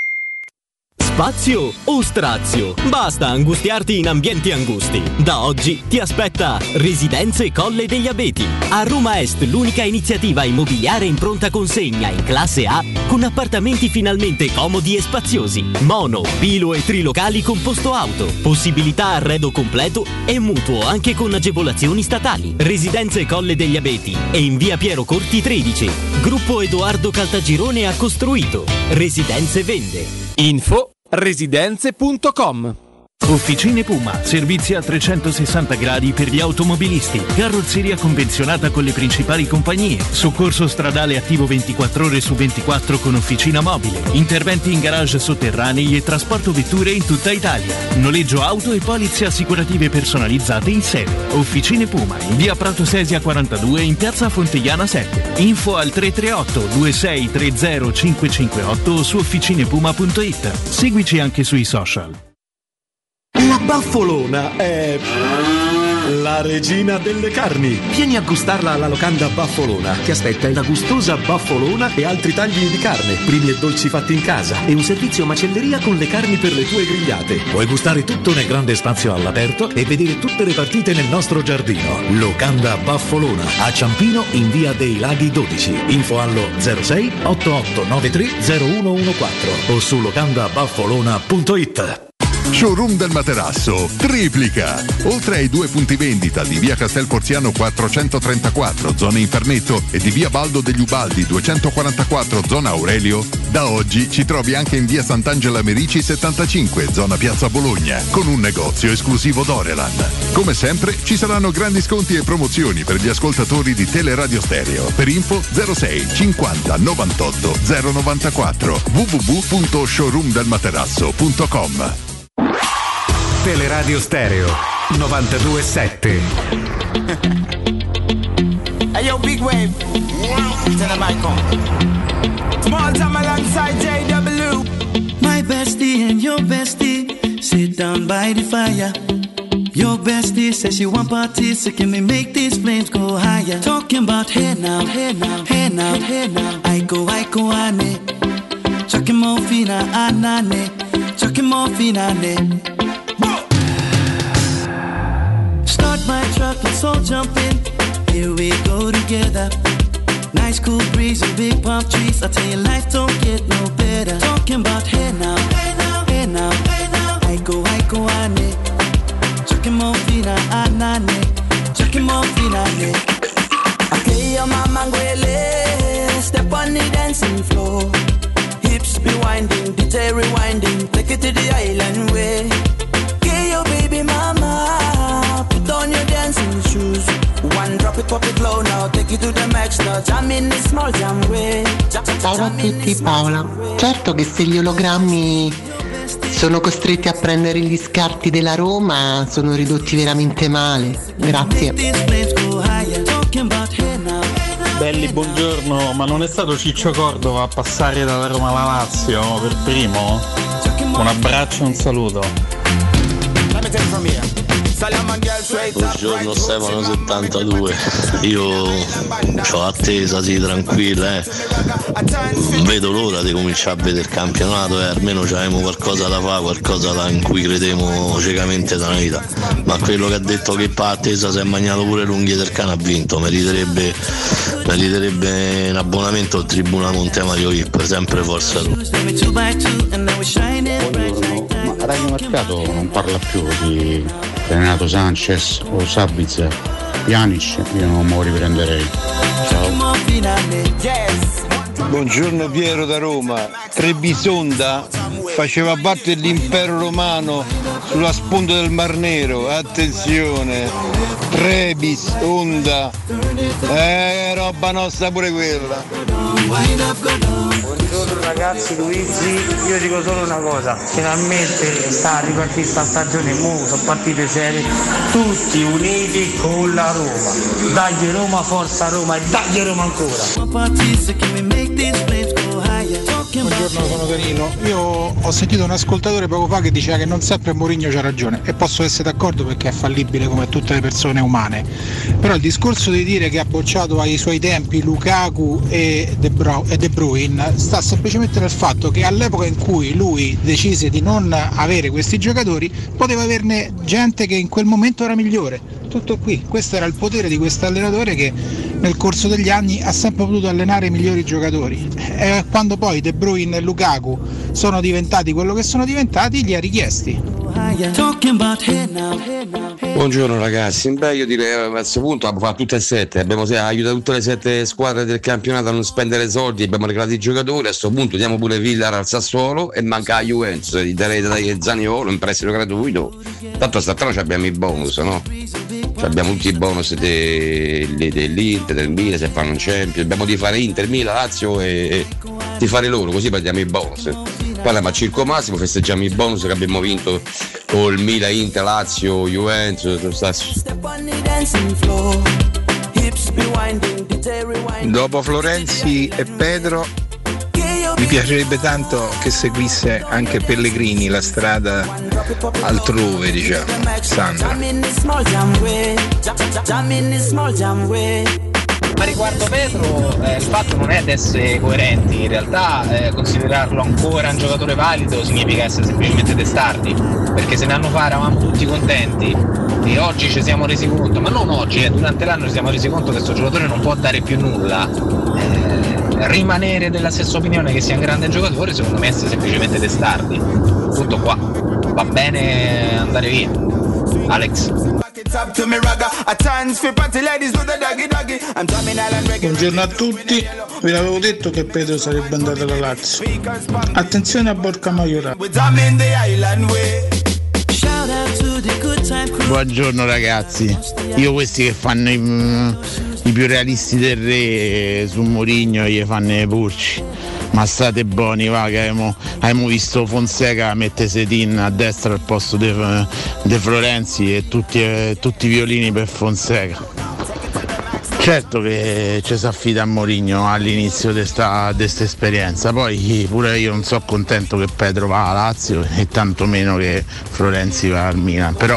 Spazio o strazio? Basta angustiarti in ambienti angusti. Da oggi ti aspetta Residenze Colle degli Abeti. A Roma Est l'unica iniziativa immobiliare in pronta consegna in classe A con appartamenti finalmente comodi e spaziosi. Mono, bilo e trilocali con posto auto. Possibilità arredo completo e mutuo anche con agevolazioni statali. Residenze Colle degli Abeti e in via Piero Corti tredici. Gruppo Edoardo Caltagirone ha costruito. Residenze vende. Info residenze punto com. Officine Puma, servizi a trecentosessanta gradi per gli automobilisti, carrozzeria convenzionata con le principali compagnie, soccorso stradale attivo ventiquattro ore su ventiquattro con officina mobile, interventi in garage sotterranei e trasporto vetture in tutta Italia, noleggio auto e polizze assicurative personalizzate in serie. Officine Puma, in via Prato Sesia quarantadue in piazza Fontegliana sette. Info al tre tre otto due sei tre zero cinque cinque otto o su officinepuma punto it. Seguici anche sui social. La Baffolona è la regina delle carni. Vieni a gustarla alla locanda Baffolona. Ti aspetta una gustosa baffolona e altri tagli di carne, primi e dolci fatti in casa e un servizio macelleria con le carni per le tue grigliate. Puoi gustare tutto nel grande spazio all'aperto e vedere tutte le partite nel nostro giardino. Locanda Baffolona a Ciampino in via dei Laghi dodici. Info allo zero sei otto otto nove tre zero uno uno quattro o su locanda baffolona punto it. Showroom del Materasso triplica. Oltre ai due punti vendita di via Castel Porziano quattrocentotrentaquattro, zona Infarnetto, e di via Baldo degli Ubaldi duecentoquarantaquattro, zona Aurelio, da oggi ci trovi anche in via Sant'Angela Merici settantacinque, zona Piazza Bologna, con un negozio esclusivo Dorelan. Come sempre ci saranno grandi sconti e promozioni per gli ascoltatori di Teleradio Stereo. Per info zero sei cinquanta novantotto zero novantaquattro w w w punto showroom del materasso punto com. Teleradio Stereo novantadue sette. Hey yo, big wave. Tell the mic on. Small time alongside J W. My bestie and your bestie sit down by the fire. Your bestie says she want parties, so can we make these flames go higher? Talking about hey now, hey now, hey now, hey now. I go, I go, ane. Chucking more fina, anane. Chucking more fina, ane. Start my truck, let's all jump in. Here we go together. Nice cool breeze and big palm trees. I tell you, life don't get no better. Talking about hey now, hey now, hey now, hey now. I go, I go, ane. Chucking more fina, anane. Chucking more fina, ane. Okay, your mama ngwele. Step on the dancing floor. Hips be winding, D J rewinding. Take it to the island way. Okay, your baby mama. Put on your dancing shoes. One drop it, pop it low now. Take it to the max now. Jam in the small jam way. Ciao a tutti, Paola. Certo che se gli ologrammi sono costretti a prendere gli scarti della Roma, sono ridotti veramente male. Grazie. Belli, buongiorno, ma non è stato Ciccio Cordova a passare dalla Roma alla Lazio per primo? Un abbraccio e un saluto. Buongiorno Stefano settantadue, io c'ho attesa, sì, tranquilla, eh. Non vedo l'ora di cominciare a vedere il campionato e eh. almeno avremo qualcosa da fare, qualcosa da, in cui crediamo ciecamente da una vita. Ma quello che ha detto che per attesa si è mangiato pure l'unghie del cane ha vinto, meriterebbe, meriterebbe un abbonamento al Tribuna Monte Mario V I P, sempre forza tu. Buongiorno, ma Radio Mercato non parla più di Renato Sanchez o Sabitzer, Pjanic, io non me lo riprenderei. Ciao. Buongiorno Piero da Roma. Trebisonda faceva battere l'impero romano sulla sponda del Mar Nero, attenzione. Rebis, Honda, eh, roba nostra pure quella. Buongiorno ragazzi, Luigi, io dico solo una cosa, finalmente sta ripartita sta stagione, mo sono partite serie, tutti uniti con la Roma, dagli Roma, forza Roma e dagli Roma ancora. Buongiorno, sono Carino. Io ho sentito un ascoltatore poco fa che diceva che non sempre Mourinho c'ha ragione e posso essere d'accordo perché è fallibile come tutte le persone umane, però il discorso di dire che ha bocciato ai suoi tempi Lukaku e De, Bru- e De Bruyne sta semplicemente nel fatto che all'epoca in cui lui decise di non avere questi giocatori poteva averne gente che in quel momento era migliore. Tutto qui, questo era il potere di questo allenatore che nel corso degli anni ha sempre potuto allenare i migliori giocatori e quando poi De Bruyne e Lukaku sono diventati quello che sono diventati li ha richiesti. Buongiorno ragazzi, beh io direi a questo punto abbiamo fatto tutte e sette, abbiamo aiutato tutte le sette squadre del campionato a non spendere soldi, abbiamo regalato i giocatori, a questo punto diamo pure Villar al Sassuolo e manca la Juventus, gli darei dai Zaniolo in prestito gratuito, tanto stavolta abbiamo i bonus, no? Cioè abbiamo tutti i bonus de, de, dell'Inter, del Milan, se fanno un Champions, abbiamo di fare Inter, Milan, Lazio e, e di fare loro, così prendiamo i bonus. Parliamo a Circo Massimo, festeggiamo i bonus che abbiamo vinto col Milan, Inter, Lazio, Juventus. Dopo Florenzi e Pedro mi piacerebbe tanto che seguisse anche Pellegrini la strada altrove, diciamo. Sandra. Ma riguardo Pedro, eh, il fatto non è di essere coerenti, in realtà eh, considerarlo ancora un giocatore valido significa essere semplicemente testardi, perché se ne hanno fa eravamo tutti contenti e oggi ci siamo resi conto, ma non oggi, eh, durante l'anno ci siamo resi conto che questo giocatore non può dare più nulla. Eh, rimanere della stessa opinione che sia un grande giocatore secondo me è essere semplicemente testardi. Tutto qua. Va bene andare via. Alex. Buongiorno a tutti, ve l'avevo detto che Pedro sarebbe andato alla Lazio. Attenzione a Borca Maiorà. Buongiorno ragazzi, io questi che fanno i, i più realisti del re su Mourinho gli fanno i purci. Ma state buoni, va, che abbiamo, abbiamo visto Fonseca mette Sedin a destra al posto di de, de Florenzi e tutti, eh, tutti i violini per Fonseca. Certo che ci si affida a Mourinho all'inizio di questa esperienza, poi pure io non sono contento che Pedro va a Lazio e tanto meno che Florenzi va al Milan, però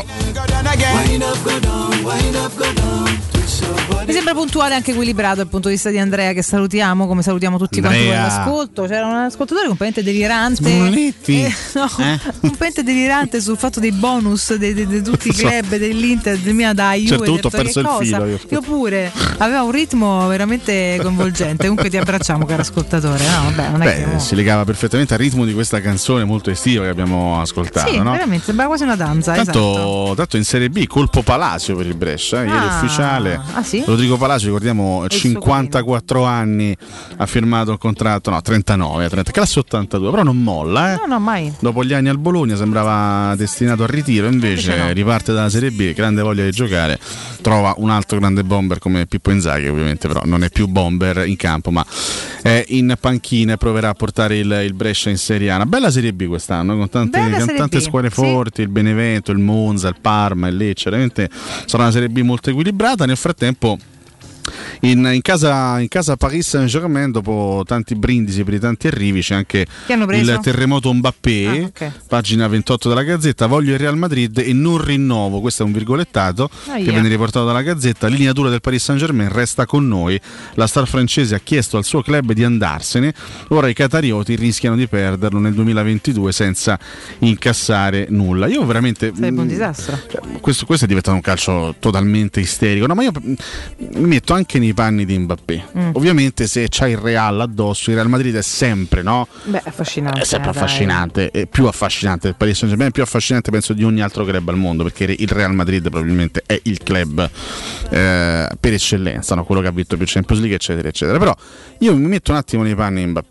mi sembra puntuale e anche equilibrato dal punto di vista di Andrea, che salutiamo come salutiamo tutti Andrea. quanti all'ascolto. C'era un ascoltatore completamente delirante, eh, no, eh? completamente delirante sul fatto dei bonus di de, de, de tutti i club dell'Inter, del Milan, da Juve. Certo, tutto, ho perso il filo, io. io pure aveva un ritmo veramente coinvolgente. Comunque ti abbracciamo, caro ascoltatore. No, vabbè, non è Beh, che si legava perfettamente al ritmo di questa canzone molto estiva che abbiamo ascoltato. Sì, no? veramente sembra quasi una danza. Tanto, esatto. tanto in Serie B colpo Palacio per il Brescia, eh, ieri ah, ufficiale. Ah, sì? Rodrigo Palacio, ricordiamo, cinquantaquattro anni, ha firmato il contratto, no, trentanove, trenta, classe ottantadue, però non molla, eh. No, no, mai. Dopo gli anni al Bologna sembrava destinato al ritiro, invece, invece no. Riparte dalla Serie B, grande voglia di giocare, trova un altro grande bomber come Pippo Inzaghi, ovviamente, però non è più bomber in campo, ma è in panchina e proverà a portare il, il Brescia in Serie A. Una bella Serie B quest'anno, con tante, con tante squadre forti, sì. Il Benevento, il Monza, il Parma, il Lecce, veramente sarà una Serie B molto equilibrata. Nel frattempo In, in, casa, in casa Paris Saint-Germain, dopo tanti brindisi per i tanti arrivi, c'è anche il terremoto Mbappé. Ah, okay. Pagina ventotto della Gazzetta: voglio il Real Madrid e non rinnovo. Questo è un virgolettato ah, che yeah. viene riportato dalla Gazzetta. Linea dura del Paris Saint-Germain: resta con noi. La star francese ha chiesto al suo club di andarsene. Ora i qatarioti rischiano di perderlo nel duemilaventidue senza incassare nulla. Io veramente sarebbe un disastro. Cioè, questo, questo è diventato un calcio totalmente isterico. No, ma io mi metto anche nei panni di Mbappé. Mm. Ovviamente se c'hai il Real addosso, il Real Madrid è sempre, no? Beh, affascinante. È sempre eh, affascinante, è più affascinante. Il Paris Saint-Germain è più affascinante, penso, di ogni altro club al mondo, perché il Real Madrid probabilmente è il club eh, per eccellenza, no? Quello che ha vinto più Champions League, eccetera, eccetera. Però io mi metto un attimo nei panni di Mbappé.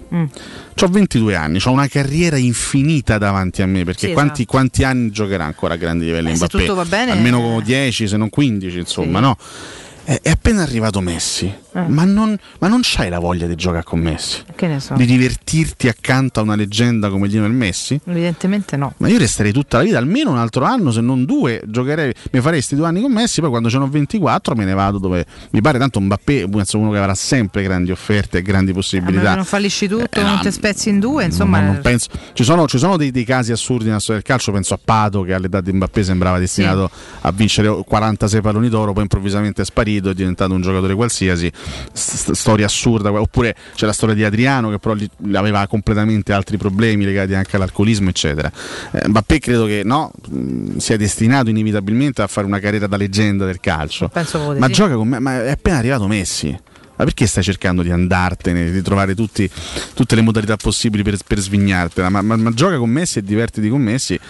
Mm. Ho ventidue anni, ho una carriera infinita davanti a me, perché Sì, quanti, esatto. quanti anni giocherà ancora a grandi livelli Eh, se Mbappé? tutto va bene, almeno eh. dieci, se non quindici, insomma, Sì. no? È, è appena arrivato Messi, Eh. ma, non, ma non c'hai la voglia di giocare con Messi? Che ne so. Di divertirti accanto a una leggenda come Lionel Messi? Evidentemente no. Ma io resterei tutta la vita, almeno un altro anno, se non due, giocherei, mi farei sti due anni con Messi, poi quando ce n'ho ventiquattro me ne vado dove mi pare, tanto Mbappé penso uno che avrà sempre grandi offerte e grandi Eh, ma possibilità. se non fallisci tutto, Eh, non no, ti spezzi in due, insomma. No, non penso. Ci sono, ci sono dei, dei casi assurdi nella storia del calcio, penso a Pato che all'età di Mbappé sembrava destinato a vincere quarantasei palloni d'oro, poi improvvisamente è sparito, è diventato un giocatore qualsiasi, st- storia assurda. Oppure c'è la storia di Adriano che però li, aveva completamente altri problemi legati anche all'alcolismo eccetera. eh, Mbappé credo che no, mh, sia destinato inevitabilmente a fare una carriera da leggenda del calcio, Penso proprio di ma sì. gioca con me, ma è appena arrivato Messi. Ma perché stai cercando di andartene, di trovare tutti, tutte le modalità possibili per, per svignartela? Ma, ma, ma gioca con Messi e divertiti con Messi,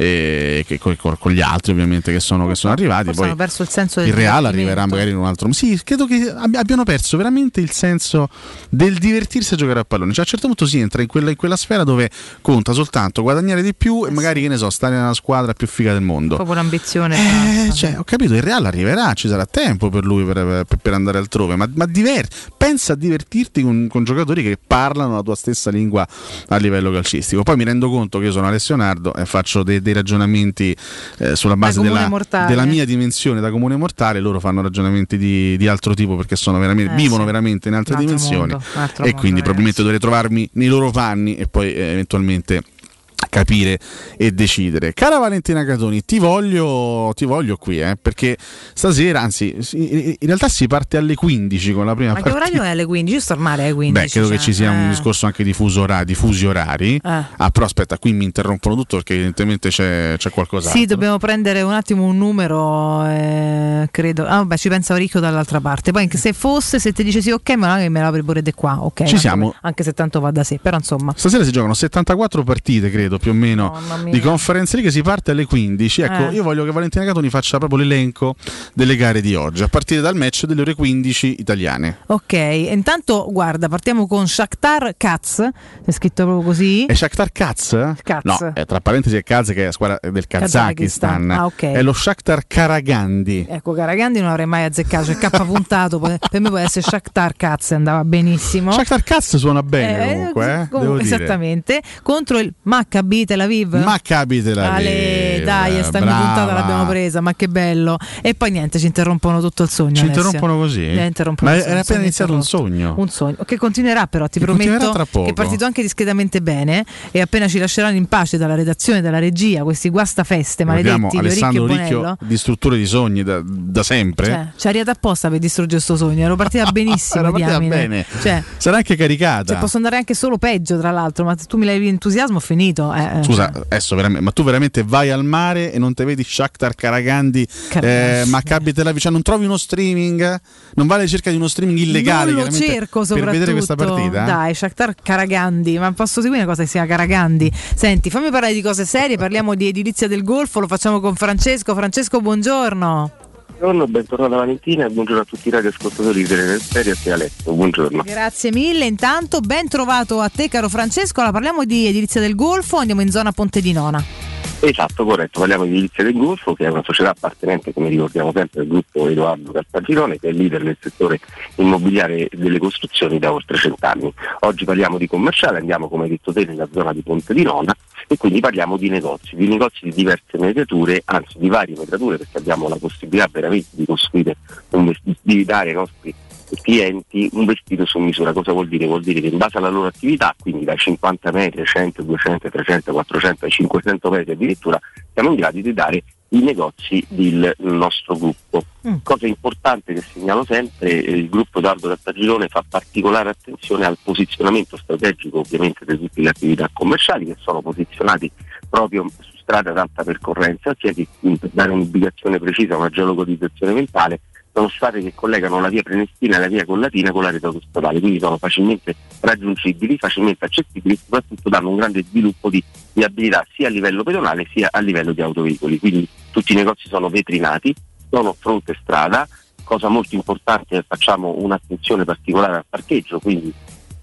e che, con, con gli altri ovviamente che sono, che sono arrivati. Forse Poi hanno perso il senso del il Real divertimento. arriverà magari in un altro. Sì, credo che abbi- abbiano perso veramente il senso del divertirsi a giocare a pallone. Cioè, a un certo punto si entra in quella, in quella sfera dove conta soltanto guadagnare di più e magari, che ne so, stare nella squadra più figa del mondo. Proprio l'ambizione. Eh, cioè, ho capito, il Real arriverà, ci sarà tempo per lui per, per- per andare altrove, ma, ma diver- pensa a divertirti con, con giocatori che parlano la tua stessa lingua a livello calcistico. Poi mi rendo conto che io sono Alessio Nardo e faccio dei, dei ragionamenti eh, sulla base comune della, mortale. della mia dimensione da comune mortale, loro fanno ragionamenti di, di altro tipo perché sono veramente, Eh, vivono sì. veramente in altre Un altro dimensioni mondo, un altro e mondo, quindi ragazzi. probabilmente dovrei trovarmi nei loro panni e poi eh, eventualmente capire e decidere. Cara Valentina Catoni, ti voglio, ti voglio qui, eh, perché stasera, anzi, si- in realtà si parte alle quindici con la prima Ma che partita. orario è alle quindici? Giusto ormai è alle quindici. Beh, credo cioè, che ci sia un eh. discorso anche di, fuso ora- di fusi orari. Eh. Ah, però aspetta, qui mi interrompono tutto perché evidentemente c'è, c'è qualcos'altro. Sì, dobbiamo prendere un attimo un numero, eh, credo. Ah, vabbè, ci pensa Ricco dall'altra parte. Poi anche se fosse, se ti dice sì, ok, ma che me la apri pure di qua, ok. Ci tanto- siamo. Anche se tanto va da sé, però insomma. Stasera si giocano settantaquattro partite, credo, più o meno, Mamma mia. di Conference League. Si parte alle quindici. Ecco, Eh. io voglio che Valentina Catoni faccia proprio l'elenco delle gare di oggi, a partire dal match delle ore quindici italiane. Ok, intanto guarda, partiamo con Shakhtar Kaz, è scritto proprio così. È Shakhtar Kaz? Kaz. No, è, tra parentesi è Kaz che è la squadra del Kazakistan. Kazakistan. Ah, ok. È lo Shakhtar Karagandhi. Ecco, Karagandhi non avrei mai azzeccato, c'è K puntato, per per me può essere Shakhtar Kaz, andava benissimo. Shakhtar Kaz suona bene Eh, comunque, eh, comunque, devo dire. esattamente, contro il Maccabi Tel Aviv. Maccabi Tel Aviv. Ale, dai, sta brava. puntata l'abbiamo presa, ma che bello. E poi niente, ci interrompono tutto il sogno. Ci Alessia. interrompono così? Eh, interrompono Ma il sogno, era appena sogno iniziato un interrotto. sogno. Un sogno che continuerà, però ti Che continuerà prometto tra poco. che è partito anche discretamente bene. E appena ci lasceranno in pace dalla redazione, dalla regia, questi guastafeste Ricordiamo maledetti di Ricchio Alessandro e Bonello. Ricchio, distruttore di sogni da, da sempre. Cioè, ci ha arrivato apposta per distruggere questo sogno. Ero partita benissimo. Era partita diamine. bene. Cioè, Sarà anche caricata. cioè, posso andare anche solo peggio, tra l'altro. Ma tu mi levi entusiasmo, ho finito. Eh, eh. Scusa, adesso veramente, ma tu veramente vai al mare e non te vedi Shakhtar Karagandhi, eh, Maccabi Tel Aviv, cioè non trovi uno streaming? Non vai alla ricerca di uno streaming illegale non lo chiaramente, cerco per soprattutto vedere questa partita? Dai, Shakhtar Karagandhi, ma posso seguire una cosa che sia Karagandhi? Senti, fammi parlare di cose serie, parliamo di edilizia del Golfo, lo facciamo con Francesco. Francesco, buongiorno. Buongiorno, bentornata Valentina e buongiorno a tutti i radioascoltatori di Teleradio e a Alessio, buongiorno. Grazie mille, intanto ben trovato a te caro Francesco. Allora, parliamo di edilizia del Golfo, andiamo in zona Ponte di Nona. Esatto, corretto, parliamo di Edilizia del Golfo, che è una società appartenente, come ricordiamo sempre, al gruppo Edoardo Cartagirone, che è leader nel settore immobiliare delle costruzioni da oltre cent'anni. Oggi parliamo di commerciale, andiamo, come hai detto te, nella zona di Ponte di Nona e quindi parliamo di negozi, di negozi di diverse metrature, anzi di varie metrature, perché abbiamo la possibilità veramente di costruire un vestito, di dare ai nostri clienti un vestito su misura. Cosa vuol dire? Vuol dire che in base alla loro attività, quindi dai cinquanta metri, cento, duecento, trecento, quattrocento ai cinquecento metri addirittura, siamo in grado di dare i negozi del nostro gruppo. Mm. Cosa importante che segnalo sempre, il gruppo Edoardo Cartagirone fa particolare attenzione al posizionamento strategico ovviamente di tutte le attività commerciali che sono posizionati proprio su strade ad alta percorrenza, sia che per dare un'ubicazione precisa, una geolocalizzazione mentale, sono strade che collegano la via Prenestina e la via Collatina con la rete autostradale, quindi sono facilmente raggiungibili, facilmente accessibili e soprattutto danno un grande sviluppo di viabilità sia a livello pedonale sia a livello di autoveicoli. Quindi tutti i negozi sono vetrinati, sono fronte strada, cosa molto importante, facciamo un'attenzione particolare al parcheggio, quindi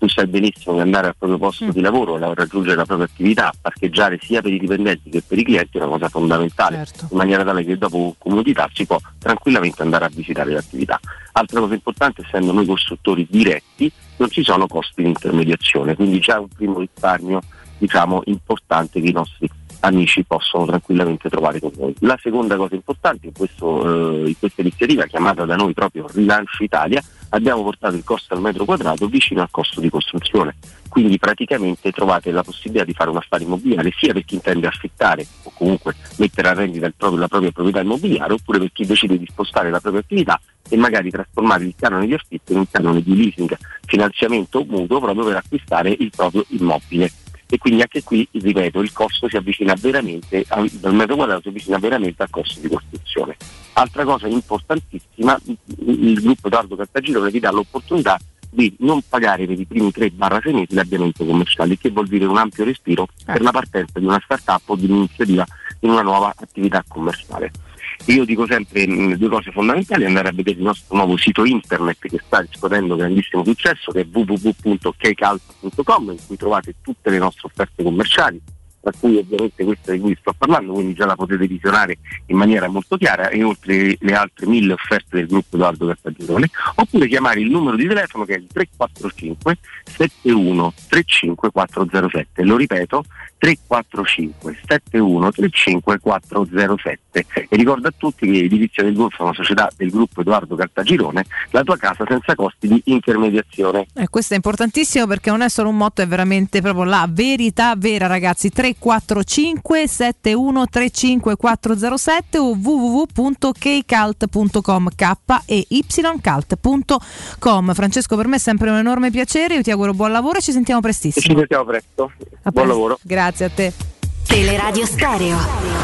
tu sai benissimo che andare al proprio posto mm. di lavoro, raggiungere la propria attività, parcheggiare sia per i dipendenti che per i clienti è una cosa fondamentale, certo. in maniera tale che dopo comodità si può tranquillamente andare a visitare l'attività. Altra cosa importante, essendo noi costruttori diretti, non ci sono costi di intermediazione, quindi già un primo risparmio, diciamo, importante che i nostri amici possono tranquillamente trovare con noi. La seconda cosa importante, in, questo, eh, in questa iniziativa chiamata da noi proprio Rilancio Italia, abbiamo portato il costo al metro quadrato vicino al costo di costruzione, quindi praticamente trovate la possibilità di fare un affare immobiliare sia per chi intende affittare o comunque mettere a rendita il proprio, la propria proprietà immobiliare, oppure per chi decide di spostare la propria attività e magari trasformare il canone di affitto in un canone di leasing, finanziamento o mutuo proprio per acquistare il proprio immobile. E quindi anche qui, ripeto, il costo si avvicina veramente, dal metro quadrato si avvicina veramente al costo di costruzione. Altra cosa importantissima, il gruppo Edoardo Caltagirone vi dà l'opportunità di non pagare per i primi tre sei mesi l'avviamento commerciale, che vuol dire un ampio respiro per la partenza di una start-up o di un'iniziativa in una nuova attività commerciale. Io dico sempre mh, due cose fondamentali: andare a vedere il nostro nuovo sito internet che sta riscuotendo grandissimo successo, che è w w w punto kcalt punto com, in cui trovate tutte le nostre offerte commerciali, tra cui ovviamente questa di cui sto parlando, quindi già la potete visionare in maniera molto chiara, e oltre le altre mille offerte del gruppo Edoardo Caltagirone, oppure chiamare il numero di telefono che è il tre quattro cinque sette uno tre cinque quattro zero sette, lo ripeto, tre quattro cinque sette uno tre cinque quattro zero sette, e ricordo a tutti che Edilizia del Golfo è una società del gruppo Edoardo Caltagirone, la tua casa senza costi di intermediazione. Eh, questo è importantissimo, perché non è solo un motto, è veramente proprio la verità vera, ragazzi. Tre quattro cinque sette uno tre cinque quattro zero sette o w w w punto kcalt punto com, k e y calt punto com. Francesco, per me è sempre un enorme piacere, io ti auguro buon lavoro e ci sentiamo prestissimo. Ci sentiamo presto, a buon presto. Lavoro. Grazie a te. Teleradio Stereo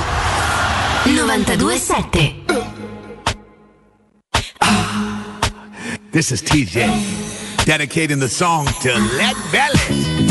novantadue sette. This is T J dedicating the song to Lead Belly.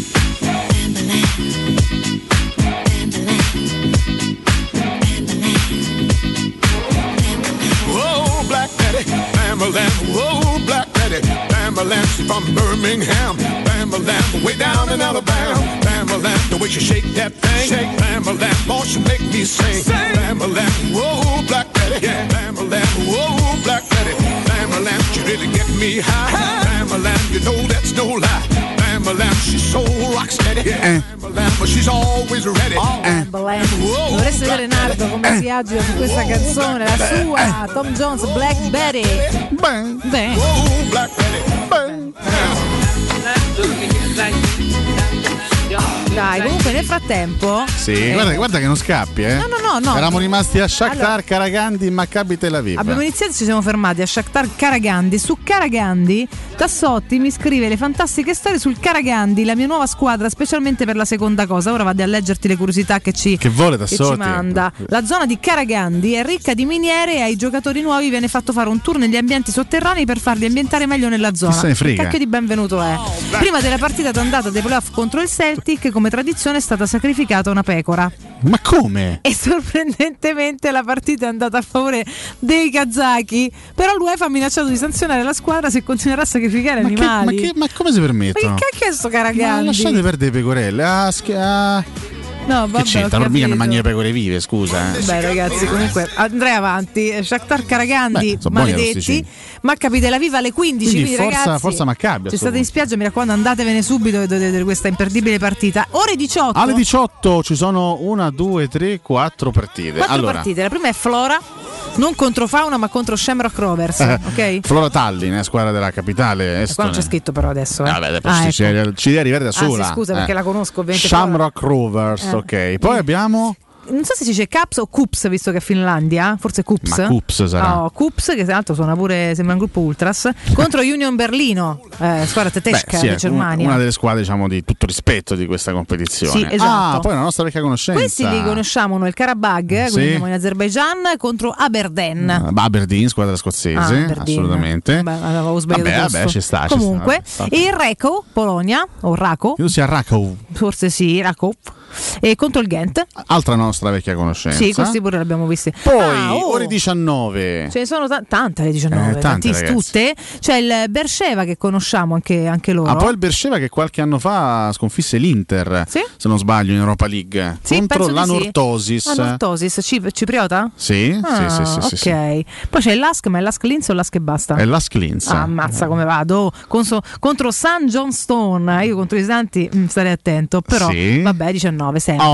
Whoa, Black Betty, Bam-a-lam, whoa, Black Betty, Bam-a-lam, she's from Birmingham, Bam-a-lam, way down in Alabama, Bam-a-lam, the way she shake that thing, shake, Bam-a-lam, boy, she make me sing, sing. Bam-a-lam, whoa, Black Betty, yeah. Bam-a-lam, whoa, Black Betty, Bam-a-lam, she really get me high, Bam-a-lam, you know that's no lie, Bam-a-lam, she's so rock steady, yeah. Bam-a-lam, but she's always ready, eh. Dovreste vedere Nardo come si agita su questa canzone, la sua, Tom Jones, Black Betty. Beh, beh. Black Betty. Dai, comunque nel frattempo sì, eh, guarda, guarda che non scappi, eh. No, no, no, no. Eravamo rimasti a Shakhtar allora, Karagandhi in Maccabi Tel Aviv. Abbiamo iniziato e ci siamo fermati a Shakhtar Karagandhi. Su Karagandhi Tassotti mi scrive le fantastiche storie sul Karagandhi, la mia nuova squadra, specialmente per la seconda cosa. Ora vado a leggerti le curiosità che ci, che vuole, che ci manda. La zona di Karagandhi è ricca di miniere e ai giocatori nuovi viene fatto fare un tour negli ambienti sotterranei per farli ambientare meglio nella zona. Che Che cacchio di benvenuto è. Prima della partita d'andata dei playoff contro il Celtic, come tradizione, è stata sacrificata una pecora. Ma come? E sorprendentemente la partita è andata a favore dei kazaki, però l'UEFA ha minacciato di sanzionare la squadra se continuerà a sacrificare ma animali. Che, ma, che, ma come si permettono? Ma che cacchio è sto Karagandhi? Ma lasciate perdere le pecorelle. Ah, sch- ah. No, vabbè, che c'entra? Non mica mi mangio le pecore vive, scusa. Eh. Beh, ragazzi, comunque andrei avanti. Shakhtar Karagandhi, Beh, maledetti. Maccabi Tel Aviv alle quindici. Quindi Quindi, forza, ragazzi, forza Maccabi. Se state in spiaggia, mi raccomando, andatevene subito e vedete questa imperdibile partita. Ore diciotto. Alle diciotto ci sono una, due, tre, quattro partite. Quattro allora. partite. La prima è Flora, non contro Fauna, ma contro Shamrock Rovers. Ok? Flora Tallinn, eh, squadra della capitale estone. Qua non c'è scritto però adesso. Eh. Ah, beh, ah, ci, ecco. ci devi arrivare da sola. Ah, sì, scusa, eh. perché la conosco ovviamente. Shamrock Rovers, eh. ok. Poi abbiamo. Non so se si dice Caps o Cups, visto che è Finlandia, forse Cups. Ma Cups sarà. No, Cups, che tra l'altro suona pure, sembra un gruppo ultras, contro Union Berlino, eh, squadra tedesca di Germania. Una delle squadre, diciamo, di tutto rispetto di questa competizione. Sì, esatto. Ah, poi la nostra vecchia conoscenza. Questi li conosciamo noi, il Karabag, sì. Quindi andiamo in Azerbaijan contro Aberdeen. Uh, Aberdeen, squadra scozzese, ah, Aberdeen. Assolutamente. Beh, avevo sbagliato. Vabbè, vabbè, ci sta. Comunque, ci sta, e il Rakov, Polonia, o Rakov. Io sia Rakov. Forse sì, Rakov. e contro il Ghent. Altra nostra vecchia conoscenza. Sì, questi pure l'abbiamo visti. Poi ah, oh. ore diciannove. Ce ne sono t- tante alle diciannove, eh, tante, tantissime, tutte. C'è il Bercheva che conosciamo anche, anche loro. Ah, poi il Bercheva che qualche anno fa sconfisse l'Inter, sì? se non sbaglio, in Europa League. Sì, contro l'Anorthosis. Sì. L'Anorthosis, Cip- cipriota? Sì, ah, sì, sì, sì, ok. sì, sì. Poi c'è l'Ask, ma è l'Ask Linz o l'Ask e basta? È l'Ask Linz. Ah, ammazza come vado. Contro, contro San Johnstone. Io contro i Santi mh, starei attento. Però sì. vabbè, diciannove sempre.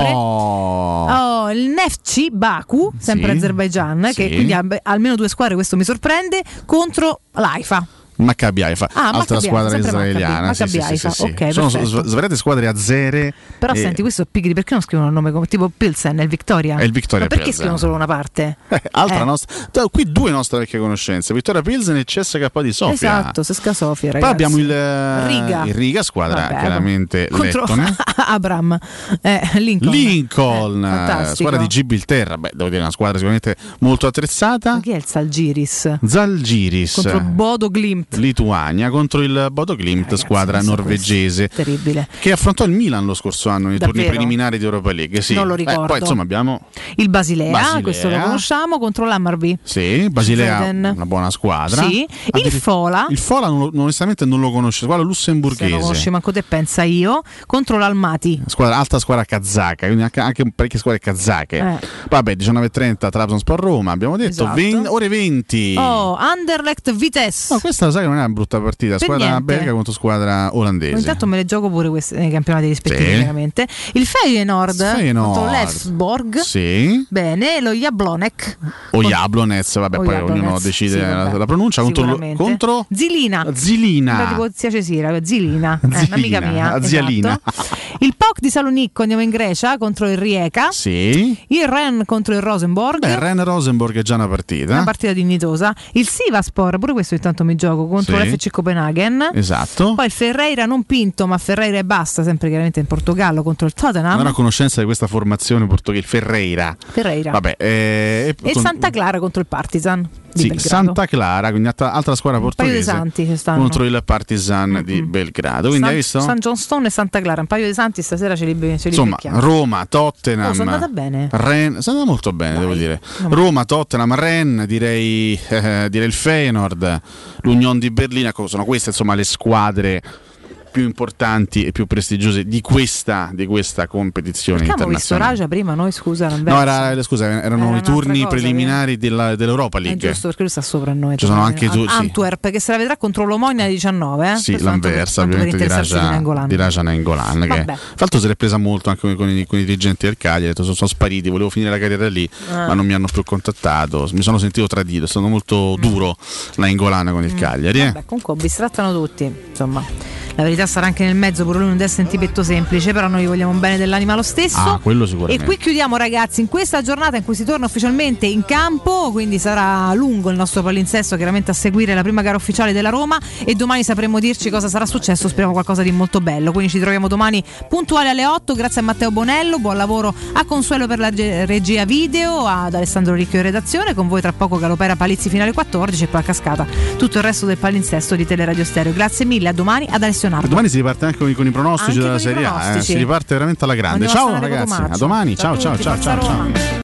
Oh. Oh, il Neftchi Baku, sempre sì. Azerbaijan, sì. che quindi ha almeno due squadre, questo mi sorprende, contro l'Haifa. Maccabi Haifa, ah, altra Maccabi, squadra sempre israeliana. Maccabi, sì, Maccabi sì, Haifa. sì, sì, Okay, sono perfetto. svariate squadre azere. Però e... senti, questo pigri, perché non scrivono un nome come tipo Pilsen, è il Victoria? È il Victoria Ma perché Pilsen. scrivono solo una parte? Eh, altra eh. nostra, qui due nostre vecchie conoscenze, Victoria Pilsen e C S K di Sofia. Esatto, Sesca Sofia, ragazzi. Poi abbiamo il Riga, il Riga squadra Vabbè, chiaramente contro lettone. Abram, eh, Lincoln, Lincoln eh, squadra di Gibilterra, beh, devo dire una squadra sicuramente molto attrezzata. Ma chi è il Zalgiris? Zalgiris contro Bodo Glimt, Lituania, contro il Bodo Glimt, ragazzi, squadra norvegese, terribile, che affrontò il Milan lo scorso anno nei Davvero? turni preliminari di Europa League. Sì. Non lo ricordo. Eh, poi insomma abbiamo il Basilea, Basilea, questo lo conosciamo, contro l'Hammarby. Sì, Basilea, Sveden. una buona squadra. Sì. Il Fola. Il Fola non lo, onestamente non lo conosce, squadra lussemburghese. Se lo conosci manco te, pensa io, contro l'Almaty. Squadra, alta squadra kazaka, quindi anche, anche parecchie squadre kazake. Eh. Vabbè, diciannove e trenta Trabzonspor Roma, abbiamo detto, Esatto. venti, ore venti. Oh, Anderlecht Vitesse. No, questa sai che non è una brutta partita, Per squadra niente. belga contro squadra olandese. Intanto me le gioco pure queste nei campionati rispettivi, Sì. veramente. Il Feyenoord, Feyenoord. contro l'Elfsborg. Sì. Bene, lo Jablonec. O Jablonec, vabbè, O poi Jablonec, ognuno decide sì, la, vabbè. la pronuncia. Contro, Sicuramente. contro Zilina. Zilina. Sembra tipo zia Cesira, Zilina, eh, Zilina, un'amica mia. la zialina. Esatto. Il P O C di Salonicco, andiamo in Grecia, contro il Rijeka. Sì. Il Ren contro il Rosenborg. Beh, Ren Rosenborg è già una partita. Una partita dignitosa. Il Sivaspor, pure questo intanto mi gioco, contro Sì. l'F C Copenaghen. Esatto. Poi il Ferreira non pinto, ma Ferreira e basta, sempre chiaramente in Portogallo, contro il Tottenham. Non ho conoscenza di questa formazione portoghese, Ferreira. Ferreira. Vabbè, eh, E il Santa Clara contro il Partizan di sì, Belgrado. Santa Clara, quindi altra, altra squadra Un paio di portoghese santi che stanno. contro il Partizan mm-hmm. di Belgrado. Quindi San, hai visto? San Johnstone e Santa Clara, un paio di santi stasera ce li, ce li Insomma, becchiamo. Roma, Tottenham. Oh, sono andata bene. Ren, sono andata molto bene, Dai. devo dire. No, Roma, Tottenham, Ren, direi, eh, direi il Feyenoord, l'Union di Berlino. Sono queste insomma le squadre più importanti e più prestigiose di questa, di questa competizione Perché abbiamo visto internazionale. Raja prima, noi scusa, non No, era, scusa, erano Era i turni un'altra cosa, preliminari della, dell'Europa È League. giusto, perché lui sta sopra noi. Ci sono anche tu, sì. Antwerp che se la vedrà contro l'Omonia diciannove, eh? Sì, Questo tanto per- l'Anversa tanto per ovviamente di interessarsi Raja, di Nainggolan. di Raja Nainggolan, che Vabbè. tra l'altro si è presa molto anche con, con, i, con i dirigenti del Cagliari. Ha detto sono, sono spariti, volevo finire la carriera lì, Ah. ma non mi hanno più contattato, mi sono sentito tradito, è stato molto duro Nainggolan con il Cagliari. Eh? Vabbè, comunque bistrattano tutti, insomma. La verità sarà anche nel mezzo, pure lui non deve essere un tipetto semplice, però noi gli vogliamo bene dell'anima lo stesso. Ah, quello E sicuramente. qui chiudiamo, ragazzi, in questa giornata in cui si torna ufficialmente in campo, quindi sarà lungo il nostro palinsesto chiaramente a seguire la prima gara ufficiale della Roma e domani sapremo dirci cosa sarà successo, speriamo qualcosa di molto bello. Quindi ci troviamo domani puntuali alle otto, grazie a Matteo Bonello, buon lavoro a Consuelo per la ge- regia video, ad Alessandro Ricchio in redazione, con voi tra poco Galopera Palizzi fino alle quattordici e poi a cascata tutto il resto del palinsesto di Teleradio Stereo. Grazie mille, a domani, ad Alessio Nardo. Domani si riparte anche con i, con i pronostici Anche della con i Serie A, eh? pronostici. Si riparte veramente alla grande. Andiamo a Ciao stare ragazzi, Cotumaccio. a domani. Ciao Ciao a ciao tutti, ciao forza ciao. Roma. ciao.